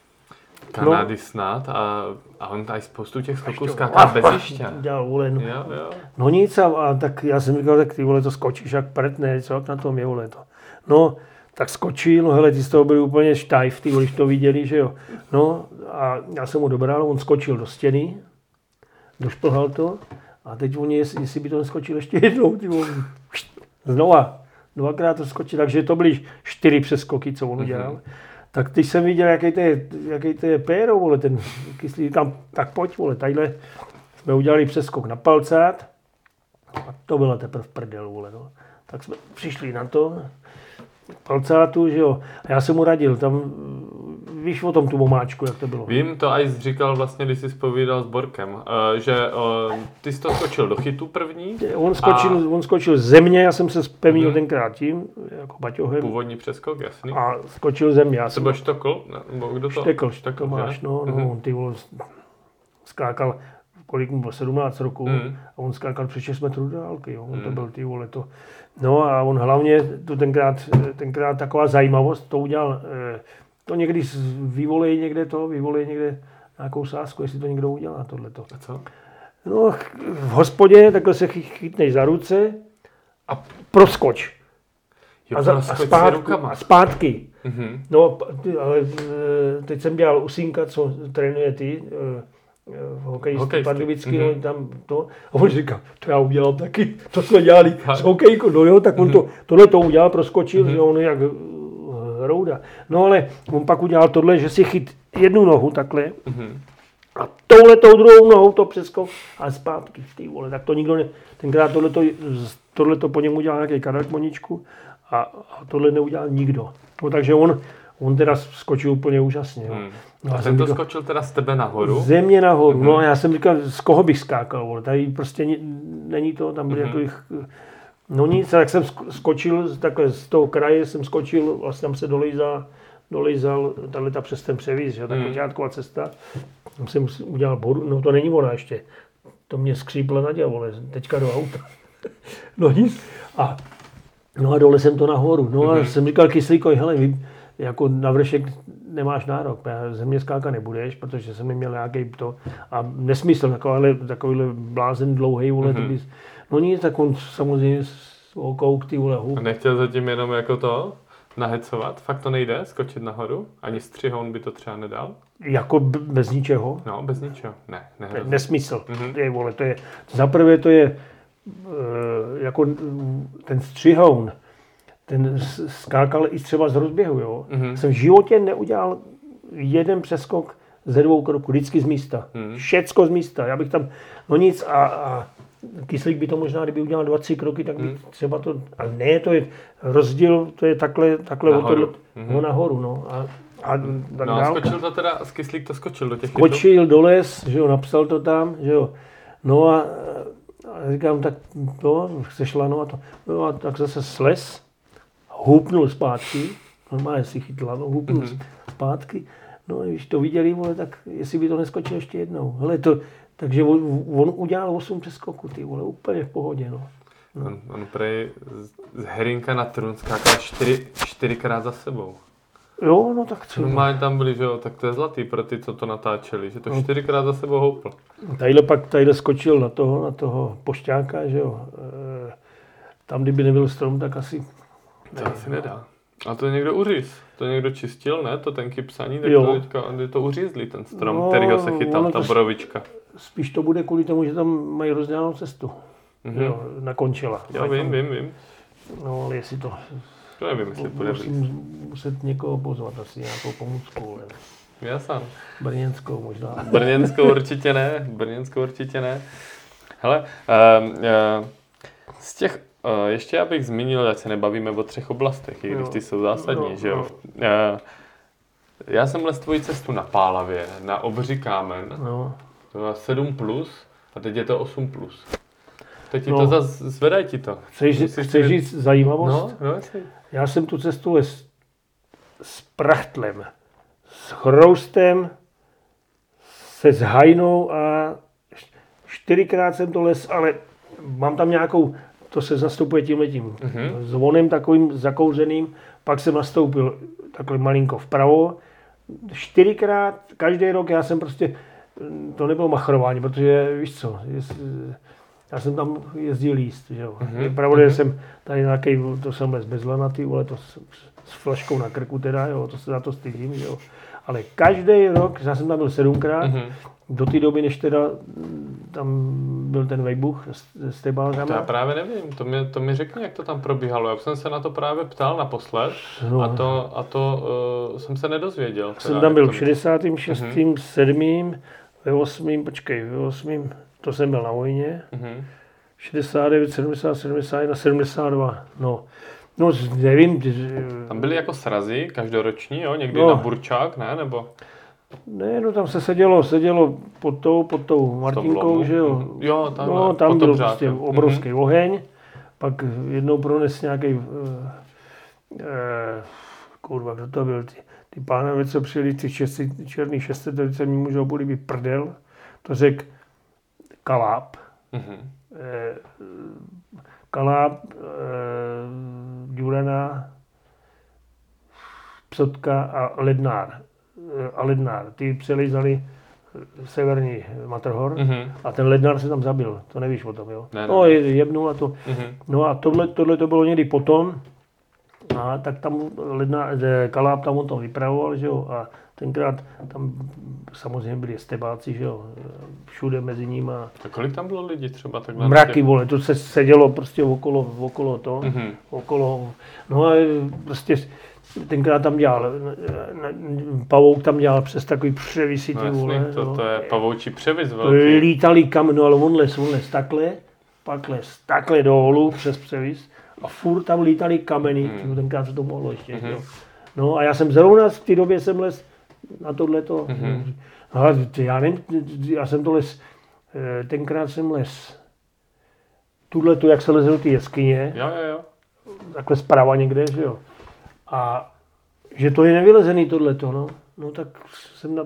Speaker 1: Kanady no. snad a, a on tady spoustu těch skoků skákal bez jiště.
Speaker 2: Dělal, vole, no.
Speaker 1: Jo, jo.
Speaker 2: No nic a, a tak já jsem říkal, tak ty vole to skočíš jak pret, ne, co jak na tom je, vole to. No, tak skočil, no hele, ty z toho byli úplně štajf, ty vole, když to viděli, že jo. No a já jsem mu dobral, on skočil do stěny, došplhal to a teď oni, jestli, jestli by to neskočil ještě jednou, ty vole, znova, dvakrát to skočil, takže to byly čtyři přeskoky, co on udělal. Mm-hmm. Tak teď jsem viděl, jaký to je, jaký to je péro, vole, ten Kyslík, říkám, tak pojď, vole, tadyhle jsme udělali přeskok na palcát a to byla teprve prdel, vole, no. Tak jsme přišli na to, palcátu, že jo, a já jsem mu radil, tam, víš o tom tu omáčku, jak to bylo.
Speaker 1: Vím, to aj říkal vlastně, když jsi zpovídal s Borkem, uh, že uh, ty jsi to skočil do chytu první.
Speaker 2: On skočil, a... on skočil z země, já jsem se spevnil mm. tenkrát tím, jako baťohem.
Speaker 1: Původní přeskok, jasný.
Speaker 2: A skočil země. Já
Speaker 1: jsem... To byl Štokl? Nebo kdo to?
Speaker 2: Štekl, Štekl máš, no, no, mm. ty vole, skákal, kolik mu bylo, sedmnáct roků, mm. a on skákal přes šest metrů dálky, jo, on mm. to byl, ty vole, to. No a on hlavně, to tenkrát, tenkrát taková zajímavost, to udělal, to někdy vyvolejí někde to, vyvolejí někde nějakou sázku, jestli to někdo udělá, tohleto.
Speaker 1: A co?
Speaker 2: No, v hospodě takhle se chytneš za ruce a proskoč.
Speaker 1: Jo,
Speaker 2: a, za, a, zpátky, a zpátky. Mm-hmm. No, ale teď jsem dělal u synka, co trénuje ty, hokejistý pardubický, mm-hmm. no, tam to. A on říkal, to já udělal taky, to jsme dělali s hokejkou, no jo, tak on mm-hmm. to, tohle to udělal, proskočil, mm-hmm. že on jak rouda. No ale on pak udělal tohle, že si chyt jednu nohu takhle mm-hmm. a touhletou druhou nohou to přeskok a zpátky, ty vole, tak to nikdo ne, tenkrát tohleto, tohleto po něm udělal nějaký Karel Moničku a, a tohle neudělal nikdo. No takže on, on teda skočil úplně úžasně. Hmm.
Speaker 1: No, a ten to říkal, skočil teda z tebe nahoru?
Speaker 2: Země nahoru, hmm. no a já jsem říkal, z koho bych skákal, vole, tady prostě není to, tam byly hmm. jako no nic, tak jsem skočil, takhle z toho kraje jsem skočil, vlastně tam se dolejzal, dolejzal tato přes ten převíz, že, ta koťátková cesta, tam jsem udělal bodu, no to není ona ještě, to mě skřípla Naděja, vole, teďka do auta, no nic, a no a dole jsem to nahoru, no a mm-hmm. jsem říkal Kyslíkovi, hele, vy jako na vršek nemáš nárok, země skáka nebudeš, protože jsem neměl nějaký to a nesmysl, takovýhle, takovýhle blázen dlouhej, vole, mm-hmm. bys, no nic, tak on samozřejmě kouk, ty vole, hub.
Speaker 1: A nechtěl zatím jenom jako to nahecovat? Fakt to nejde, skočit nahoru? Ani střihoun by to třeba nedal?
Speaker 2: Jako b- bez ničeho?
Speaker 1: No, bez ničeho, ne, nehrozí.
Speaker 2: Nesmysl, mm-hmm. je, vole, to je, zaprvé to je jako ten střihoun, ten skákal i třeba z rozběhu, jo. Mm-hmm. Jsem v životě neudělal jeden přeskok ze dvou kroků, vždycky z místa. Mm-hmm. Všecko z místa, já bych tam, no nic a, a Kyslík by to možná, kdyby udělal dva, tři kroky, tak by mm. třeba to, ale ne, to je rozdíl, to je takhle, takhle
Speaker 1: nahoru.
Speaker 2: O tohle, mm-hmm. no nahoru, no. A, a,
Speaker 1: no a skočil to teda, z Kyslík to skočil do těch
Speaker 2: skočil chytů? Do les, že jo, napsal to tam, že jo. No a A říkám, tak to, chceš lano a to. No a tak zase slez, hupnul zpátky, normálně si chytl lano, hupnul mm-hmm. zpátky. No a když to viděli, vole, tak jestli by to neskočil ještě jednou. Hele, to, takže on, on udělal osm přeskoků, ty vole, úplně v pohodě, no. no.
Speaker 1: On, on prej z Herinka na trůn skákal čtyři, čtyřikrát za sebou.
Speaker 2: Jo, no tak co.
Speaker 1: Normálně tam byli, že jo, tak to je zlatý pro ty, co to natáčeli, že to no. čtyřikrát za sebou houpl.
Speaker 2: Tadyhle pak tadyhle skočil na toho, na toho pošťáka, že jo. tam, kdyby nebyl strom, tak asi...
Speaker 1: To ne, asi nedá. A to někdo uříz. To někdo čistil, ne? To tenky psaní, tak
Speaker 2: Jo.
Speaker 1: to teďka to uřízli, ten strom,
Speaker 2: No,
Speaker 1: kterýho se chytal,
Speaker 2: ono
Speaker 1: ta
Speaker 2: to
Speaker 1: borovička.
Speaker 2: Spíš to bude kvůli tomu, že tam mají rozdělanou cestu.
Speaker 1: Mhm.
Speaker 2: Jo, nakončila.
Speaker 1: Já vím, vím, vím.
Speaker 2: No, ale jestli to...
Speaker 1: To nevím, jestli půjde v
Speaker 2: Musím muset někoho pozvat, asi nějakou pomůcku. Ne?
Speaker 1: Já sám.
Speaker 2: Brněnskou možná.
Speaker 1: Brněnskou určitě ne, Brněnskou určitě ne. Hele, uh, uh, z těch, uh, ještě abych zmínil, ať se nebavíme o třech oblastech, i když ty jsou zásadní,
Speaker 2: no,
Speaker 1: že jo.
Speaker 2: no.
Speaker 1: Uh, já jsem les tvoji cestu na Pálavě, na Obří kámen,
Speaker 2: No.
Speaker 1: to bylo sedm plus a teď je to osm plus. Teď ti
Speaker 2: No.
Speaker 1: to zase, zvedaj ti to.
Speaker 2: Chceš,
Speaker 1: Musíš
Speaker 2: chceš
Speaker 1: si-
Speaker 2: říct zajímavost?
Speaker 1: No, no jestli.
Speaker 2: Já jsem tu cestu les s prachtlem, s chroustem, se s hajnou a čtyřikrát jsem to les, ale mám tam nějakou, to se zastupuje tímhletím
Speaker 1: Mhm.
Speaker 2: zvonem takovým zakouřeným, pak jsem nastoupil takhle malinko vpravo, čtyřikrát, každý rok já jsem prostě, to nebylo machrování, protože víš co, jest, já jsem tam jezdil jíst, že jo.
Speaker 1: Mhm,
Speaker 2: Je pravda, že
Speaker 1: mhm.
Speaker 2: jsem tady nějaký, to jsem les bez lanatý, ale to s, s flaškou na krku teda, jo, to se za to stydím, že jo. Ale každý rok, já jsem tam byl sedmkrát,
Speaker 1: Mhm.
Speaker 2: do té doby, než teda mm, tam byl ten vejbuch s, s
Speaker 1: To já
Speaker 2: tebálkama.
Speaker 1: právě nevím, to mi, to mi řekni, jak to tam probíhalo. Já jsem se na to právě ptal naposled
Speaker 2: No.
Speaker 1: a to, a to uh, jsem se nedozvěděl. teda,
Speaker 2: Jsem
Speaker 1: jak
Speaker 2: tam byl
Speaker 1: to-
Speaker 2: v šedesátém šestém sedmém ve osmém počkej, ve osmém to jsem byl na vojně,
Speaker 1: Mhm.
Speaker 2: šedesát devět, sedmdesát, sedmdesát jedna, sedmdesát dva, no. No, nevím,
Speaker 1: Tam byly jako srazy každoroční, jo? Někdy
Speaker 2: No.
Speaker 1: na Burčák, ne? Nebo
Speaker 2: ne, no tam se sedělo, sedělo pod tou, pod tou Martinkou,
Speaker 1: lomu?
Speaker 2: že jo.
Speaker 1: Mhm. Jo, tam,
Speaker 2: no,
Speaker 1: pod
Speaker 2: tam
Speaker 1: tom
Speaker 2: byl
Speaker 1: břákem.
Speaker 2: prostě obrovský oheň, pak jednou prones nějaký, uh, uh, kurva, kdo to byl, ty, ty pánové, co přijeli, ty šesti, černý šestset, mi můžou políbit prdel, to řekl Kaláb,
Speaker 1: Mhm.
Speaker 2: eh, Kaláb, eh, Ďurana, Psotka a Lednár. Eh, A Lednár, ty přelizali severní Matterhorn
Speaker 1: Mhm.
Speaker 2: a ten Lednár se tam zabil, to nevíš o tom, jo?
Speaker 1: Ne, ne.
Speaker 2: No, je- jebnul a to.
Speaker 1: Mhm.
Speaker 2: No a tohle, tohle to bylo někdy potom, a tak tam Lednár, eh, Kaláb tam on to vypravoval, že jo, a tenkrát tam samozřejmě byli estebáci, že jo, všude mezi nimi a
Speaker 1: A kolik tam bylo lidí třeba takhle?
Speaker 2: mraky, vole, to se sedělo prostě okolo, okolo to,
Speaker 1: Mhm.
Speaker 2: okolo, no a prostě tenkrát tam dělal, na- na- Pavouk tam dělal přes takový převisy,
Speaker 1: No
Speaker 2: ty
Speaker 1: jasný,
Speaker 2: vole,
Speaker 1: to,
Speaker 2: no.
Speaker 1: to je pavoučí převis velký.
Speaker 2: Lítali kam, no ale on les, on les takhle, pak les takhle dolů přes převis a furt tam lítali kameny,
Speaker 1: Hmm.
Speaker 2: tenkrát se to mohlo ještě,
Speaker 1: Mhm.
Speaker 2: jo. No a já jsem zrovna v té době jsem les na tohleto,
Speaker 1: Mhm.
Speaker 2: no, a ty- já nevím, já jsem to les, eh, tenkrát jsem les, tuhleto, jak se leze do té jeskyně,
Speaker 1: Jo, jo, jo.
Speaker 2: takhle zprava někde, že jo. A že to je nevylezený tohleto, no. No tak jsem na,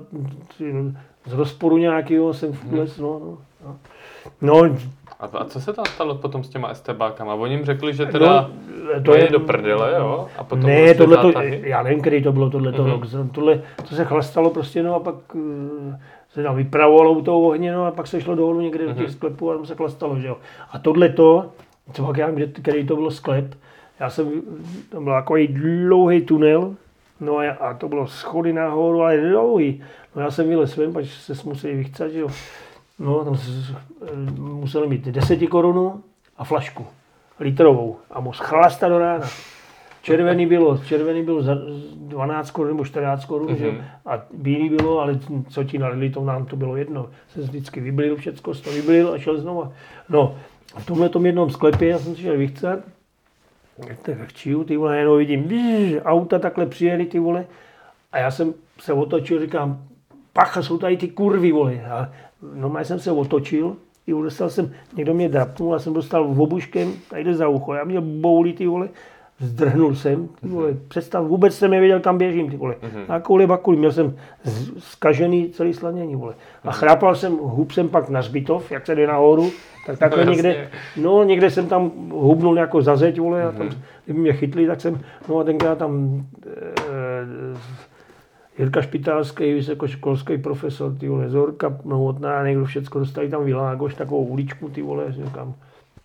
Speaker 2: z rozporu nějakého jsem vles, no, no, no. No,
Speaker 1: A, a co se tam stalo potom s těma estebákama? Oni jim řekli, že teda
Speaker 2: no
Speaker 1: to je do prdele, jo? A potom
Speaker 2: ne,
Speaker 1: prostě
Speaker 2: tohleto,
Speaker 1: zátahy?
Speaker 2: já nevím, který to bylo tohleto
Speaker 1: Mhm.
Speaker 2: rok. Tohle, to se chlastalo prostě, no a pak eh, se tam vypravovalo u toho ohně, no a pak se šlo dolů někde do těch
Speaker 1: Mhm.
Speaker 2: sklepů a tam se chlastalo, že jo. A tohleto, co pak já nevím, kde- který to byl sklep, já jsem, tam byl takový dlouhý tunel, no a, já, a to bylo schody nahoru, ale dlouhý. No já jsem vylez ven, pak se museli vychcat, že jo. No, tam se, eh, museli mít deset korunu a flašku litrovou a moc chlasta do rána. Červený bylo, červený bylo za dvanáct korun nebo čtrnáct korun, že jo,
Speaker 1: Mhm.
Speaker 2: a bílý bylo, ale co ti nalili, to nám to bylo jedno. Jsem vždycky vyblil všecko, to vyblil a šel znova. No, a v tomhle tom jednom sklepě já jsem si šel vychcat, tak chčiju, ty vole, jenom vidím, bíž, auta takhle přijeli, ty vole, a já jsem se otočil, říkám, pacha, jsou tady ty kurvy, vole. A normálně jsem se otočil, ty vole, dostal jsem, někdo mě drapnul, já jsem dostal obuškem, tady za ucho, já měl boulí, ty vole, zdrhnul jsem, ty vole, představ, vůbec jsem nevěděl, kam běžím, ty vole. Na kouli bakuli, měl jsem z- zkažený celý slanění, vole. A chrápal jsem, hub jsem pak na zbytov, jak se jde nahoru, tak takhle
Speaker 1: No,
Speaker 2: někde,
Speaker 1: jasně.
Speaker 2: no někde jsem tam hubnul jako za zeď, vole, a tam, kdyby mě chytli, tak jsem, no a tenkrát tam e, Jirka Špitálský, vysokoškolský profesor, ty vole, Zorka, Novotná, někdo všecko dostali tam Világoš, takovou uličku, ty vole, říkám,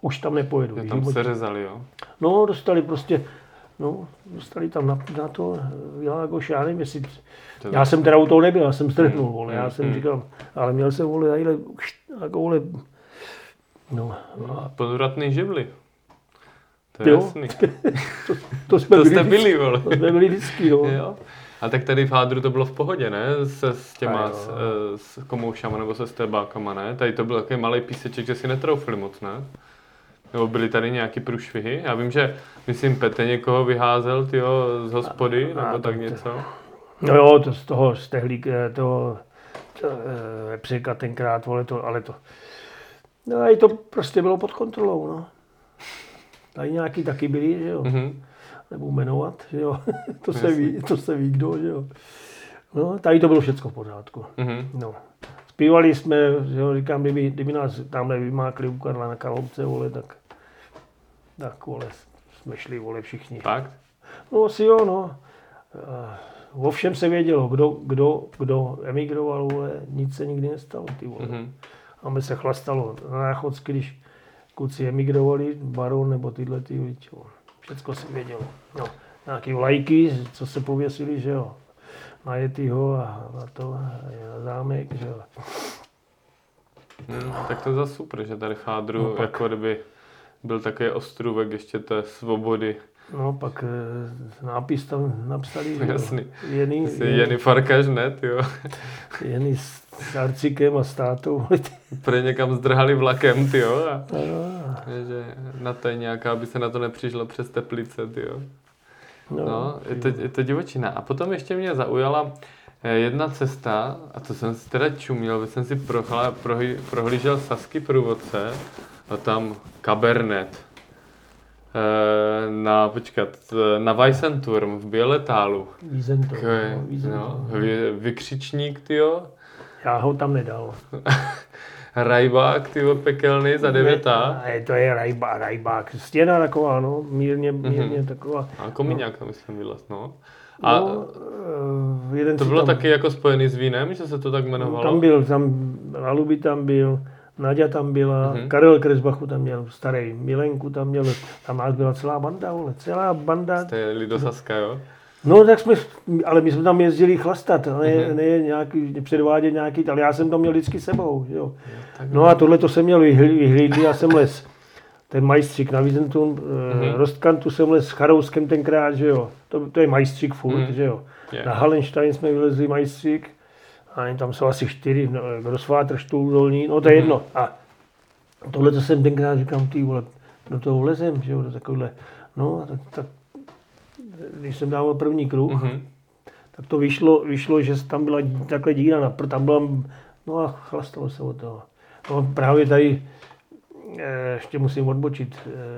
Speaker 2: už tam nepojedu.
Speaker 1: Je tam se řezali, jo?
Speaker 2: No, dostali prostě, no, dostali tam na, na to, Világoš, já nevím, jestli, to já jsem teda u toho nebyl, já jsem strhnul, vole, hmm. já jsem hmm. říkal, ale měl jsem, vole, tadyhle, jako, vole, no. A...
Speaker 1: Podvratný živly. To je
Speaker 2: jo,
Speaker 1: jasný.
Speaker 2: to, to jsme
Speaker 1: to
Speaker 2: byli,
Speaker 1: jste byli, vole.
Speaker 2: To jsme byli vždycky, no.
Speaker 1: Jo. A tak tady v Hádru to bylo v pohodě, ne? Se s těma, s, s komoušama nebo se stebákama, ne? Tady to byl takový malý píseček, že si netroufli moc, ne? Nebo byly tady nějaký průšvihy? Já vím, že, myslím, Petr někoho vyházel, tyjo, z hospody, a, nebo a tak to, něco.
Speaker 2: No jo, to z toho, z tehlík, toho, to, vepříka tenkrát, vole, to, ale to, no a to prostě bylo pod kontrolou, no. Tady nějaký taky byli, že jo. Mm-hmm. Nebudu jmenovat, že jo. to, se ví, to se ví kdo, že jo. No, tady to bylo všecko v pořádku. Mm-hmm. No. Zpívali jsme, že jo, říkám, kdyby, kdyby nás tamhle vymákli u Karla na Kalhouce, vole, tak, tak, vole, jsme šli, vole, všichni.
Speaker 1: Fakt?
Speaker 2: No, asi jo, no. O všem se vědělo, kdo, kdo, kdo emigroval, vole, nic se nikdy nestalo, ty vole. Mm-hmm. A my se chlastalo na Náchodsky, když kluci emigrovali, Baron nebo tyhle ty, víč, všecko se vědělo. No, nějaký vlajky, co se pověsili, že jo, na Yetiho a na to, a na zámek, že jo.
Speaker 1: Hmm, tak to je zase super, že tady v Hádru, no, jako kdyby byl takový ostrůvek ještě té svobody.
Speaker 2: No, pak e, nápis tam napsali, že
Speaker 1: jasný.
Speaker 2: Jeny,
Speaker 1: Jsi Jeny Farkaš, ne, tyjo.
Speaker 2: Jeny s Arcikem a s tátou.
Speaker 1: Pro někam zdrhali vlakem, tyjo. A, a že na to je nějaká, aby se na to nepřišlo přes Teplice, tyjo. No, no je, to, je to divočina. A potom ještě mě zaujala jedna cesta, a to jsem si teda čuměl, jsem si prohla, prohy, prohlížel Sasky průvodce a tam Cabernet. Na, počkat, na Weissenturm v Běletálu.
Speaker 2: Wiesenturm.
Speaker 1: K, no, vy, vykřičník, tyjo.
Speaker 2: Já ho tam nedal.
Speaker 1: Rajbák, tyjo, pekelný za devětá.
Speaker 2: Ne, to je rajbá, rajbák. Stěna taková, no, mírně, mírně mm-hmm. taková.
Speaker 1: A komíňák tam myslím vylez, no. A
Speaker 2: no, jeden
Speaker 1: to bylo
Speaker 2: tam,
Speaker 1: taky jako spojený s vínem, že se to tak jmenovalo?
Speaker 2: Tam byl, tam Laluby tam byl, Naďa tam byla, mm-hmm. Karel Kresbachu tam měl, starý Milenku tam měl, tam nás byla celá banda, vole, celá banda.
Speaker 1: Jste jeli do Saska, jo?
Speaker 2: No tak jsme, ale my jsme tam jezdili chlastat, ne, mm-hmm. ne nějaký, předvádět nějaký, ale já jsem to měl vždycky sebou, jo. No a tohle to jsem měl vyhlídlý, já jsem les. Ten majstřík na Wiesenturm, mm-hmm. Rostkantu jsem les s Charouskem tenkrát, že jo. To, to je majstřík furt, mm-hmm. že jo. Yeah. Na Hallenstein jsme vylezli majstřík. A tam jsou asi čtyři, no, Grossvater, Štůl, Dolní, no to je jedno. A tohle to jsem tenkrát říkám, ty vole, do toho vlezem, že jo, do takovýhle. No a tak, tak když jsem dával první kruh, mm-hmm. tak to vyšlo, vyšlo, že tam byla takhle díra, na, tam byla, no a chlastalo se od toho. No právě tady, e, ještě musím odbočit,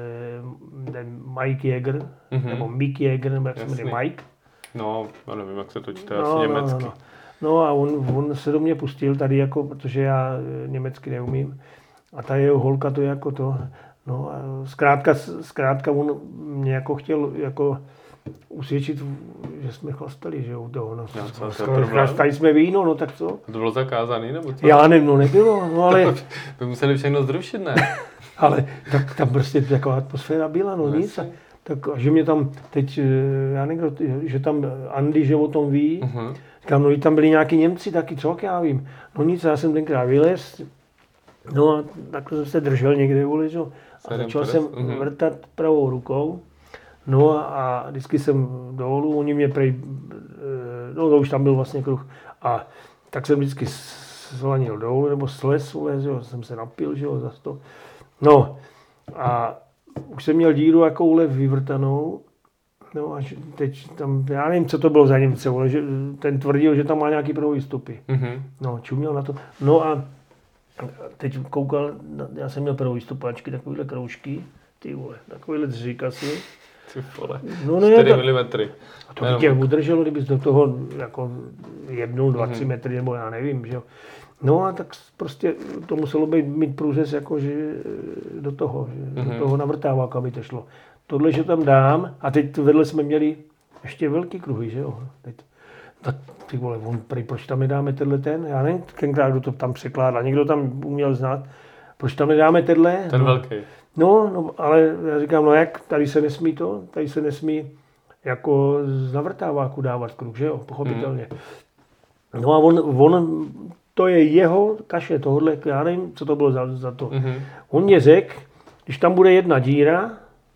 Speaker 2: e, ten Mike Jäger, mm-hmm. nebo Mick Jäger, nebo jak se jmenuje, Mike.
Speaker 1: No, já nevím, jak se to čte,
Speaker 2: no,
Speaker 1: asi
Speaker 2: no,
Speaker 1: německy.
Speaker 2: No, no. No a on, on se do mě pustil tady jako, protože já německy neumím. A ta jeho holka to je jako to. No a zkrátka, zkrátka on mě jako chtěl jako usvědčit, že jsme chlastali, že u toho. No, chlastali jsme víno, no tak co?
Speaker 1: To bylo zakázaný, nebo co?
Speaker 2: Já nevím, no nebylo, no ale...
Speaker 1: By museli všechno zrušit, ne?
Speaker 2: Ale tak tam prostě taková atmosféra byla, no, no nic. A, tak, že mě tam teď, já nevím, že tam Andy, že o tom ví, uh-huh. Říkám, no tam byli nějaký Němci taky, co já vím. No nic, já jsem tenkrát vylez, no a takhle jsem se držel někde, vole, že? A začal jsem uh-huh. vrtat pravou rukou, no a, a vždycky jsem dolů, oni mě prej, no to už tam byl vlastně kruh, a tak jsem vždycky slanil dolů, nebo slez, vole, že? Jsem se napil, že jo, zas to. No a už jsem měl díru jakouhle vyvrtanou, no a teď tam, já nevím, co to bylo za Němce, ale že ten tvrdil, že tam má nějaký prvovýstupy. Mm-hmm. No, čuměl na to. No a teď koukal, já jsem měl prvovýstupáčky, takovýhle kroužky, ty vole, takovýhle dříkasy.
Speaker 1: Ty vole,
Speaker 2: no, ne,
Speaker 1: čtyři milimetry.
Speaker 2: A to by tě udrželo, kdybys do toho jako jednou, dva, tři mm-hmm. metry, nebo já nevím, že jo. No a tak prostě to muselo být, mít průřez jako, že do toho, že mm-hmm. do toho navrtáváka by to šlo. Tohle, že tam dám, a teď vedle jsme měli ještě velký kruhy, že jo. Teď, tak ty vole, on, proč tam nedáme tenhle ten, já nevím, tenkrát kdo to tam překládal, někdo tam uměl znát, proč tam nedáme tenhle.
Speaker 1: Ten
Speaker 2: no,
Speaker 1: velký.
Speaker 2: No, no, ale já říkám, no jak, tady se nesmí to, tady se nesmí jako z navrtáváku dávat kruh, že jo, pochopitelně. Mm. No a on, on, to je jeho kaše tohodle, já nevím, co to bylo za, za to. Mm-hmm. On mě řekl, když tam bude jedna díra,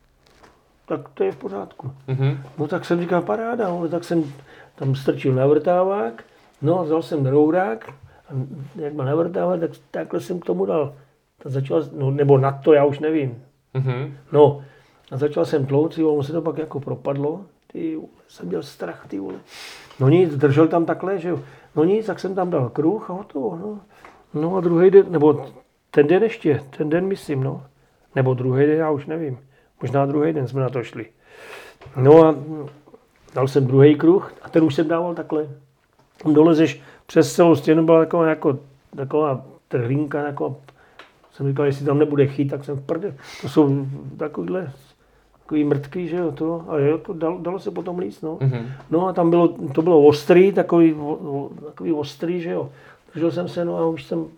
Speaker 2: tak to je v pořádku. Mm-hmm. No tak jsem říkal, paráda, ale tak jsem tam strčil navrtávák, no vzal jsem rourák, a jak má navrtávák, tak takhle jsem k tomu dal. Tak začal, no, nebo na to, já už nevím. Mm-hmm. No, a začal jsem tlouct, ono se to pak jako propadlo, ty vole, jsem měl strach, ty vole. No nic, držel tam takhle, že jo. No nic, tak jsem tam dal kruh a hotovo, no. No a druhý den, nebo ten den ještě, ten den myslím, no. Nebo druhý den, já už nevím. Možná druhý den jsme na to šli. No a dal jsem druhý kruh a ten už jsem dával takhle. Dolezeš přes celou stěnu, byla taková, jako, taková trhlínka, taková. Jsem říkal, jestli tam nebude chyt, tak jsem v prdě. To jsou takovýhle, takový mrtky, že jo, to. A jako dalo, dalo se potom líst, no. Mm-hmm. No a tam bylo, to bylo ostrý, takový, o, takový ostrý, že jo. Držel jsem se, no a už jsem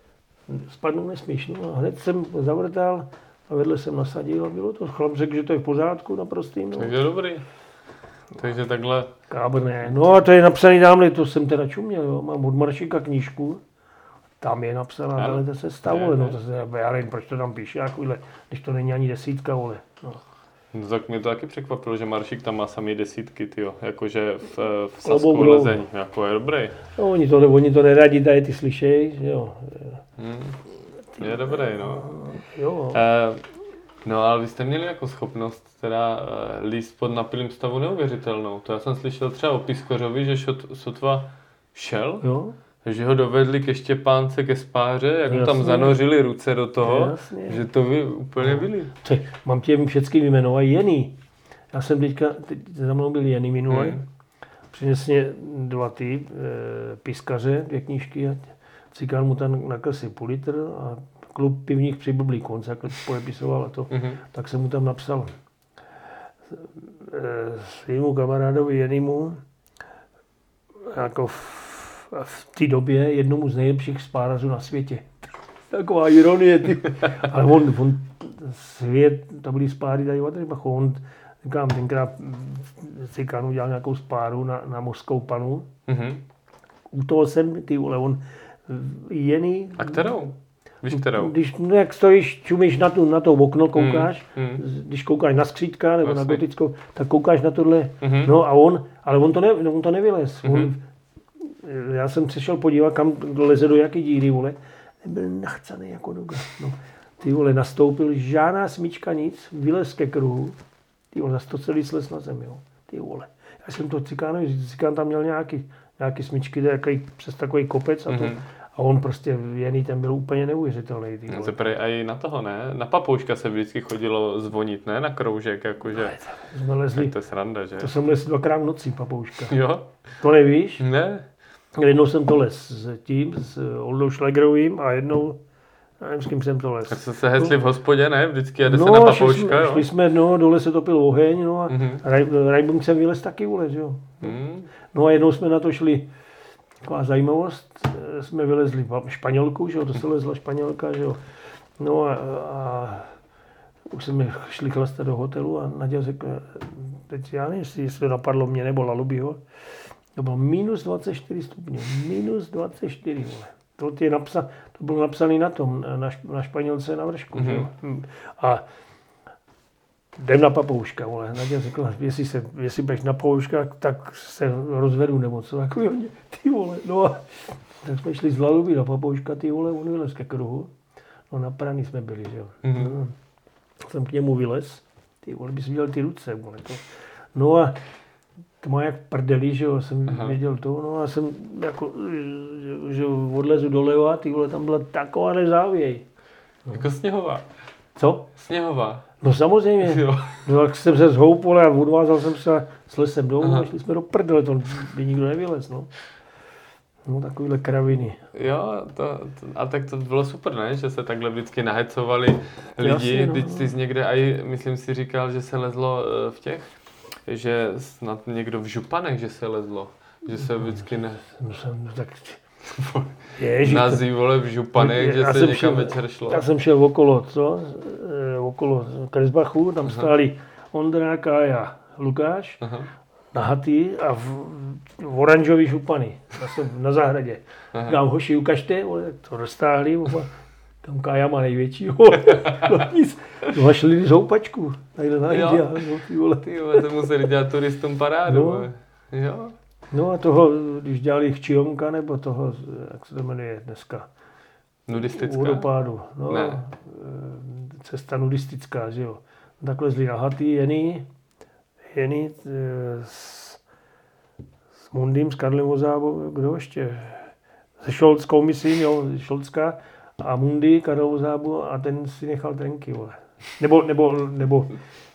Speaker 2: spadnout nesmíš, no a hned jsem zavrtal a vedle jsem nasadil a bylo to. Chlap řekl, že to je v pořádku naprostým, no.
Speaker 1: Takže dobrý. Takže takhle.
Speaker 2: Kábrné. No a to je napsaný dámhle, to jsem teda čuměl, jo. Mám od Maršíka knížku. Tam je napsaná, ale to se stavuje, no to se, já nevím, proč to tam píše, jakohle, když to není ani desítka, vole. No.
Speaker 1: No, tak mě to taky překvapilo, že Maršík tam má samý desítky, tyjo, jakože v, v Sasku lezení, jako je dobrý.
Speaker 2: No, oni to, oni to neradí, tady ty slyšej, jo.
Speaker 1: Hmm. Je dobrý, no.
Speaker 2: Jo.
Speaker 1: E, no, ale vy jste měli jako schopnost teda e, líst pod napilým stavu neuvěřitelnou. To já jsem slyšel třeba o Piskořovi, že šot, sotva šel.
Speaker 2: Jo.
Speaker 1: Že ho dovedli ke Štěpánce, ke spáře, jak mu tam zanořili ruce do toho, jasně. Že to vy úplně byli.
Speaker 2: No. Mám tě všechny vyjmenovat Jeny. Já jsem teďka, teď za mnou byl Jeny minulý, hmm. přinesl mě dva ty e, piskaře, dvě knížky a cikán mu tam nakreslil půl litr a klub pivních přiblblý konc, jak podepisoval a to, hmm. tak jsem mu tam napsal e, svýmu kamarádovi Jenymu, jako v té době jednomu z nejlepších spárařů na světě. Taková ironie, ty. Ale on, on svět, to byly spáry tady v Adrbachu, on, říkám, tenkrát Cikán udělal nějakou spáru na, na mořskou panu. Mm-hmm. U toho jsem, ty vole, on Jeny.
Speaker 1: A kterou? Víš kterou?
Speaker 2: Když, no, jak stojíš, čumíš na, tu, na to okno, koukáš, mm, mm. když koukáš na skřítka nebo vlastně. Na gotickou, tak koukáš na tohle. Mm-hmm. No a on, ale on to, ne, on to nevylez. Mm-hmm. On, já jsem přišel podívat, kam leze do jaký díry, vole. Byl nachcaný jako doga. No. Ty vole, nastoupil žádná smyčka, nic, vylez ke kruhu. Ty vole, zase to celý slez na zem, jo. Ty vole. Já jsem to Cikánovi, Cikán tam měl nějaký, nějaký smyčky, jaký, přes takový kopec a to. Mm-hmm. A on prostě Jený, ten byl úplně neuvěřitelný.
Speaker 1: No to prý i na toho, ne? Na papouška se vždycky chodilo zvonit, ne? Na kroužek, jakože.
Speaker 2: Jsme lezli,
Speaker 1: to je sranda, že?
Speaker 2: To jsem lesl dvakrát v noci, papouška.
Speaker 1: Jo?
Speaker 2: To nevíš?
Speaker 1: Ne.
Speaker 2: Jednou jsem to les s tím, s Oldou Šlegrovým a jednou, nevím, s kým jsem to les.
Speaker 1: Tak jste se hecli v hospodě, ne? Vždycky jede no, se na papouška,
Speaker 2: šli,
Speaker 1: jo?
Speaker 2: šli jsme, no, dole se topil oheň, no a mm-hmm. Raj, Rajbung jsem vylez taky ulez, jo. Mm. No a jednou jsme na to šli, taková zajímavost, jsme vylezli Španělku, že jo, to se lezla Španělka, že jo. No a, a už jsme šli chlastat do hotelu a Naděja řekla, teď já nevím, jestli to napadlo mě nebo Lalubiho, to bylo minus dvacet čtyři stupňů, minus dvacet čtyři, vole. To, je napsa, to bylo napsané na tom, na, na Španělce na vršku, mm-hmm. že jo. A jdem na papouška, vole. Naděja řekla, jestli, se, jestli budeš na papouška, tak se rozvedu, nebo co takový, ty vole. No a tak jsme šli z Lalubí na papouška, ty vole, on vylez ke kruhu. No na Praný jsme byli, že jo. Mm-hmm. No, jsem k němu vylez, ty vole, bys viděl ty ruce, vole. To. No a to má jak prdeli, že jo, jsem Aha. věděl to, no a jsem jako, že, že odlezu doleva, ty vole, tam byla taková závěj.
Speaker 1: No. Jako sněhová.
Speaker 2: Co?
Speaker 1: Sněhová.
Speaker 2: No samozřejmě. Jo. No tak jsem se zhoupil a odvázal jsem se s lesem dolů a šli jsme do prdele, to by nikdo nevylez, no. No takovýhle kraviny.
Speaker 1: Jo, to, to, a tak to bylo super, ne? Že se takhle vždycky nahecovali lidi, Jasně, no, když jsi někde, aj, myslím si říkal, že se lezlo v těch, že snad někdo v Županech, že se lezlo, že se vždycky ne...
Speaker 2: No jsem, tak...
Speaker 1: Ježiš, Nazí, vole, v Županech, že se někam
Speaker 2: šel,
Speaker 1: večer šlo.
Speaker 2: Já jsem šel okolo, co? okolo Kresbachu, tam Aha. stáli Ondrák a já, Lukáš, Aha. nahatý a v, v oranžový šupany na, na zahradě. Říkám, hoši, ukažte, to roztáhli, tam Kája má největší, no šli z houpačku, takhle na Indiánu, ty vole.
Speaker 1: Ty vole, to museli dělat turistům parádu,
Speaker 2: no.
Speaker 1: jo.
Speaker 2: No a toho, když dělali Chčionka, nebo toho, jak se to jmenuje dneska?
Speaker 1: Nudistická?
Speaker 2: Vodopádu, no,
Speaker 1: ne.
Speaker 2: Cesta nudistická, že jo. Takhle zli nahatý, Jeny, Jeny s, s Mundym, s Karlem Vozábou, kdo ještě? Se Šolckou, myslím, jo, Šolcká a Mundy, Karel Vozábu a ten si nechal trenky, vole. Nebo, nebo, nebo,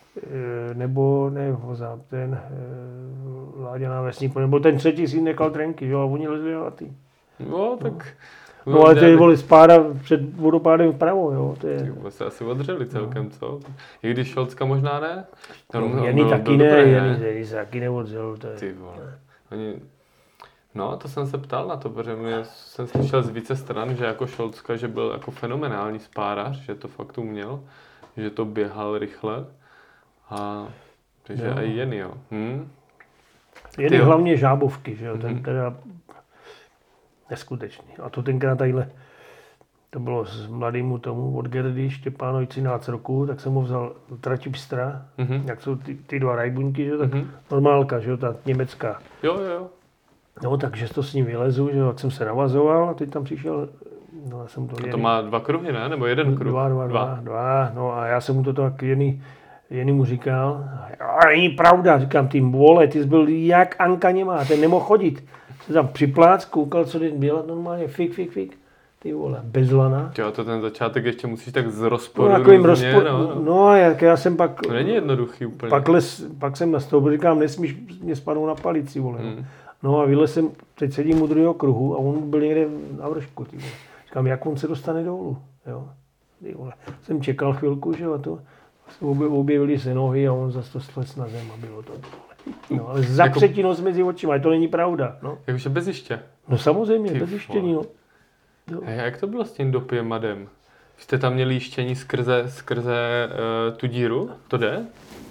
Speaker 2: nebo, ne Vozáb, ten Láďa Návesník, nebo ten třetí si nechal trenky, jo, a oni lezli nahatý.
Speaker 1: No, tak...
Speaker 2: No, no ale to je, vole, spára před vodopádem vpravo, jo, to je...
Speaker 1: Ty se asi odřeli celkem, no. Co? I když Šolcka možná ne?
Speaker 2: No, no, Jeny taky ne, Jeny, Jeny se taky neodřel, to je...
Speaker 1: Ty vole. Oni... No, to jsem se ptal na to, protože mě jsem slyšel z více stran, že jako Šolcka, že byl jako fenomenální spárař, že to fakt uměl, že to běhal rychle a takže jo. I Jeny, jo. Hm?
Speaker 2: Jeny hlavně žábovky, že jo, ten mm-hmm. teda neskutečný. A to tenkrát tadyhle, to bylo s mladýmu tomu od Gerdy Štěpánovi třináct roků, tak jsem ho vzal tračipstra, mm-hmm. jak jsou ty, ty dva rajbuňky, že jo, tak mm-hmm. normálka, že jo, ta německá.
Speaker 1: Jo, jo, jo.
Speaker 2: No, takže to s ním vylezu, že jo, jak jsem se navazoval a teď tam přišel, no, já jsem to...
Speaker 1: A to Jeny, má dva kruhy, ne? Nebo jeden kruh?
Speaker 2: Dva, dva, dva, dva, dva, no a já jsem mu to tak Jeny, Jeny mu říkal, a není pravda, říkám, ty vole, ty jsi byl jak Anka Němá, ten nemohl chodit. Se tam připlác, koukal, co jde dělat normálně, fik, fik, fik, ty vole, bez lana.
Speaker 1: Jo, to ten začátek ještě musíš tak z rozporu
Speaker 2: no,
Speaker 1: různě,
Speaker 2: rozpor,
Speaker 1: no, no.
Speaker 2: no, jak já jsem pak...
Speaker 1: To není jednoduchý úplně.
Speaker 2: Pak, les, pak jsem nastoupil, říkám, nesmíš mě spadnout na palici, vole. Hmm. No a vylez jsem, teď sedím u druhého kruhu a on byl někde na vršku, ty vole. Říkám, jak on se dostane dolů, jo. Ty vole. Jsem čekal chvilku, že jo, a to objevily se nohy a on zase to slez na zem a bylo to. No, ale za jako, třetí mezi očima, to není pravda. No.
Speaker 1: Jakože bez jiště?
Speaker 2: No samozřejmě, Ty bez jištění. No.
Speaker 1: A jak to bylo s tím dopěmadem? Jste tam měli jištění skrze, skrze uh, tu díru? To jde?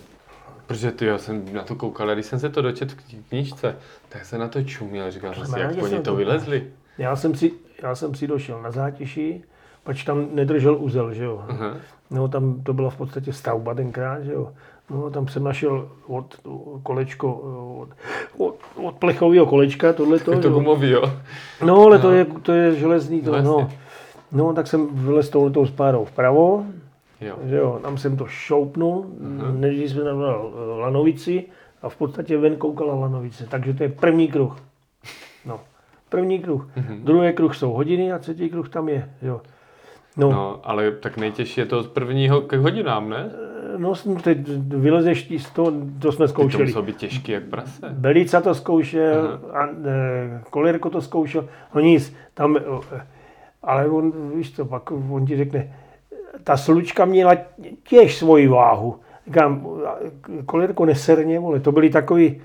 Speaker 1: Protože ty, já jsem na to koukal, a když jsem se to dočetl v knížce, tak se na to čuměl, říkal jsem si, jak oni to vylezli.
Speaker 2: Já jsem si, já jsem si došel na zátiší, pač tam nedržel uzel, že jo. Uh-huh. No tam to byla v podstatě stavba tenkrát, že jo. No tam jsem našel od kolečko, od, od, od plechového kolečka, tohleto.
Speaker 1: Je to gumový, jo?
Speaker 2: No, ale no. To, je, to je železný, to, no. no. No, tak jsem vylez touhletou spárou vpravo, jo. Že jo, tam jsem to šoupnul, uh-huh. než jsme nabral lanovici a v podstatě ven koukala lanovice, takže to je první kruh. No, první kruh. Uh-huh. Druhý kruh jsou hodiny a třetí kruh tam je, jo.
Speaker 1: No. no, ale tak nejtěžší je to z prvního k hodinám, ne?
Speaker 2: No, teď vylezeš z toho, to jsme zkoušeli.
Speaker 1: Ty to muselo být těžký jak prase.
Speaker 2: Belica to zkoušel, a, e, Kolérko to zkoušel, no nic, tam, ale on, víš co, pak on ti řekne, ta slučka měla těž svoji váhu. Říkám, Kolérko neserně, vole, to byly takový,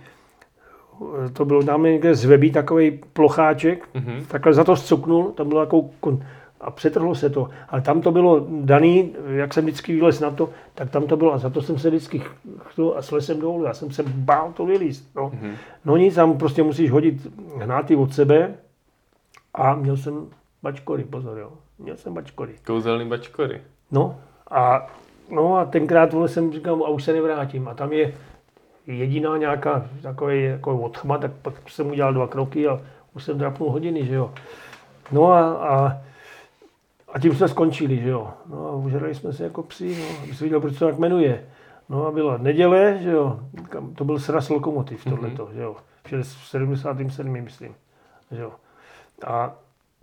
Speaker 2: to bylo tam někde z webí takový plocháček, mm-hmm. takhle za to zcuknul, tam bylo takovou, a přetrhlo se to. Ale tam to bylo daný, jak jsem vždycky vylez na to, tak tam to bylo a za to jsem se vždycky chtěl a slez jsem dolů. Já jsem se bál to vylíst. No. Mm-hmm. no nic, tam prostě musíš hodit hnáty od sebe a měl jsem bačkory, pozor, jo. Měl jsem bačkory.
Speaker 1: Kouzelný bačkory.
Speaker 2: No a, no a tenkrát vole jsem říkal, a už se nevrátím. A tam je jediná nějaká takový jako odchma, tak pak jsem udělal dva kroky a už jsem drapnul hodiny, že jo. No a, a A tím jsme skončili, že jo. No a užrali jsme se jako psi, no, aby si viděl, proč to tak jmenuje. No a byla neděle, že jo, to byl sraz Lokomotiv, tohleto, mm-hmm. že jo. V sedmdesátém sedmém myslím, že jo. A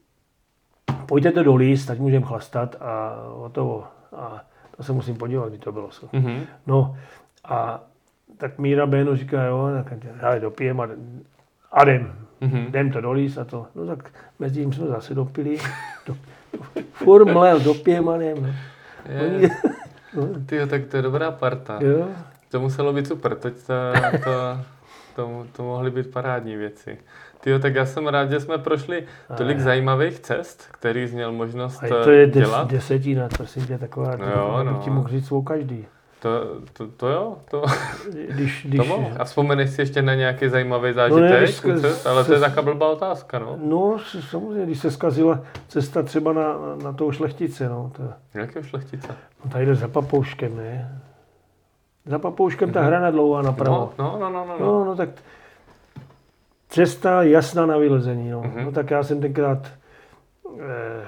Speaker 2: pojďte do Lys, tak můžeme chlastat a hotovo. A to se musím podívat, kdy to bylo. Mm-hmm. No a tak Míra Béno říká, jo, tak já dopijem a, a jdem. Mm-hmm. Jdem to do Lys a to. No tak mezi tím jsme zase dopili. Do, furt mlel dopěmanem.
Speaker 1: Je, tyjo, tak to je dobrá parta.
Speaker 2: Jo.
Speaker 1: To muselo být super, teď ta, ta, to, to mohly být parádní věci. Tyjo, tak já jsem rád, že jsme prošli tolik a zajímavých cest, který jsi měl možnost dělat. A to je des,
Speaker 2: desetina, prosím tě, taková, no jo, no. Ti mohl říct svou každý.
Speaker 1: To, to, to jo, to,
Speaker 2: když, když,
Speaker 1: to a vzpomeneš si ještě na nějaký zajímavý zážitek, no ne, se, cest, ale se, to je taková blbá otázka, no.
Speaker 2: No, samozřejmě, když se zkazila cesta třeba na, na toho Šlechtice, no. To,
Speaker 1: jakého Šlechtice?
Speaker 2: No tady jde za Papouškem, ne? Za Papouškem ta hrana dlouhá napravo.
Speaker 1: No, no, no, no. No,
Speaker 2: no, no tak cesta jasná na vylezení, no. Uh-huh. No tak já jsem tenkrát eh,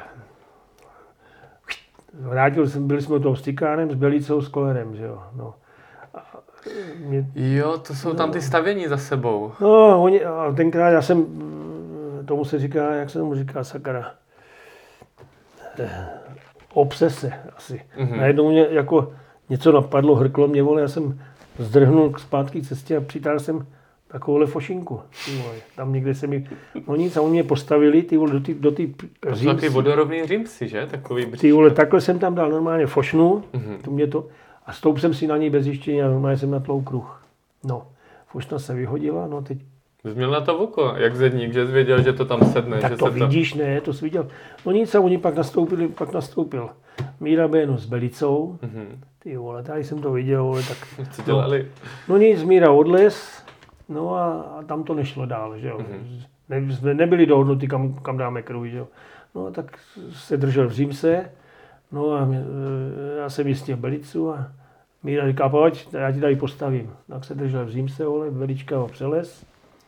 Speaker 2: vrátil jsem, byli jsme toho Stykánem s Belicou, s Kolerem, že jo, no. A
Speaker 1: mě, jo, to jsou no, tam ty stavění za sebou.
Speaker 2: No, oni, a tenkrát já jsem, tomu se říká, jak se tomu říká, sakara, eh, obsese asi. Uh-huh. Najednou mě jako něco napadlo, hrklo mě, vole, já jsem zdrhnul k zpátky cestě a přitáhl jsem takovouhle fošinku. Tam někde se mi, no nic, a oni mě postavili, ty vole, do ty, do ty
Speaker 1: římsy. To jsou taky vodorovný římsy, že? Takový bříška.
Speaker 2: Ty vole, takhle jsem tam dal normálně fošnu, uh-huh. to mě to, a stoup jsem si na ní bez zjištění a normálně jsem natlou kruh. No, fošna se vyhodila, no teď.
Speaker 1: Jsi měl na to oko, jak zedník, že jsi věděl, že to tam sedne.
Speaker 2: Tak
Speaker 1: že
Speaker 2: to
Speaker 1: se
Speaker 2: vidíš, to... ne, to jsi viděl. No nic, a oni pak nastoupili, pak nastoupil Míra Bénu s Belicou. Uh-huh. Ty vole, tady jsem to viděl, vole, tak.
Speaker 1: Co dělali?
Speaker 2: No, no nic, Míra odles, no a, a tam to nešlo dál, že jo. Uh-huh. Ne, jsme nebyli dohodnutí, kam, kam dáme kruh, že jo. No a tak se držel v Římse, no a mě, já jsem jistil Belicu a Míra říká, pojď, já ti tady postavím. Tak se držel v Římse, vole, Belička ho přelez.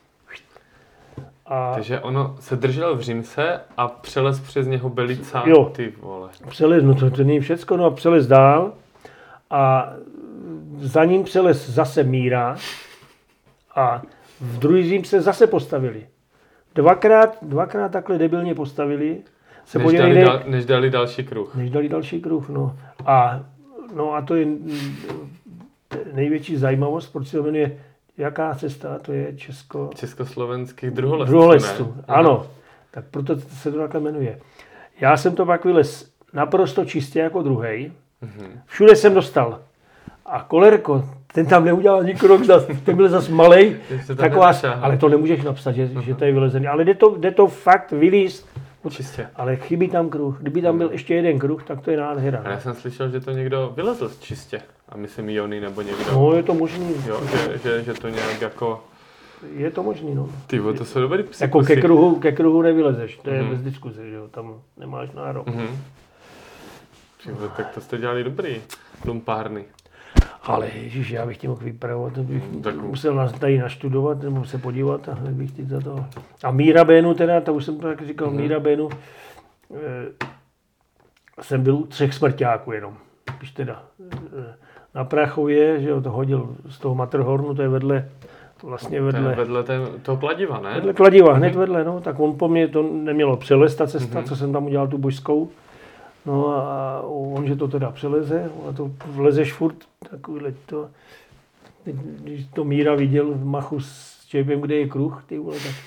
Speaker 1: A... Takže ono se držel v Římse a přelez přes něho Belica,
Speaker 2: jo,
Speaker 1: ty vole.
Speaker 2: Přelez, no to, to není všecko, no a přelez dál a za ním přelez zase Míra a v druhý Římse zase postavili. Dvakrát, dvakrát takhle debilně postavili. Se
Speaker 1: než, dali dal, než dali další kruh.
Speaker 2: Než dali další kruh, no. A, no a to je největší zajímavost, proč se to jmenuje. Jaká cesta? To je Česko...
Speaker 1: Československých druholezců.
Speaker 2: Druholezců, ano. Tak proto se to takhle jmenuje. Já jsem to pak vylez naprosto čistě jako druhej. Mm-hmm. Všude jsem dostal. A Kolerko, ten tam neudělal ani krok, ten byl zas malej. Taková, ale to nemůžeš napsat, že, uh-huh. že to je vylezený. Ale jde to, jde to fakt vylíst.
Speaker 1: Čistě.
Speaker 2: Ale chybí tam kruh. Kdyby tam byl ještě jeden kruh, tak to je nádhera.
Speaker 1: A já jsem slyšel, že to někdo vylezl čistě. A myslím Jony nebo někdo.
Speaker 2: No, je to možný.
Speaker 1: Jo, že, že, že to nějak jako...
Speaker 2: Je to možný, no.
Speaker 1: Ty, to jsou dobrý psykusy.
Speaker 2: Jako ke kruhu, ke kruhu nevylezeš. To je mm-hmm. bez diskuze, že jo. Tam nemáš nárok.
Speaker 1: Mm-hmm. Tyvo, tak to jste dělali dobrý. Lumpárny.
Speaker 2: Ale ježiš, já bych tě mohl vypravovat, bych tak... musel nás tady naštudovat, nebo se podívat a bych ti za to. A Míra Bénu teda, to už jsem to tak říkal, mm-hmm. Míra Bénu, e, jsem byl u třech smrťáků jenom, když teda e, na Prachově, že jo, to hodil z toho Matterhornu, to je vedle, vlastně vedle.
Speaker 1: To je vedle té, toho kladiva, ne?
Speaker 2: Vedle kladiva, hned mm-hmm. vedle, no, tak on po mně, to nemělo přelez ta cesta, mm-hmm. co jsem tam udělal tu božskou. No a on, že to teda přeleze, a to vlezeš furt takovýhle to, když to Míra viděl v machu s čepem, kde je kruh, ty vole, tak...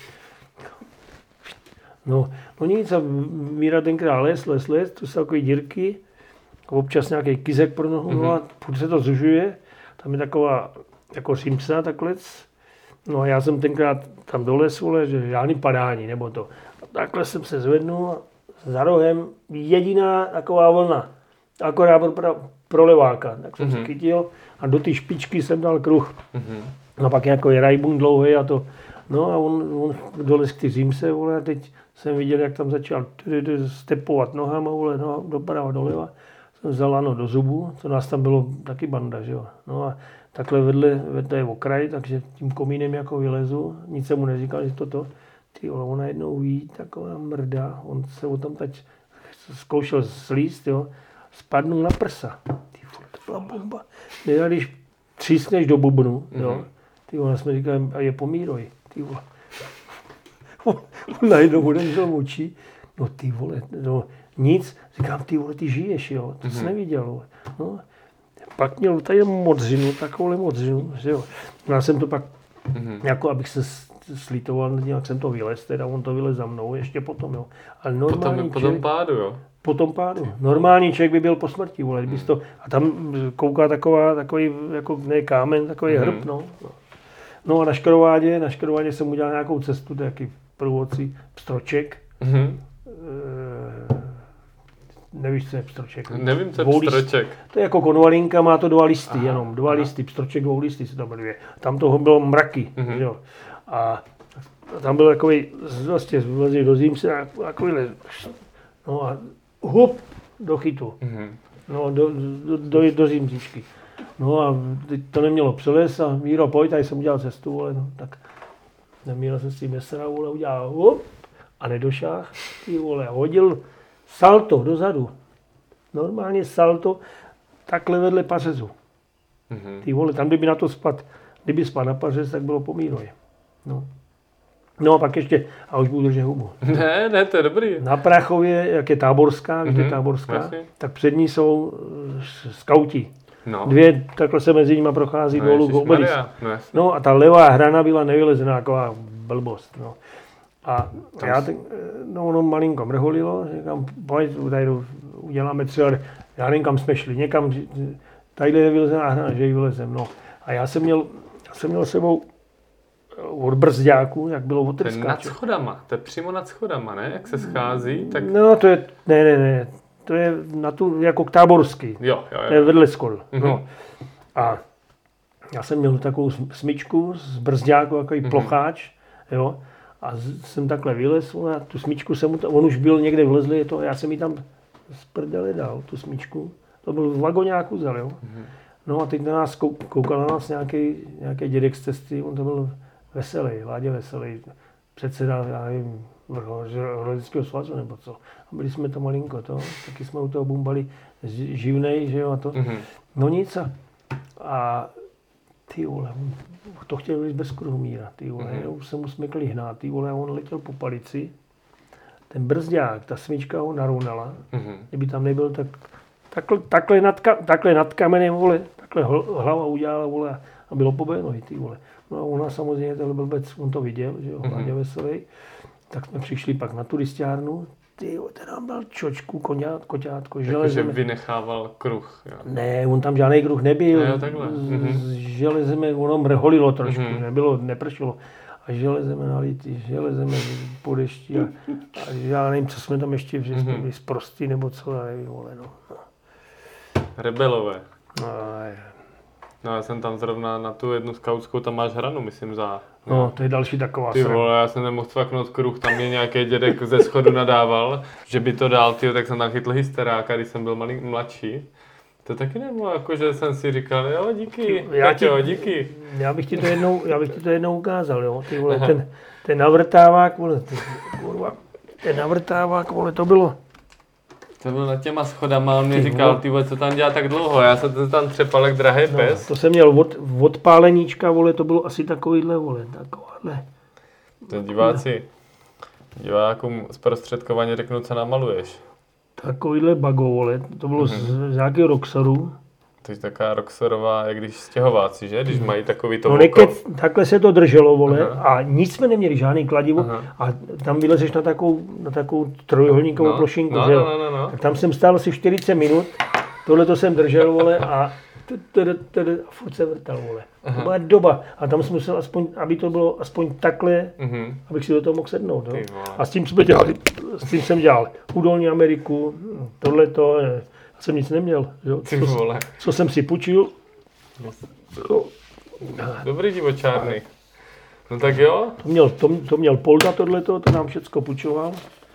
Speaker 2: No, no nic, a Míra tenkrát les, les, les, to jsou takové dírky, občas nějaký kyzek pro nohu, mm-hmm. no a furt se to zužuje, tam je taková, jako římsa takhle, no a já jsem tenkrát tam dolez, vole, že žádný padání, nebo to, a takhle jsem se zvednul, za rohem jediná taková vlna, akorát pro, pro leváka, tak jsem mm-hmm. se chytil a do té špičky jsem dal kruh. Mm-hmm. No pak jako je rajbun dlouhý a to, no a on, on dolez k ty Římse, vole, a teď jsem viděl, jak tam začal stepovat nohama, vole, no, doprava, doleva. Jsem vzal lano do zubu, to nás tam bylo taky banda, že jo. No a takhle vedle, vedle je okraj, takže tím komínem jako vylezu, nic jsem mu neříkal, že toto. Ty vole, ona jednou ví, taková mrda, on se o tom teď zkoušel slíst, jo, spadnul na prsa. Ty vole, to byla bomba. Nejde, když třísneš do bubnu, jo, mm-hmm. ty vole, jsme říkali, a je pomíroj, ty vole. On, on najednou odemřel oči, no ty vole, no nic, říkám, ty vole, ty žiješ, jo, to mm-hmm. jsi neviděl, no. Pak měl tady modřinu, takovou modřinu, že jo. No já jsem to pak, mm-hmm. jako abych se slítoval, nějak jsem to vylez, teda on to vylez za mnou, ještě potom, jo. Ale normální
Speaker 1: potom,
Speaker 2: člověk,
Speaker 1: potom pádu, jo?
Speaker 2: Potom pádu. Normální člověk by byl po smrti, vole, kdybys to, a tam kouká taková, takový, jako ne kámen, takový mm-hmm. hrb, no. No a na Škodovádě, na Škodovádě jsem udělal nějakou cestu, to je jaký průvodci, pstroček.
Speaker 1: Mm-hmm.
Speaker 2: E, nevíš, co je pstroček?
Speaker 1: Nevím, co je pstroček.
Speaker 2: To je jako konvalinka, má to dva listy,
Speaker 1: aha,
Speaker 2: jenom dva
Speaker 1: aha.
Speaker 2: listy, pstroček dvou listy se tam jmenuje. Tam toho bylo mraky, mm-hmm. jo. A tam byl takový, vlastně dozvím se takovýhle, no a hup, do chytu. Mm-hmm. No, do, do, do, do zimříčky. No a to nemělo přeles a Míro, pojď, tady jsem udělal cestu, ale no, tak Míro jsem s tím nesral, vole, udělal hup a nedošáh, ty vole, hodil salto dozadu. Normálně salto takhle vedle pařezu. Mm-hmm. Ty vole, tam kdyby na to spad, kdyby spad na pařez, tak bylo po Mírovi. No. No a pak ještě, a už budu držet hubu.
Speaker 1: Ne, ne, to je dobrý.
Speaker 2: Na Prachově, jak je Táborská, mm-hmm. je Táborská,
Speaker 1: Jasně.
Speaker 2: tak před ní jsou skauti.
Speaker 1: No.
Speaker 2: Dvě, takhle se mezi nimi prochází
Speaker 1: no,
Speaker 2: dolů k obelisku.
Speaker 1: No,
Speaker 2: no a ta levá hrana byla nevylezená, taková blbost. No. A tam já, tak, no ono malinko mrholilo, říkám, pojď, tady uděláme třeba, já nevím, kam jsme šli, někam, tadyhle je vylezená hrana, že ji vylezem. No. A já jsem měl, já jsem měl s sebou od brzďáků, jak bylo od
Speaker 1: To je nad schodama, to je přímo nad schodama, ne? Jak se schází, tak...
Speaker 2: No to je, ne, ne, ne, to je na tu, jako k Táborský.
Speaker 1: Jo, jo, jo.
Speaker 2: To je vedle schodu.
Speaker 1: Mm-hmm.
Speaker 2: No. A já jsem měl takovou smyčku z brzďáku, takový mm-hmm. plocháč, jo. A jsem takhle vylez, a tu smyčku jsem mu, on už byl někde vlezlý, to, já jsem ji tam z prdele dal, tu smyčku. To byl v vagoňáku vzal, jo. Mm-hmm. No a teď na nás koukal na nás nějaký, nějaký dědek z cesty, on to byl Veselý, Láďa Veselý, předseda, já nevím, Horolezeckého svazu nebo co. A byli jsme to malinko, to, taky jsme u toho bumbali živnej, že jo, a to. Mm-hmm. No nic a, a ty vole, to chtěl být bez kruhu Míra, ty vole, mm-hmm. už se mu smykli hnát, ty vole, a on letěl po palici. Ten brzďák, ta smyčka ho narounala, mm-hmm. kdyby tam nebyl, tak takhle, takhle, nad, takhle nad kamenem, vole, takhle hlava udělala, vole, a bylo po nohy, ty vole. No a ona samozřejmě, ten blbec, on to viděl, že jo, Láďa mm-hmm. Veselý. Tak jsme přišli pak na turistiárnu, ty ten nám dal čočku, koňát, koťátko, železeme.
Speaker 1: Takže vynechával kruh. Jo.
Speaker 2: Ne, on tam žádný kruh nebyl.
Speaker 1: Ne, takhle.
Speaker 2: Z železeme, ono mrholilo trošku, mm-hmm. nebylo, nepršilo. A železeme nalitý, železeme po dešti a, a já nevím, co jsme tam ještě, že jsme byli sprostí nebo co, já nevím, vole, no.
Speaker 1: Rebelové.
Speaker 2: No,
Speaker 1: No já jsem tam zrovna na tu jednu skautskou, tam máš hranu, myslím, za...
Speaker 2: No, no to je další taková
Speaker 1: Ty vole, já jsem nemohl cvaknout kruh, tam mě nějaký dědek ze schodu nadával, že by to dál, tyjo, tak jsem tam chytl hysteráka, když jsem byl malý, mladší. To taky nebylo, jako že jsem si říkal, jo, díky, já ti, jo, díky.
Speaker 2: Já bych ti to jednou, já bych ti to jednou ukázal, jo, ty vole, ten, ten navrtávák, vole, ty, kurva, ten navrtávák, vole, to bylo.
Speaker 1: To byl nad těma schodama, on mi říkal, ty vole, co tam dělá tak dlouho, já jsem tam třepal jak drahý no, pes.
Speaker 2: To jsem měl od, od páleníčka, vole, to bylo asi takovýhle, vole, takováhle.
Speaker 1: To diváci, divákům zprostředkovaně řeknu, co namaluješ.
Speaker 2: Takovýhle bago, vole, to bylo mm-hmm. z, z nějakého Roxoru.
Speaker 1: To je taková Roxorová, jak když stěhováci, že? Když mají takový to
Speaker 2: no, nekec, takhle se to drželo, vole, aha. A nic jsme neměli, žádný kladivo. Aha. A tam vylezeš na takovou, na takovou trojuhelníkovou no, plošinku,
Speaker 1: no,
Speaker 2: že jo?
Speaker 1: No, no, no.
Speaker 2: Tak tam jsem stál asi čtyřicet minut, tohle to jsem držel, vole, a a furt se vrtal, vole. To byla doba. A tam jsem musel aspoň, aby to bylo aspoň takhle, uh-huh. abych si do toho mohl sednout. No? A s tím jsme dělali, s tím jsem dělal Udolní Ameriku, tohleto, já jsem nic neměl. Jo?
Speaker 1: Ty vole.
Speaker 2: Co, co jsem si půjčil.
Speaker 1: No. Dobrý divočárny. No tak jo.
Speaker 2: To měl, to, to měl Polda tohleto, to nám všecko půjčoval.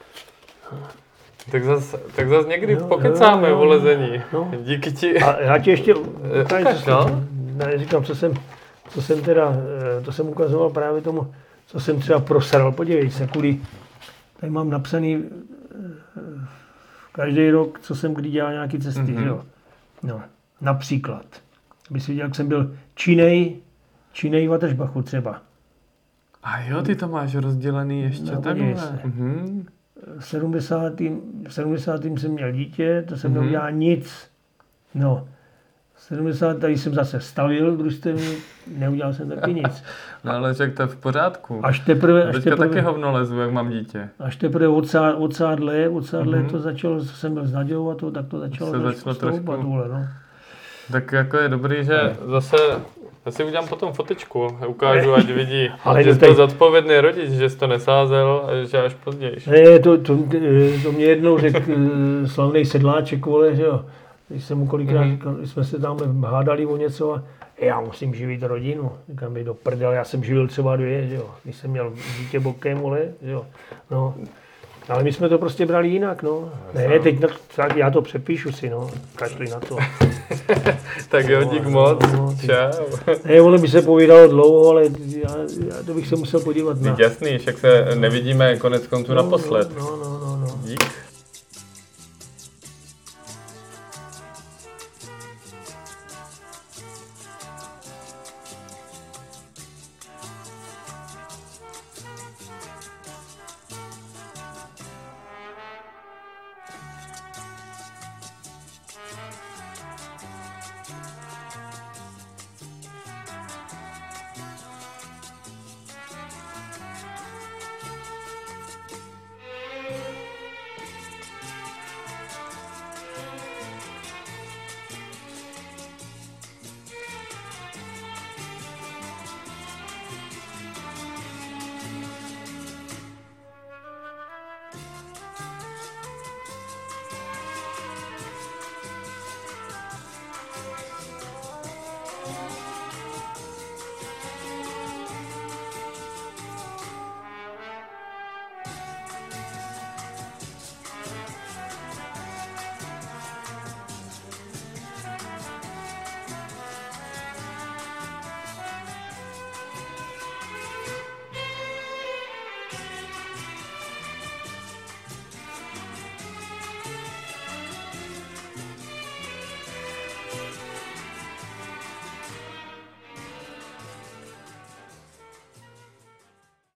Speaker 1: Tak zas, tak zas někdy no, pokecáme no, no, o lezení. No. Díky ti.
Speaker 2: A já ti ještě
Speaker 1: tady, Ukaž, co, no?
Speaker 2: ne, říkám, co jsem, co jsem teda, to jsem ukazoval právě tomu, co jsem třeba prosral. Podívej se, kudy, tady mám napsaný každý rok, co jsem kdy dělal nějaký cesty, mm-hmm. jo. No, například, aby si viděl, jak jsem byl Činej, Činej v Atersbachu třeba.
Speaker 1: A jo, ty to máš rozdělený ještě no, takhle. Mhm.
Speaker 2: V sedmdesátém V sedmdesátém jsem měl dítě, to jsem mm-hmm. neudělal nic. No, v sedmdesátém tady jsem zase stavil družstevní, neudělal jsem taky nic.
Speaker 1: No ale řek, to je v pořádku.
Speaker 2: Až teprve... Až
Speaker 1: Teďka
Speaker 2: teprve,
Speaker 1: taky hovno lezu, jak mám dítě.
Speaker 2: Až teprve odsádle, odsádle, odsádle mm-hmm. to začalo, co jsem byl s Nadějou a to, tak to začalo
Speaker 1: se začalo
Speaker 2: stoupat,
Speaker 1: trošku.
Speaker 2: Vole, no.
Speaker 1: Tak jako je dobrý, že zase Já si udělám potom fotečku, ukážu, ať vidí,
Speaker 2: ale
Speaker 1: že jsi
Speaker 2: teď...
Speaker 1: byl zodpovědný rodič, že jsi to nesázel, že až později.
Speaker 2: Ne, to, to, to mě jednou řekl slavný sedláček, vole, že jo. Když jsem mu kolikrát
Speaker 1: mm-hmm.
Speaker 2: říkal, jsme se tam hádali o něco a já musím živit rodinu. Říkám, mi do prdele, já jsem živil třeba dvě, že jo. Když jsem měl dítě bokem, vole, že jo. No. Ale my jsme to prostě brali jinak, no. Ne, teď na, tak já to přepíšu si, no. Kašli na to.
Speaker 1: Tak jo, dík no, moc. No, no, čau.
Speaker 2: Ne, ono by se povídalo dlouho, ale já, já to bych se musel podívat na...
Speaker 1: Jasný, však se nevidíme konec konců
Speaker 2: no,
Speaker 1: naposled.
Speaker 2: No, no, no.